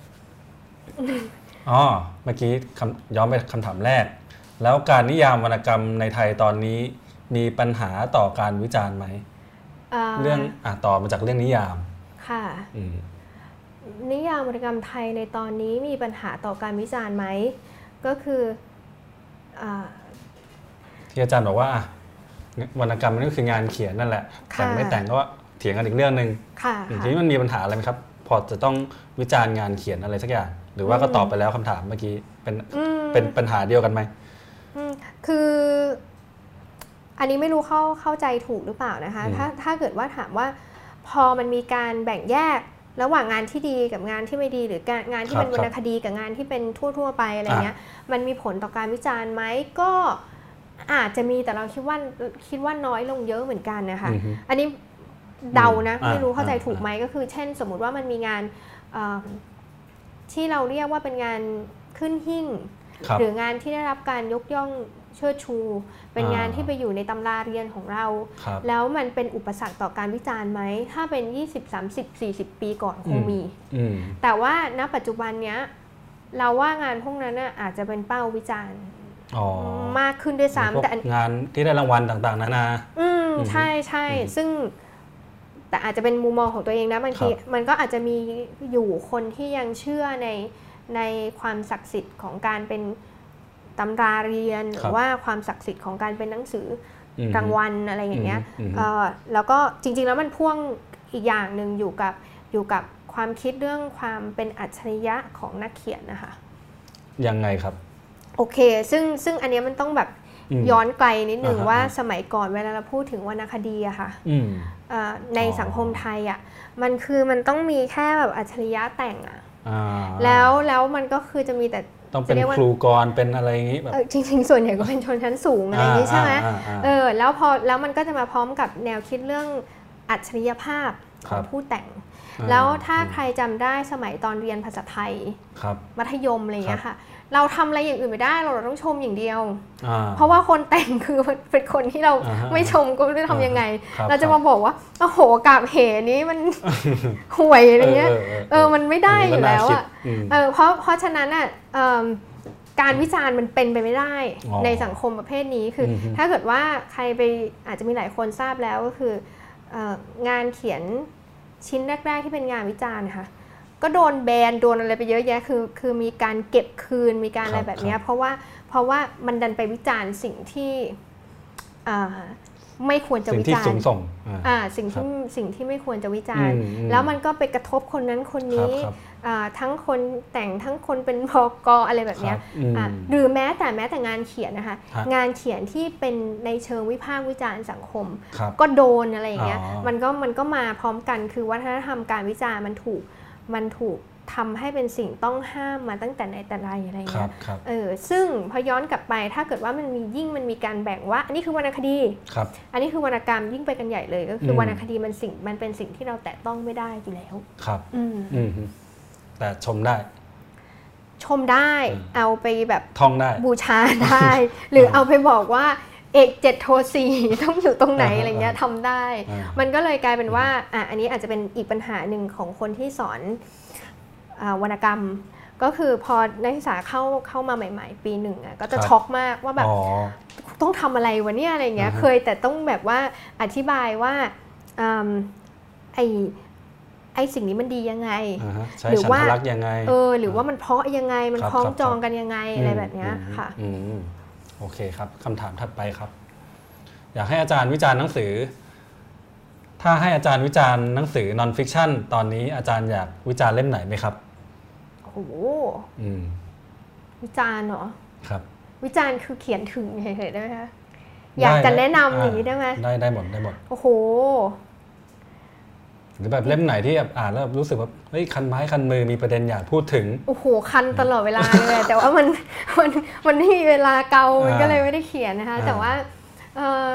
อ๋อเมื่อกี้ย้อนไปคำถามแรกแล้วการนิยามวรรณกรรมในไทยตอนนี้มีปัญหาต่อการวิจารณ์ไหมเรื่องอ่ะต่อมาจากเรื่องนิยามค่ะนิยามวรรณกรรมไทยในตอนนี้มีปัญหาต่อการวิจารณ์ไหมก็คือที่อาจารย์บอกว่าวรรณกรรมมันก็คืองานเขียนนั่นแหละแต่งไม่แต่งก็เถียงกันอีกเรื่องนึงทีนี้มันมีปัญหาอะไรไหมครับพอจะต้องวิจารณ์งานเขียนอะไรสักอย่างหรือว่าก็ตอบไปแล้วคำถามเมื่อกี้เป็นเป็นปัญหาเดียวกันไหมคืออันนี้ไม่รู้เข้าเข้าใจถูกหรือเปล่านะคะถ้าถ้าเกิดว่าถามว่าพอมันมีการแบ่งแยกระหว่างงานที่ดีกับงานที่ไม่ดีหรืองานที่เป็นวรรณคดีกับงานที่เป็นทั่วๆไปอะไรเงี้ยมันมีผลต่อการวิจารณ์ไหมก็อาจจะมีแต่เราคิดว่าคิดว่าน้อยลงเยอะเหมือนกันนะคะอันนี้เดานะไม่รู้เข้าใจถูกไหมก็คือเช่นสมมุติว่ามันมีงานที่เราเรียกว่าเป็นงานขึ้นหิ้งหรืองานที่ได้รับการยกย่องเชิดชูเป็นงานที่ไปอยู่ในตำราเรียนของเราแล้วมันเป็นอุปสรรคต่อการวิจารณ์ไหมถ้าเป็นยี่สิบ สามสิบ สี่สิบปีก่อนคงมีแต่ว่าณปัจจุบันเนี้ยเราว่างานพวกนั้นน่ะอาจจะเป็นเป้าวิจารณ์มากขึ้นด้วยซ้ำแต่งานที่ได้รางวัลต่างๆนานาอืมใช่ใช่ซึ่งแต่อาจจะเป็นมุมมองของตัวเองนะบางทีมันก็อาจจะมีอยู่คนที่ยังเชื่อในในความศักดิ์สิทธิ์ของการเป็นตำราเรียนหรือว่าความศักดิ์สิทธิ์ของการเป็นหนังสือรางวัลอะไรอย่างเงี้ยแล้วก็จริงๆแล้วมันพ่วงอีกอย่างหนึ่งอยู่กับอยู่กับความคิดเรื่องความเป็นอัจฉริยะของนักเขียนนะคะยังไงครับโอเคซึ่งซึ่งอันนี้มันต้องแบบย้อนไกลนิดนึงว่าสมัยก่อนเวลาเราพูดถึงวรรณคดีอะค่ะในสังคมไทยอะมันคือมันต้องมีแค่แบบอัจฉริยะแต่งอะแล้วแล้วมันก็คือจะมีแต่ต้องเป็นครูกรเป็นอะไรอย่างนี้แบบจริงๆส่วนใหญ่ก็เป็นชนชั้นสูงอะไรอย่างนี้ใช่ไหมเออแล้วพอแล้วมันก็จะมาพร้อมกับแนวคิดเรื่องอัจฉริยภาพของผู้แต่งแล้วถ้าใครจำได้สมัยตอนเรียนภาษาไทยมัธยมอะไรอย่างเงี้ยค่ะเราทำอะไรอย่างอื่นไม่ได้เราต้องชมอย่างเดียวเพราะว่าคนแต่งคือเป็นคนที่เราไม่ชมก็ไม่รู้จะทำยังไงเราจะมาบอกว่าโอ้โหกาบเหนี้มันห่วยอะไรเงี้ยเออมันไม่ได้อยู่แล้วอ่ะเออเพราะเพราะฉะนั้นอ่ะการวิจารณ์มันเป็นไปไม่ได้ในสังคมประเภทนี้คือถ้าเกิดว่าใครไปอาจจะมีหลายคนทราบแล้วก็คืองานเขียนชิ้นแรกๆที่เป็นงานวิจารณ์ค่ะก็โดนแบนโดนอะไรไปเยอะแยะคือคือมีการเก็บคืนมีการอะไรแบบนี้เพราะว่าเพราะว่ามันดันไปวิจารณ์สิ่งที่ไม่ควรจะวิจารณ์สิ่งที่สูงส่งอ่าสิ่งที่สิ่งที่ไม่ควรจะวิจารณ์แล้วมันก็ไปกระทบคนนั้นคนนี้ทั้งคนแต่งทั้งคนเป็นพกอะไรแบบนี้หรือแม้แต่แม้แต่งานเขียนนะคะงานเขียนที่เป็นในเชิงวิพากษ์วิจารณ์สังคมก็โดนอะไรอย่างเงี้ยมันก็มันก็มาพร้อมกันคือวัฒนธรรมการวิจารณ์มันถูกมันถูกทำให้เป็นสิ่งต้องห้ามมาตั้งแต่ไหนแต่ไรอะไรเงี้ยเออซึ่งพอย้อนกลับไปถ้าเกิดว่ามันมียิ่งมันมีการแบ่งว่าอันนี้คือวรรณคดีอันนี้คือวรรณกรรมยิ่งไปกันใหญ่เลยก็คือวรรณคดีมันสิ่งมันเป็นสิ่งที่เราแตะต้องไม่ได้อยู่แล้วครับอืมแต่ชมได้ชมได้เอาไปแบบท่องได้บูชาได้หรือเอาไปบอกว่าเอกเจ็ดโทสี่ต้องอยู่ตรงไหนอะไรเงี้ยทำได้มันก็เลยกลายเป็นว่าอ่ะอันนี้อาจจะเป็นอีกปัญหาหนึ่งของคนที่สอนวรรณกรรมก็คือพอนักศึกษาเข้าเข้ามาใหม่ๆปีหนึ่งอ่ะก็จะช็อกมากว่าแบบต้องทำอะไรวะเนี่ยอะไรเงี้ยเคยแต่ต้องแบบว่าอธิบายว่าไอไอสิ่งนี้มันดียังไงหรือว่ายังไงเออหรือว่ามันเพราะยังไงมันคล้องจองกันยังไงอะไรแบบเนี้ยค่ะโอเคครับคำถามถัดไปครับอยากให้อาจารย์วิจารณ์หนังสือถ้าให้อาจารย์วิจารณ์หนังสือนอนฟิกชันตอนนี้อาจารย์อยากวิจารณ์เล่มไหนไหมครับโอ้โหวิจารณ์เหรอครับวิจารณ์คือเขียนถึงเฉยๆได้ไหมคะอยากจะแนะนำอย่างนี้ได้ไหมได้ได้หมดได้หมดโอ้โหหรือแบบเล่มไหนที่อ่านแล้วรู้สึกว่าเฮ้ยคันไม้คันมือมีประเด็นอยากพูดถึงโอ้โหคันตลอดเวลาเลยแต่ว่ามันมันมันไม่มีเวลาเกามันก็เลยไม่ได้เขียนนะคะแต่ว่าเออ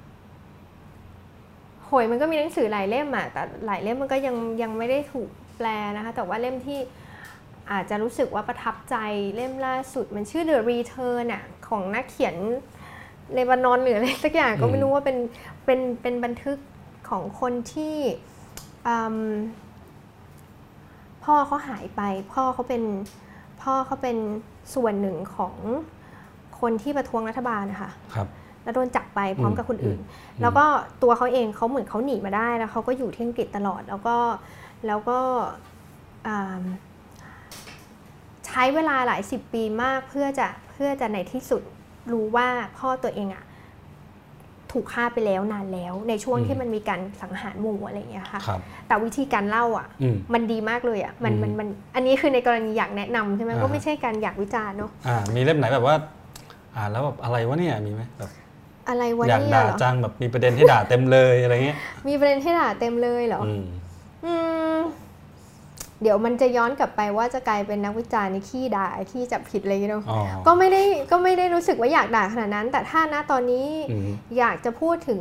โหยมันก็มีหนังสือหลายเล่มอ่ะแต่หลายเล่มมันก็ยังยังไม่ได้ถูกแปลนะคะแต่ว่าเล่มที่อาจจะรู้สึกว่าประทับใจเล่มล่าสุดมันชื่อ The Return อ่ะของนักเขียนเลบานอนหรืออะไรสักอย่างก็ไม่รู้ว่าเป็นเป็นเป็นบันทึกของคนที่พ่อเขาหายไปพ่อเขาเป็นพ่อเขาเป็นส่วนหนึ่งของคนที่ประท้วงรัฐบาลนะคะครับแล้วโดนจับไปพร้อมกับคนอื่นแล้วก็ตัวเขาเองเขาเหมือนเขาหนีมาได้แล้วเขาก็อยู่ที่อังกฤษตลอดแล้วก็แล้วก็ใช้เวลาหลายสิบปีมากเพื่อจะเพื่อจะในที่สุดรู้ว่าพ่อตัวเองอ่ะถูกฆ่าไปแล้วนานแล้วในช่วงที่มันมีการสังหารหมู่อะไรอย่างเงี้ยค่ะแต่วิธีการเล่าอ่ะมันดีมากเลยอ่ะมันมันมันอันนี้คือในกรณีอยากแนะนำใช่ไหมก็ไม่ใช่การอยากวิจารณ์เนาะมีเล่มไหนแบบว่าอ่านแล้วแบบอะไรวะเนี่ยมีไหมแบบอะไรวะเนี่ยอยากด่าจังแบบมีประเด็นให้ด่าเต็มเลยอะไรเงี้ยมีประเด็นให้ด่าเต็มเลยเหรออืมเดี๋ยวมันจะย้อนกลับไปว่าจะกลายเป็นนักวิจารณ์ในขี้ด่าขี้จับผิดอะไรเนาะก็ไม่ได้ก็ไม่ได้รู้สึกว่าอยากด่าขนาดนั้นแต่ถ้าณตอนนี้อยากจะพูดถึง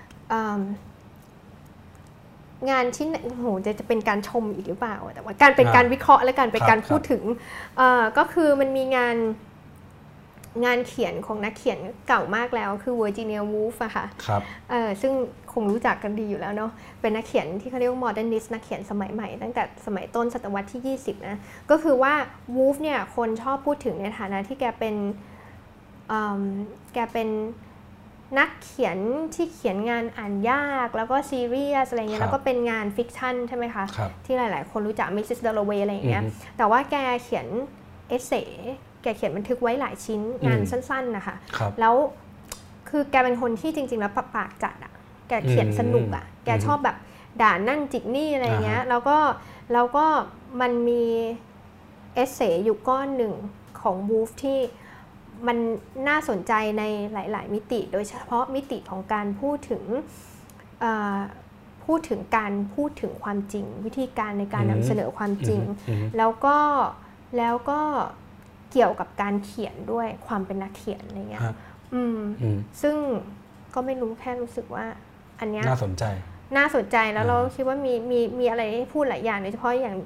งานชิ้นโหจะจะเป็นการชมอีกหรือเปล่าแต่ว่าการเป็นการวิเคราะห์และการเป็นการพูดถึงก็คือมันมีงานงานเขียนของนักเขียนเก่ามากแล้วคือ Virginia Woolf อะค่ะครับเออซึ่งคงรู้จักกันดีอยู่แล้วเนาะเป็นนักเขียนที่เขาเรียกว่า modernist นักเขียนสมัยใหม่ตั้งแต่สมัยต้นศตวรรษที่ยี่สิบนะก็คือว่า Woolf เนี่ยคนชอบพูดถึงในฐานะที่แกเป็นแกเป็นนักเขียนที่เขียนงานอ่านยากแล้วก็ซีเรียสอะไรเงี้ยแล้วก็เป็นงานฟิกชันใช่ไหมคะที่หลายๆคนรู้จัก มิสซิส Dalloway อะไรอย่างเงี้ยแต่ว่าแกเขียนเอเซ่แกเขียนบันทึกไว้หลายชิ้นงานสั้นๆนะคะแล้วคือแกเป็นคนที่จริงๆแล้วปากจัดอ่ะแกเขียนสนุกอ่ะแกชอบแบบด่านั่นจิกนี่อะไรเงี้ยแล้วก็แล้วก็มันมีเอเซ่อยู่ก้อนหนึ่งของวูฟที่มันน่าสนใจในหลายๆมิติโดยเฉพาะมิติของการพูดถึงพูดถึงการพูดถึงความจริงวิธีการในการนำเสนอความจริงแล้วก็แล้วก็เกี่ยวกับการเขียนด้วยความเป็นนักเขียนอะไรเงี้ยซึ่งก็ไม่รู้แค่รู้สึกว่าอันนี้น่าสนใจน่าสนใจแล้วเราคิดว่ามีมีมีอะไรให้พูดหลายอย่างโดยเฉพาะอย่าง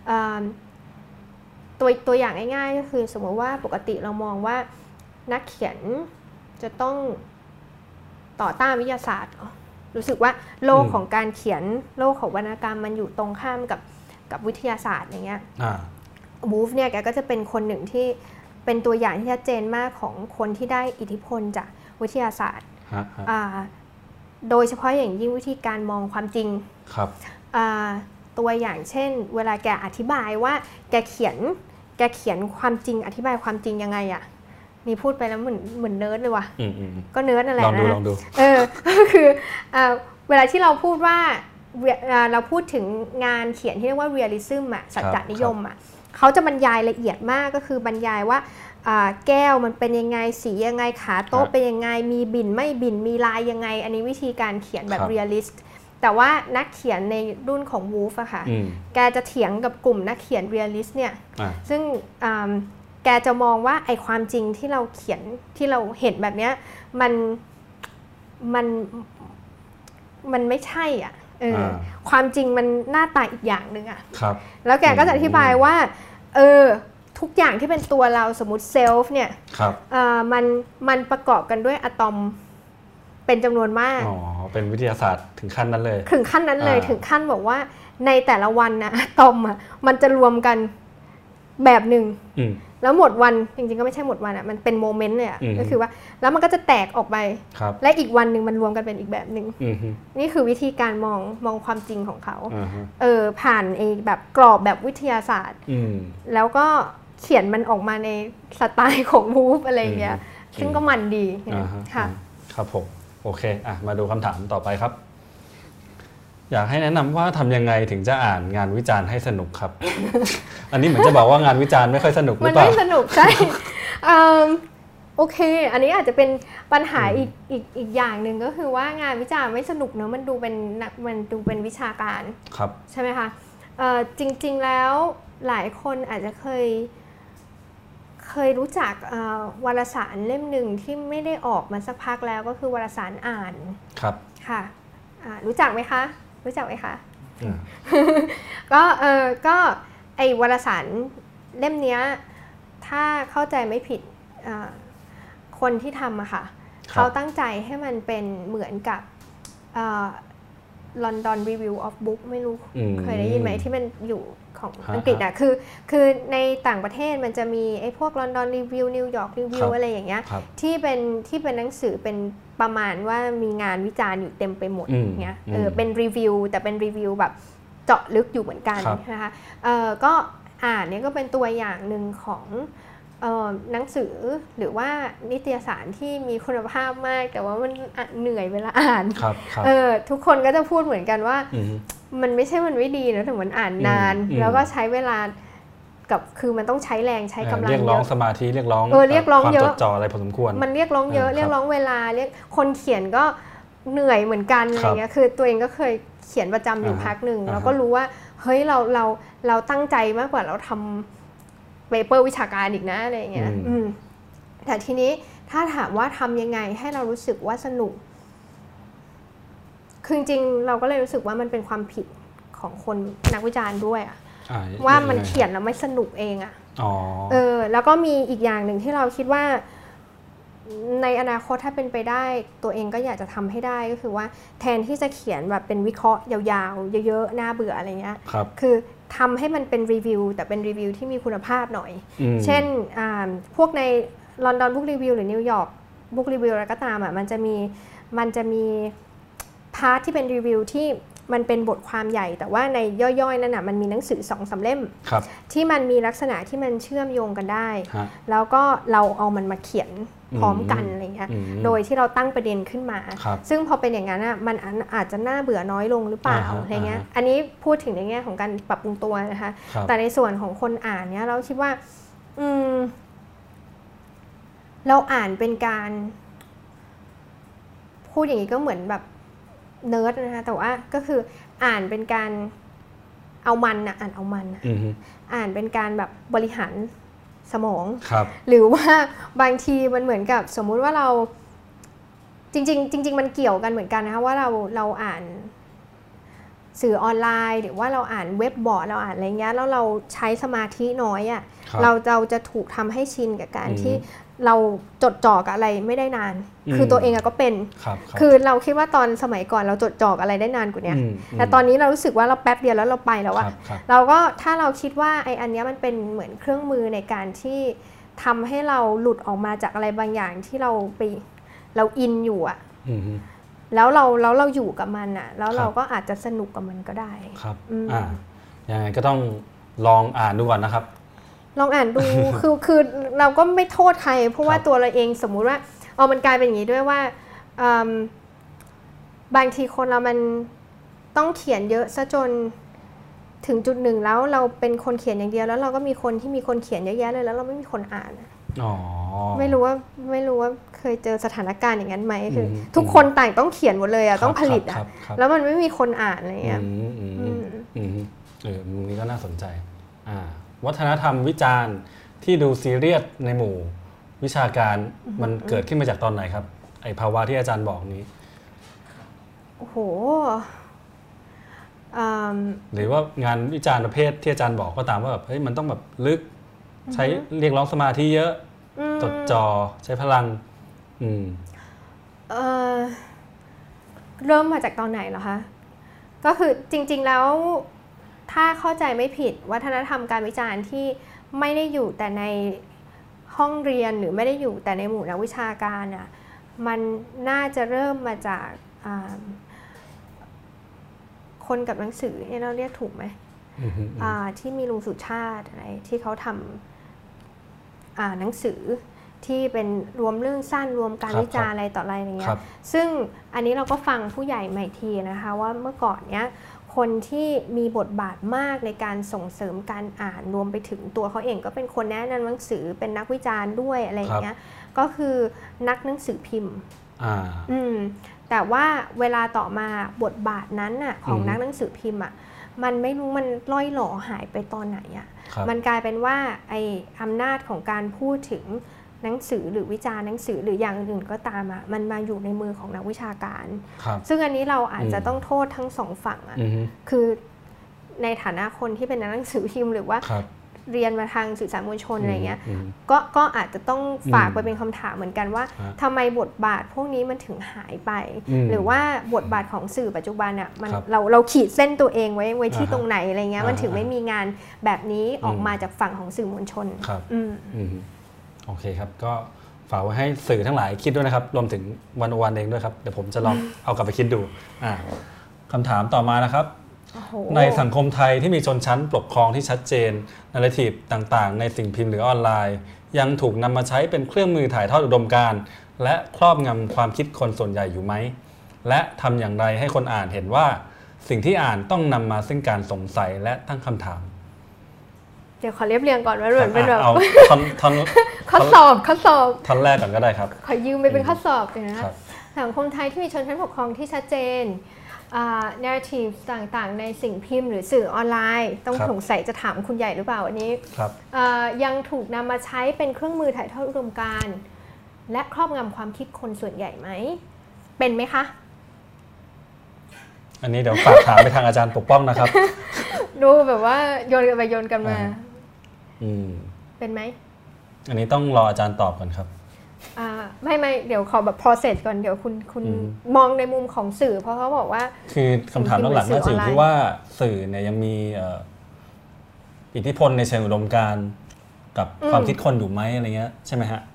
ตัวตัวอย่างง่ายๆก็คือสมมติว่าปกติเรามองว่านักเขียนจะต้องต่อต้านวิทยาศาสตร์รู้สึกว่าโลกของการเขียนโลกของวรรณกรรมมันอยู่ตรงข้ามกับกับวิทยาศาสตร์อย่างเงี้ยวูฟเนี่ยแกก็จะเป็นคนหนึ่งที่เป็นตัวอย่างที่ชัดเจนมากของคนที่ได้อิทธิพลจากวิทยาศาสตร์โดยเฉพาะอย่างยิ่งวิธีการมองความจริงครับตัวอย่างเช่นเวลาแกอธิบายว่าแกเขียนแกเขียนความจริงอธิบายความจริงยังไงอะนี่พูดไปแล้วเหมือนเหมือนเนิร์ดเลยว่ะก็เนิร์ดนั่นแหละนะลองดูลองดูเออก็คือเวลาที่เราพูดว่าเราพูดถึงงานเขียนที่เรียกว่าเรียลลิซึมอะสัจจนิยมอะเขาจะบรรยายละเอียดมากก็คือบรรยายว่าแก้วมันเป็นยังไงสียังไงขาโต๊ะเป็นยังไงมีบินไม่บินมีลายยังไงอันนี้วิธีการเขียนแบบเรียลลิสต์แต่ว่านักเขียนในรุ่นของวูฟอะค่ะแกจะเถียงกับกลุ่มนักเขียนเรียลลิสต์เนี่ยซึ่งแกจะมองว่าไอความจริงที่เราเขียนที่เราเห็นแบบเนี้ยมันมันมันไม่ใช่อ่ะเออความจริงมันหน้าตาอีกอย่างหนึ่งอ่ะแล้วแกก็จะอธิบายว่าเออทุกอย่างที่เป็นตัวเราสมมติเซลฟ์เนี่ยมันมันประกอบกันด้วยอะตอมเป็นจำนวนมากอ๋อเป็นวิทยาศาสตร์ถึงขั้นนั้นเลยถึงขั้นนั้นเลยถึงขั้นบอกว่าในแต่ละวันนะอะตอมอ่ะมันจะรวมกันแบบหนึ่งแล้วหมดวันจริงๆก็ไม่ใช่หมดวันอ่ะมันเป็นโมเมนต์เลยอ่ะก็คือว่าแล้วมันก็จะแตกออกไปและอีกวันหนึ่งมันรวมกันเป็นอีกแบบหนึ่งนี่คือวิธีการมองมองความจริงของเขาเออผ่านไอ้แบบกรอบแบบวิทยาศาสตร์แล้วก็เขียนมันออกมาในสไตล์ของวูฟอะไรเงี้ยซึ่งก็มันดีค่ะครับผมโอเคอ่ะมาดูคำถามต่อไปครับอยากให้แนะนำว่าทำยังไงถึงจะอ่านงานวิจารณ์ให้สนุกครับ อันนี้เหมือนจะบอกว่างานวิจารณ์ไม่ค่อยสนุกหรือเปล่ามันไม่สนุกใช่ โอเคอันนี้อาจจะเป็นปัญหาอีกอีกอีกอย่างหนึ่งก็คือว่างานวิจารณ์ไม่สนุกเนอะมันดูเป็นมันดูเป็นวิชาการครับใช่ไหมคะจริงๆแล้วหลายคนอาจจะเคยเคยรู้จักวารสารเล่มหนึ่งที่ไม่ได้ออกมาสักพักแล้วก็คือวารสารอ่านครับค่ะรู้จักไหมคะรู้จักไหมคะก็เออก็ไอวารสารเล่มนี้ถ้าเข้าใจไม่ผิดคนที่ทำอะค่ะเขาตั้งใจให้มันเป็นเหมือนกับ London Review of Book ไม่รู้เคยได้ยินไหมที่มันอยู่ของอังกฤษอะคือคือในต่างประเทศมันจะมีไอ้พวก London Review New York Review อะไรอย่างเงี้ยที่เป็นที่เป็นหนังสือเป็นประมาณว่ามีงานวิจารณ์อยู่เต็มไปหมดเงี้ยเออเป็นรีวิวแต่เป็นรีวิวแบบเจาะลึกอยู่เหมือนกันนะคะเออก็อ่านเนี่ยก็เป็นตัวอย่างหนึ่งของหนังสือหรือว่านิตยสารที่มีคุณภาพมากแต่ว่ามันเหนื่อยเวลาอ่านเออทุกคนก็จะพูดเหมือนกันว่ามันไม่ใช่มันไม่ดีนะแต่มันอ่านนานแล้วก็ใช้เวลากับคือมันต้องใช้แรงใช้กำลังเรียกร้องสมาธิเรียกร้องเออเรียกร้องเยอะความจดจ่ออะไรพอสมควรมันเรียกร้องเยอะเรียกร้องเวลาเรียกคนเขียนก็เหนื่อยเหมือนกันอะไรเงี้ยคือตัวเองก็เคยเขียนประจำอยู่พักหนึ่งแล้วก็รู้ว่าเฮ้ยเราเราเราตั้งใจมากกว่าเราทำเปเปอร์วิชาการอีกนะอะไรเงี้ยแต่ทีนี้ถ้าถามว่าทำยังไงให้เรารู้สึกว่าสนุกคือจริงเราก็เลยรู้สึกว่ามันเป็นความผิดของคนนักวิจารณ์ด้วยอะว่ามันเขียนแล้วไม่สนุกเองอะเออแล้วก็มีอีกอย่างหนึ่งที่เราคิดว่าในอนาคตถ้าเป็นไปได้ตัวเองก็อยากจะทำให้ได้ก็คือว่าแทนที่จะเขียนแบบเป็นวิเคราะห์ยาวๆเยอะๆน่าเบื่ออะไรเงี้ยคือทำให้มันเป็นรีวิวแต่เป็นรีวิวที่มีคุณภาพหน่อยเช่นพวกใน London Book Review หรือ New York Book Review อะไรก็ตามอ่ะมันจะมีมันจะมีพาร์ทที่เป็นรีวิวที่มันเป็นบทความใหญ่แต่ว่าในย่อยๆนั่นน่ะมันมีหนังสือ สองสาม เล่มที่มันมีลักษณะที่มันเชื่อมโยงกันได้แล้วก็เราเอามันมาเขียนพร้อมกันอะไรเงี้ยโดยที่เราตั้งประเด็นขึ้นมาซึ่งพอเป็นอย่างนั้นอ่ะมันอาจจะน่าเบื่อน้อยลงหรือเปล่าอะไรเงี้ยอันนี้พูดถึงในแง่ของการปรับปรุงตัวนะคะแต่ในส่วนของคนอ่านเนี้ยเราคิดว่าอืมเราอ่านเป็นการพูดอย่างนี้ก็เหมือนแบบเนิร์ดนะคะแต่ว่าก็คืออ่านเป็นการเอามันนะอ่านเอามันอ่านเป็นการแบบบริหารสมองหรือว่าบางทีมันเหมือนกับสมมุติว่าเราจริงๆจริงๆมันเกี่ยวกันเหมือนกันนะคะว่าเราเราอ่านสื่อออนไลน์หรือว่าเราอ่านเว็บบอร์ดเราอ่านอะไรเงี้ยแล้วเราใช้สมาธิน้อยอะ่ะเราเราจะถูกทำให้ชินกับการที่เราจดจ่อกับอะไรไม่ได้นานคือตัวเองก็เป็นคือเราคิดว่าตอนสมัยก่อนเราจดจ่อกับอะไรได้นานกว่านี้แต่ตอนนี้เรารู้สึกว่าเราแป๊บเดียวแล้วเราไปแล้วอะเราก็ถ้าเราคิดว่าไอ้อันนี้มันเป็นเหมือนเครื่องมือในการที่ทำให้เราหลุดออกมาจากอะไรบางอย่างที่เราไปเราอินอยู่อะแล้วเราแล้วเราอยู่กับมันอะแล้วเราก็อาจจะสนุกกับมันก็ได้ครับอ่ายังไงก็ต้องลองอ่านดูก่อนนะครับลองอ่านดู คือคือเราก็ไม่โทษใครเพราะว่าตัวเราเองสมมุติว่าเอามันกลายเป็นอย่างนี้ด้วยว่าบางทีคนเรามันต้องเขียนเยอะซะจนถึงจุดหนึ่งแล้วเราเป็นคนเขียนอย่างเดียวแล้วเราก็มีคนที่มีคนเขียนเยอะแยะเลยแล้วเราไม่มีคนอ่านไม่รู้ว่าไม่รู้ว่าเคยเจอสถานการณ์อย่างนั้นไหมคือทุกคนต่างต้องเขียนหมดเลยอ่ะต้องผลิตอ่ะแล้วมันไม่มีคนอ่านอะไรเงี้ยเออมุมนี้ก็น่าสนใจอ่าวัฒนธรรมวิจารณ์ที่ดูซีเรียสในหมู่วิชาการมันเกิดขึ้นมาจากตอนไหนครับไอภาวะที่อาจารย์บอกนี้โอ้โหหรือว่างานวิจารณ์ประเภทที่อาจารย์บอกก็ตามว่าแบบเฮ้ยมันต้องแบบลึกใช้เรียกร้องสมาธิเยอะจดจ่อใช้พลังอืมเอ่อเริ่มมาจากตอนไหนเหรอคะก็คือจริงๆแล้วถ้าเข้าใจไม่ผิดวัฒนธรรมการวิจารณ์ที่ไม่ได้อยู่แต่ในห้องเรียนหรือไม่ได้อยู่แต่ในหมู่นักวิชาการอ่ะมันน่าจะเริ่มมาจากคนกับหนังสือเนี่ยเราเรียกถูกไหม ที่มีลุงสุชาติอะไรที่เขาทำหนังสือที่เป็นรวมเรื่องสั้นรวมการวิจารณ์อะไรต่ออะไรอย่างเงี้ยซึ่งอันนี้เราก็ฟังผู้ใหญ่ใหม่ทีนะคะว่าเมื่อก่อนเนี้ยคนที่มีบทบาทมากในการส่งเสริมการอ่านรวมไปถึงตัวเขาเองก็เป็นคนแนะนำหนังสือเป็นนักวิจารณ์ด้วยอะไรอย่างเงี้ยก็คือนักหนังสือพิมพ์อืมแต่ว่าเวลาต่อมาบทบาทนั้นน่ะของนักหนังสือพิมพ์อ่ะมันไม่รู้มันล่อยหล่อหายไปตอนไหนอ่ะมันกลายเป็นว่าไอ้อำนาจของการพูดถึงหนังสือหรือวิจารณ์หนังสือหรืออย่างอื่นก็ตามอ่ะมันมาอยู่ในมือของนักวิชาการซึ่งอันนี้เราอาจจะต้องโทษทั้งสองฝั่งอ่ะคือในฐานะคนที่เป็นนักหนังสือพิมพ์หรือว่าเรียนมาทางสื่อสารมวลชนอะไรเงี้ยก็ก็อาจจะต้องฝากไปเป็นคำถามเหมือนกันว่าทำไมบทบาทพวกนี้มันถึงหายไปหรือว่าบทบาทของสื่อปัจจุบันอ่ะมันเราเราขีดเส้นตัวเองไว้ไว้ที่ตรงไหนอะไรเงี้ยมันถึงไม่มีงานแบบนี้ออกมาจากฝั่งของสื่อมวลชนโอเคครับก็ฝากไว้ให้สื่อทั้งหลายคิดด้วยนะครับรวมถึงวันวันเองด้วยครับเดี๋ยวผมจะลองเอากลับไปคิดดูคำถามต่อมานะครับในสังคมไทยที่มีชนชั้นปกครองที่ชัดเจนนาราทีฟต่างๆในสิ่งพิมพ์หรือออนไลน์ยังถูกนำมาใช้เป็นเครื่องมือถ่ายทอดอุดมการณ์และครอบงำความคิดคนส่วนใหญ่อยู่ไหมและทำอย่างไรให้คนอ่านเห็นว่าสิ่งที่อ่านต้องนำมาซึ่งการสงสัยและตั้งคำถามเดี๋ยวขอเรียบเรียงก่อนว่าเหมือนเป็นแบบข้อสอบข้อสอบท่อนแรกก่อนก็ได้ครับขอยืมไปเป็นข้อสอบเลยนะสังคมไทยที่มีชนชั้นปกครองที่ชัดเจนnarrative ต่างๆในสิ่งพิมพ์หรือสื่อออนไลน์ต้องสงสัยจะถามคุณใหญ่หรือเปล่าวันนี้ยังถูกนำมาใช้เป็นเครื่องมือถ่ายทอดอุดมการณ์และครอบงำความคิดคนส่วนใหญ่ไหมเป็นไหมคะอันนี้เดี๋ยวฝากถามไปทางอาจารย์ปกป้องนะครับดูแบบว่าโยนกันไปโยนกันมาเป็นไหมอันนี้ต้องรออาจารย์ตอบก่อนครับไม่ไม่เดี๋ยวขอแบบ process ก่อนเดี๋ยวคุณคุณมองในมุมของสื่อเพราะเขาบอกว่าคือคำถามหลักๆน่าจะอยู่ที่ว่าสื่อเนี่ยยังมีอิทธิพลในเชิงอุดมการณ์กับความคิดคนอยู่ไหมอะไรเงี้ยใช่ไหมฮะ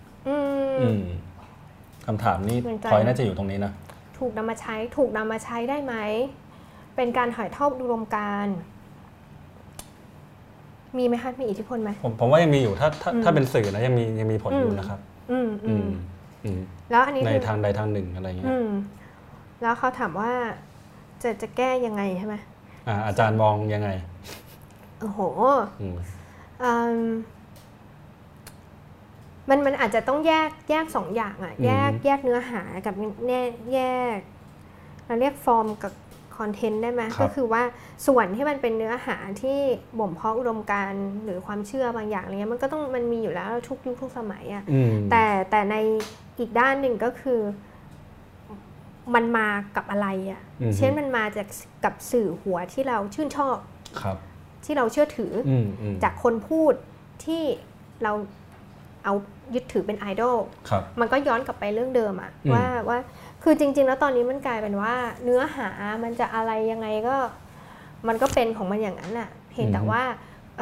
คำถามนี้พอยน่าจะอยู่ตรงนี้นะถูกนำมาใช้ถูกนำมาใช้ได้ไหมเป็นการถ่ายทอดอุดมการณ์มีไหมคะมีอิทธิพลไหมผมผมว่ายังมีอยู่ถ้าถ้าถ้าเป็นสื่อนะยังมียังมีผลอยู่นะครับอืมอืมแล้วอันนี้ในทางใดทางหนึ่งอะไรเงี้ยแล้วเขาถามว่าจะจะแก้ยังไงใช่ไหมอ่าอาจารย์มองยังไงโอ้โหมันมันอาจจะต้องแยกแยกสองอย่างอ่ะแยกแยกเนื้อหากับแยกเราเรียกฟอร์มกับคอนเทนต์ได้ไหมก็คือว่าส่วนที่มันเป็นเนื้อหาที่บ่มเพาะอุดมการณ์หรือความเชื่อบางอย่างอะไรเงี้ยมันก็ต้องมันมีอยู่แล้วทุกยุคทุกสมัยอ่ะแต่แต่ในอีกด้านหนึ่งก็คือมันมากับอะไรอ่ะเช่นมันมาจากกับสื่อหัวที่เราชื่นชอบที่เราเชื่อถือจากคนพูดที่เราเอายึดถือเป็นไอดอลมันก็ย้อนกลับไปเรื่องเดิมอะว่าว่าคือจริงๆแล้วตอนนี้มันกลายเป็นว่าเนื้อหามันจะอะไรยังไงก็มันก็เป็นของมันอย่างนั้นอะเห็นแต่ว่า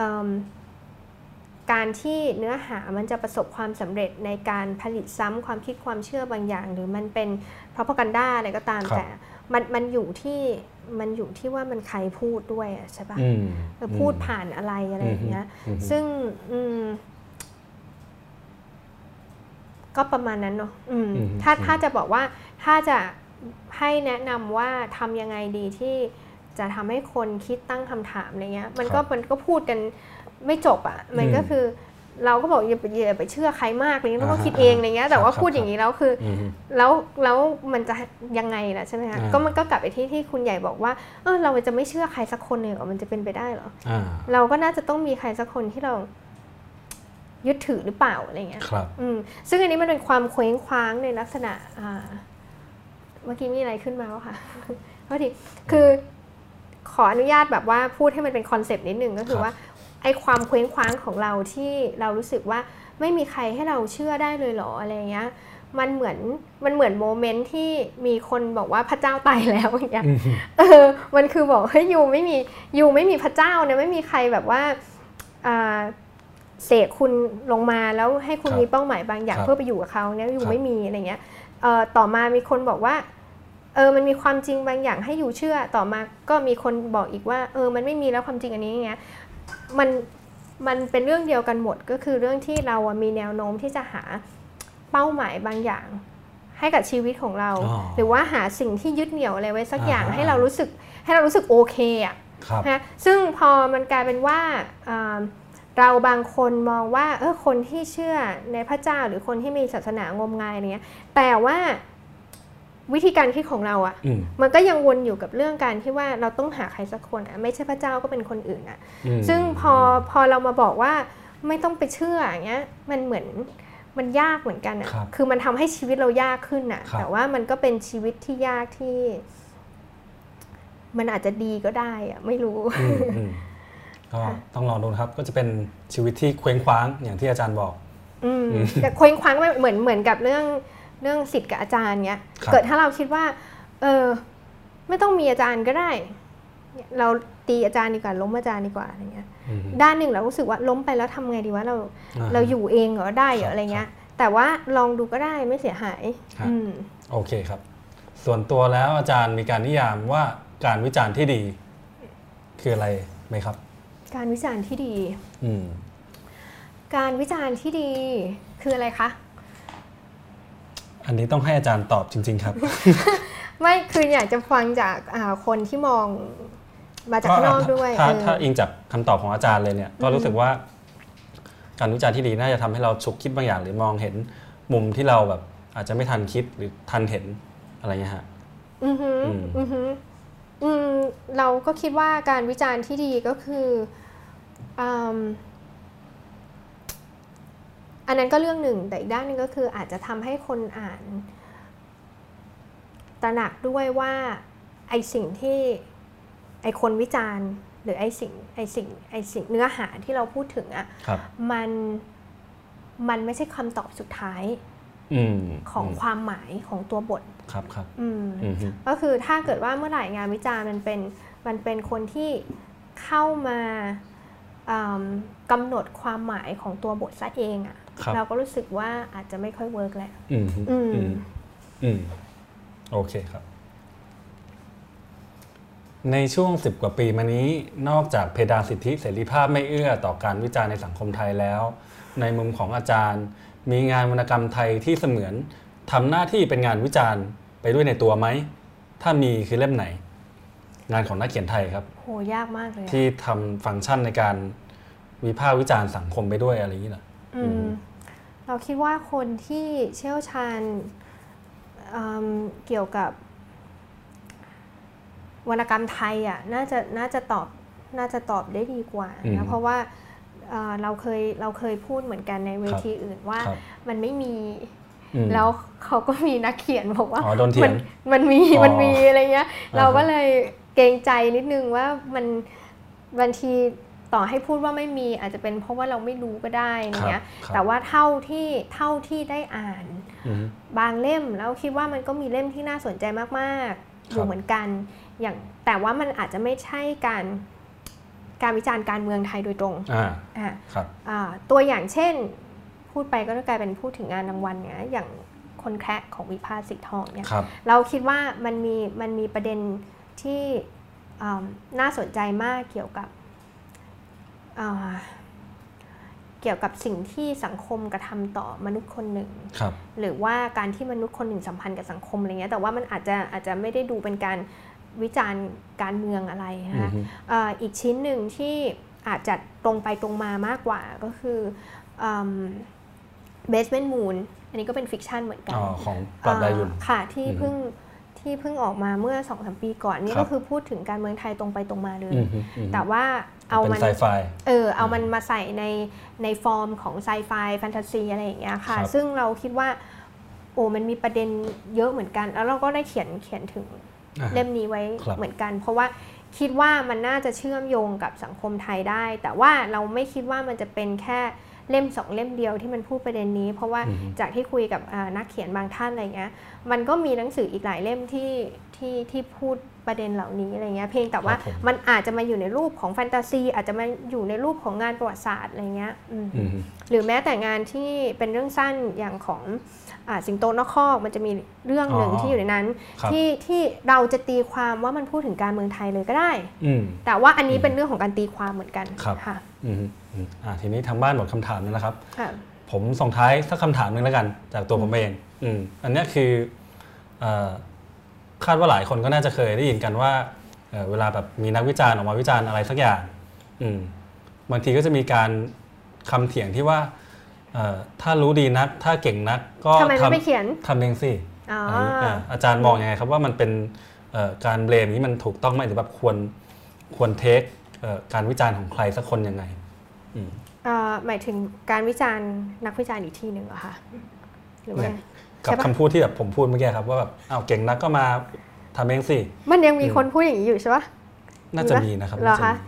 การที่เนื้อหามันจะประสบความสำเร็จในการผลิตซ้ำความคิดความเชื่อบางอย่างหรือมันเป็นpropagandaอะไรก็ตามแต่มันมันอยู่ที่มันอยู่ที่ว่ามันใครพูดด้วยใช่ปะพูดผ่านอะไรอะไรอย่างเงี้ยซึ่งก็ประมาณนั้นเนาะถ้าถ้าจะบอกว่าถ้าจะให้แนะนำว่าทำยังไงดีที่จะทำให้คนคิดตั้งคำถามอะไรเงี้ยมันก็มันก็พูดกันไม่จบอ่ะมันก็คือเราก็บอกอย่าไปอย่าไปเชื่อใครมากอะไรเงี้ยเราก็คิดเองอะไรเงี้ยแต่ว่าพูดอย่างนี้แล้วคือแล้วแล้วมันจะยังไงล่ะใช่ไหมคะก็มันก็กลับไปที่ที่คุณใหญ่บอกว่าเออเราจะไม่เชื่อใครสักคนเลยเหรอมันจะเป็นไปได้เหรอเราก็น่าจะต้องมีใครสักคนที่เรายึดถือหรือเปล่าอะไรเงี้ยซึ่งอันนี้มันเป็นความเคว้งคว้างในลักษณะเมื่อกี้มีอะไรขึ้นมาวะค่ะพอดีคือขออนุญาตแบบว่าพูดให้มันเป็นคอนเซปต์นิดนึงก็คือว่าไอ้ความเคว้งคว้างของเราที่เรารู้สึกว่าไม่มีใครให้เราเชื่อได้เลยเหรออะไรเงี้ยมันเหมือนมันเหมือนโมเมนต์ที่มีคนบอกว่าพระเจ้าตายแล้วอย่างเงี้ยเออมันคือบอกเฮ้ยยูไม่มียูไม่มีพระเจ้าเนี่ยไม่มีใครแบบว่าเสกคุณลงมาแล้วให้คุณมีเป้าหมายบางอย่างเพื่อไปอยู่กับเขาเนี่ยยูไม่มีอะไรเงี้ยต่อมามีคนบอกว่าเออมันมีความจริงบางอย่างให้อยู่เชื่อต่อมาก็มีคนบอกอีกว่าเออมันไม่มีแล้วความจริงอันนี้เงี้ยมันมันเป็นเรื่องเดียวกันหมดก็คือเรื่องที่เรามีแนวโน้มที่จะหาเป้าหมายบางอย่างให้กับชีวิตของเราหรือว่าหาสิ่งที่ยึดเหนี่ยวอะไรไว้สักอย่างให้เรารู้สึกให้เรารู้สึกโอเคอ่ะนะซึ่งพอมันกลายเป็นว่าเราบางคนมองว่าเออคนที่เชื่อในพระเจ้าหรือคนที่มีศาสนางมงายอะไรเงี้ยแต่ว่าวิธีการคิดของเราอ่ะมันก็ยังวนอยู่กับเรื่องการที่ว่าเราต้องหาใครสักคนอ่ะไม่ใช่พระเจ้าก็เป็นคนอื่นอ่ะซึ่งพอพอเรามาบอกว่าไม่ต้องไปเชื่ออย่างเงี้ยมันเหมือนมันยากเหมือนกันอ่ะคือมันทำให้ชีวิตเรายากขึ้นอ่ะแต่ว่ามันก็เป็นชีวิตที่ยากที่มันอาจจะดีก็ได้อ่ะไม่รู้ก็ต้องลองดูครับก็จะเป็นชีวิตที่เคว้งคว้างอย่างที่อาจารย์บอกแต่เคว้งคว้างเหมือนเหมือนกับเรื่องเรื่องศิษย์กับอาจารย์เนี้ยเกิดถ้าเราคิดว่าเออไม่ต้องมีอาจารย์ก็ได้เราตีอาจารย์ดีกว่าล้มอาจารย์ดีกว่าอะไรเงี้ยด้านหนึ่งเรารู้สึกว่าล้มไปแล้วทำไงดีว่าเราเราอยู่เองเหรอได้เหรออะไรเงี้ยแต่ว่าลองดูก็ได้ไม่เสียหายโอเคครับส่วนตัวแล้วอาจารย์มีการนิยามว่าการวิจารณ์ที่ดีคืออะไรไหมครับการวิจารณ์ที่ดีการวิจารณ์ที่ดีคืออะไรคะอันนี้ต้องให้อาจารย์ตอบจริงๆครับไม่คืออยากจะฟังจากคนที่มองมาจากข้างนอกด้วยถ้าถ้าอิงจากคำตอบของอาจารย์เลยเนี่ยก็รู้สึกว่าการวิจารณ์ที่ดีน่าจะทำให้เราฉุกคิดบางอย่างหรือมองเห็นมุมที่เราแบบอาจจะไม่ทันคิดหรือทันเห็นอะไรเงี้ยฮะอือฮึอือฮึอืมเราก็คิดว่าการวิจารณ์ที่ดีก็คืออันนั้นก็เรื่องหนึ่งแต่อีกด้านนึงก็คืออาจจะทำให้คนอ่านตระหนักด้วยว่าไอสิ่งที่ไอคนวิจารณ์หรือไอสิ่งไอสิ่งไอสิ่งเนื้อหาที่เราพูดถึงอ่ะมันมันไม่ใช่คำตอบสุดท้ายของความหมายของตัวบทครับครับก็คือถ้าเกิดว่าเมื่อไหร่งานวิจารณ์มันเป็นมันเป็นคนที่เข้ามากำหนดความหมายของตัวบทซะเองอ่ะเราก็รู้สึกว่าอาจจะไม่ค่อยเวิร์กแล้วอืมอืมอืมโอเคครับในช่วงสิบกว่าปีมานี้นอกจากเพดานสิทธิเสรีภาพไม่เอื้อต่อการวิจารณ์ในสังคมไทยแล้วในมุมของอาจารย์มีงานวรรณกรรมไทยที่เสมือนทำหน้าที่เป็นงานวิจารณ์ไปด้วยในตัวไหมถ้ามีคือเล่มไหนงานของนักเขียนไทยครับโหยากมากเลยที่ทำฟังก์ชันในการวิพากษ์วิจารณ์สังคมไปด้วยอะไรอย่างนี้เหรอเราคิดว่าคนที่เชี่ยวชาญ เ, เกี่ยวกับวรรณกรรมไทยอ่ะน่าจะน่าจะตอบน่าจะตอบได้ดีกว่านะเพราะว่าเราเคยเราเคยพูดเหมือนกันในเวทีอื่นว่ามันไม่มีแล้วเขาก็มีนักเขียนบอกว่าโดนเถียงมันมีมันมีอะไรเงี้ยเราก็เลยเกรงใจนิดนึงว่ามันบางทีต่อให้พูดว่าไม่มีอาจจะเป็นเพราะว่าเราไม่รู้ก็ได้เงี้ยแต่ว่าเท่าที่เท่าที่ได้อ่านบางเล่มแล้วคิดว่ามันก็มีเล่มที่น่าสนใจมากๆอยู่เหมือนกันอย่างแต่ว่ามันอาจจะไม่ใช่การการวิจารณ์การเมืองไทยโดยตรงตัวอย่างเช่นพูดไปก็กลายเป็นพูดถึงงานรางวัลเนี่ยอย่างคนแคระของวิภาสีทองเนี่ยเราคิดว่ามันมีมันมีประเด็นที่น่าสนใจมากเกี่ยวกับเกี่ยวกับสิ่งที่สังคมกระทำต่อมนุษย์คนหนึ่งหรือว่าการที่มนุษย์คนหนึ่งสัมพันธ์กับสังคมอะไรเงี้ยแต่ว่ามันอาจจะอาจจะไม่ได้ดูเป็นการวิจารณ์การเมืองอะไรนะคะอีกชิ้นหนึ่งที่อาจจะตรงไปตรงมามากกว่าก็คือBasement Moon อันนี้ก็เป็นฟิกชันเหมือนกันของปราบดายุนค่ะที่เพิ่งที่เพิ่งออกมาเมื่อ สองถึงสาม ปีก่อนนี่ก็คือพูดถึงการเมืองไทยตรงไปตรงมาเลยแต่ว่าเอามันเออเอามันมาใส่ในในฟอร์มของไซไฟแฟนตาซีอะไรอย่างเงี้ยค่ะซึ่งเราคิดว่าโอ้มันมีประเด็นเยอะเหมือนกันแล้วเราก็ได้เขียนเขียนถึงเล่มนี้ไว้เหมือนกันเพราะว่าคิดว่ามันน่าจะเชื่อมโยงกับสังคมไทยได้แต่ว่าเราไม่คิดว่ามันจะเป็นแค่เล่มสองเล่มเดียวที่มันพูดประเด็นนี้เพราะว่าจากที่คุยกับนักเขียนบางท่านอะไรเงี้ยมันก็มีหนังสืออีกหลายเล่มที่ที่ที่พูดประเด็นเหล่านี้อะไรเงี้ยเพียงแต่ว่ามันอาจจะมาอยู่ในรูปของแฟนตาซีอาจจะมาอยู่ในรูปของงานประวัติศาสตร์อะไรเงี้ยหรือแม้แต่งานที่เป็นเรื่องสั้นอย่างของสิงโตนอกคอกมันจะมีเรื่องหนึ่งที่อยู่ในนั้นที่ที่เราจะตีความว่ามันพูดถึงการเมืองไทยเลยก็ได้แต่ว่าอันนี้เป็นเรื่องของการตีความเหมือนกันค่ะทีนี้ทางบ้านหมดคำถามแล้วนะครับผมส่งท้ายสักคำถามนึงแล้วกันจากตัวผมเองอันนี้คือคาดว่าหลายคนก็น่าจะเคยได้ยินกันว่าเวลาแบบมีนักวิจารณ์ออกมาวิจารณ์อะไรสักอย่างบางทีก็จะมีการคำเถียงที่ว่าถ้ารู้ดีนักถ้าเก่งนักก็ทำไมไม่เขียนทำเองสิ อ, อาจารย์มองยังไงครับว่ามันเป็นการเบลมนี้มันถูกต้องไหมหรือแบบควรควรเทคการวิจารณ์ของใครสักคนยังไงหมายถึงการวิจารณ์นักวิจารณ์อีกที่หนึ่งเหรอคะหรือว่ากับคำพูดที่แบบผมพูดเมื่อกี้ครับว่าแบบอ้าวเก่งนักก็มาทำเองสิมันยังมีคนพูดอย่างนี้อยู่ใช่ปะน่าจะมีนะครับเหรอคะ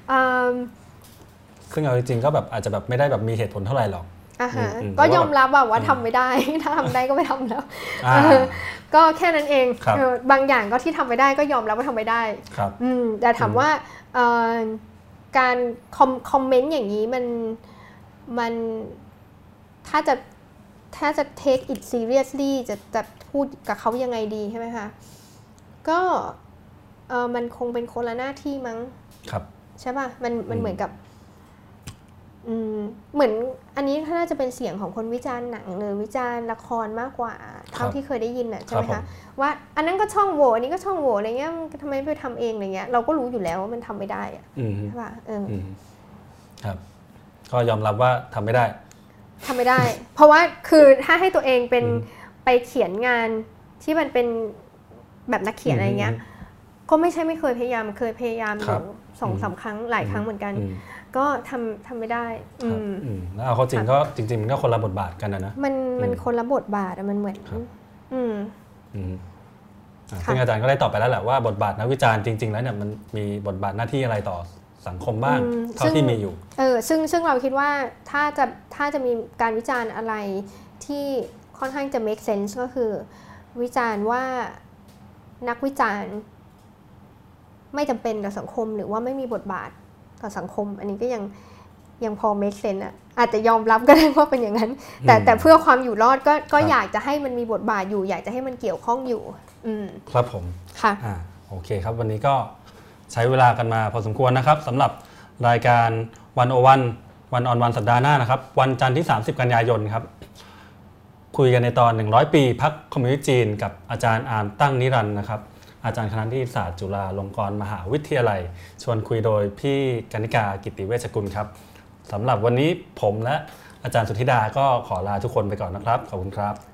ซึ่งเอาจริงๆก็แบบอาจจะแบบไม่ได้แบบมีเหตุผลเท่าไหร่หรอกก็ยอมรับแบบว่าทำไม่ได้ถ้าทำได้ก็ไม่ทำแล้วก็แค่นั้นเองบางอย่างก็ที่ทำไม่ได้ก็ยอมรับว่าทำไม่ได้แต่ถามว่าการคอมเมนต์อย่างนี้มันมันถ้าจะถ้าจะ take it seriously จะจะพูดกับเขายังไงดีใช่ไหมคะก็เออมันคงเป็นคนละหน้าที่มั้งใช่ป่ะมันมันเหมือนกับอืมเหมือนอันนี้น่าจะเป็นเสียงของคนวิจารณ์หนังหรือวิจารณ์ละครมากกว่าเท่าที่เคยได้ยินน่ะใช่ไหมคะว่าอันนั้นก็ช่องโหว่อันนี้ก็ช่องโหว่อะไรเงี้ยทำไมไม่ไปทำเองอะไรเงี้ยเราก็รู้อยู่แล้วว่ามันทำไม่ได้อะใช่ป่ะเออครับก็ยอมรับว่าทำไม่ได้ทำไม่ได้เพราะว่าคือถ้าให้ตัวเองเป็นไปเขียนงานที่มันเป็นแบบนักเขียนอะไรเงี้ยก็ไม่ใช่ไม่เคยพยายามเคยพยายามอยู่สองสามครั้งหลายครั้งเหมือนกันก็ทำทำไม่ได้แล้วเอาเข้าจริงก็จริงๆมันก็คนละบทบาทกันนะนะมันมันคนละบทบาทมันเหมือนอืมซึ่งอาจารย์ก็ได้ตอบไปแล้วแหละว่าบทบาทนักวิจารณ์จริงๆแล้วเนี่ยมันมีบทบาทหน้าที่อะไรต่อสังคมบ้างเท่าที่มีอยู่เออซึ่งซึ่งเราคิดว่าถ้าจะถ้าจะมีการวิจารณ์อะไรที่ค่อนข้างจะ make sense ก็คือวิจารณ์ว่านักวิจารณ์ไม่จำเป็นต่อสังคมหรือว่าไม่มีบทบาทต่อสังคมอันนี้ก็ยังยังพอ make sense อ่ะอาจจะยอมรับก็ได้ว่าเป็นอย่างนั้นแต่แต่เพื่อความอยู่รอดก็ก็อยากจะให้มันมีบทบาทอยู่อยากจะให้มันเกี่ยวข้องอยู่ครับผมค่ะอ่าโอเคครับวันนี้ก็ใช้เวลากันมาพอสมควรนะครับสำหรับรายการวันโอวันวันออนวันสัปดาห์หน้านะครับวันจันทร์ที่สามสิบกันยายนครับคุยกันในตอนหนึ่งร้อยปีพรรคคอมมิวนิสต์จีนกับอาจารย์อาร์มตั้งนิรันดร์นะครับอาจารย์คณะนิติศาสตร์จุฬาลงกรณ์มหาวิทยาลัยชวนคุยโดยพี่กนิกากิติเวชกุลครับสำหรับวันนี้ผมและอาจารย์สุธิดาก็ขอลาทุกคนไปก่อนนะครับขอบคุณครับ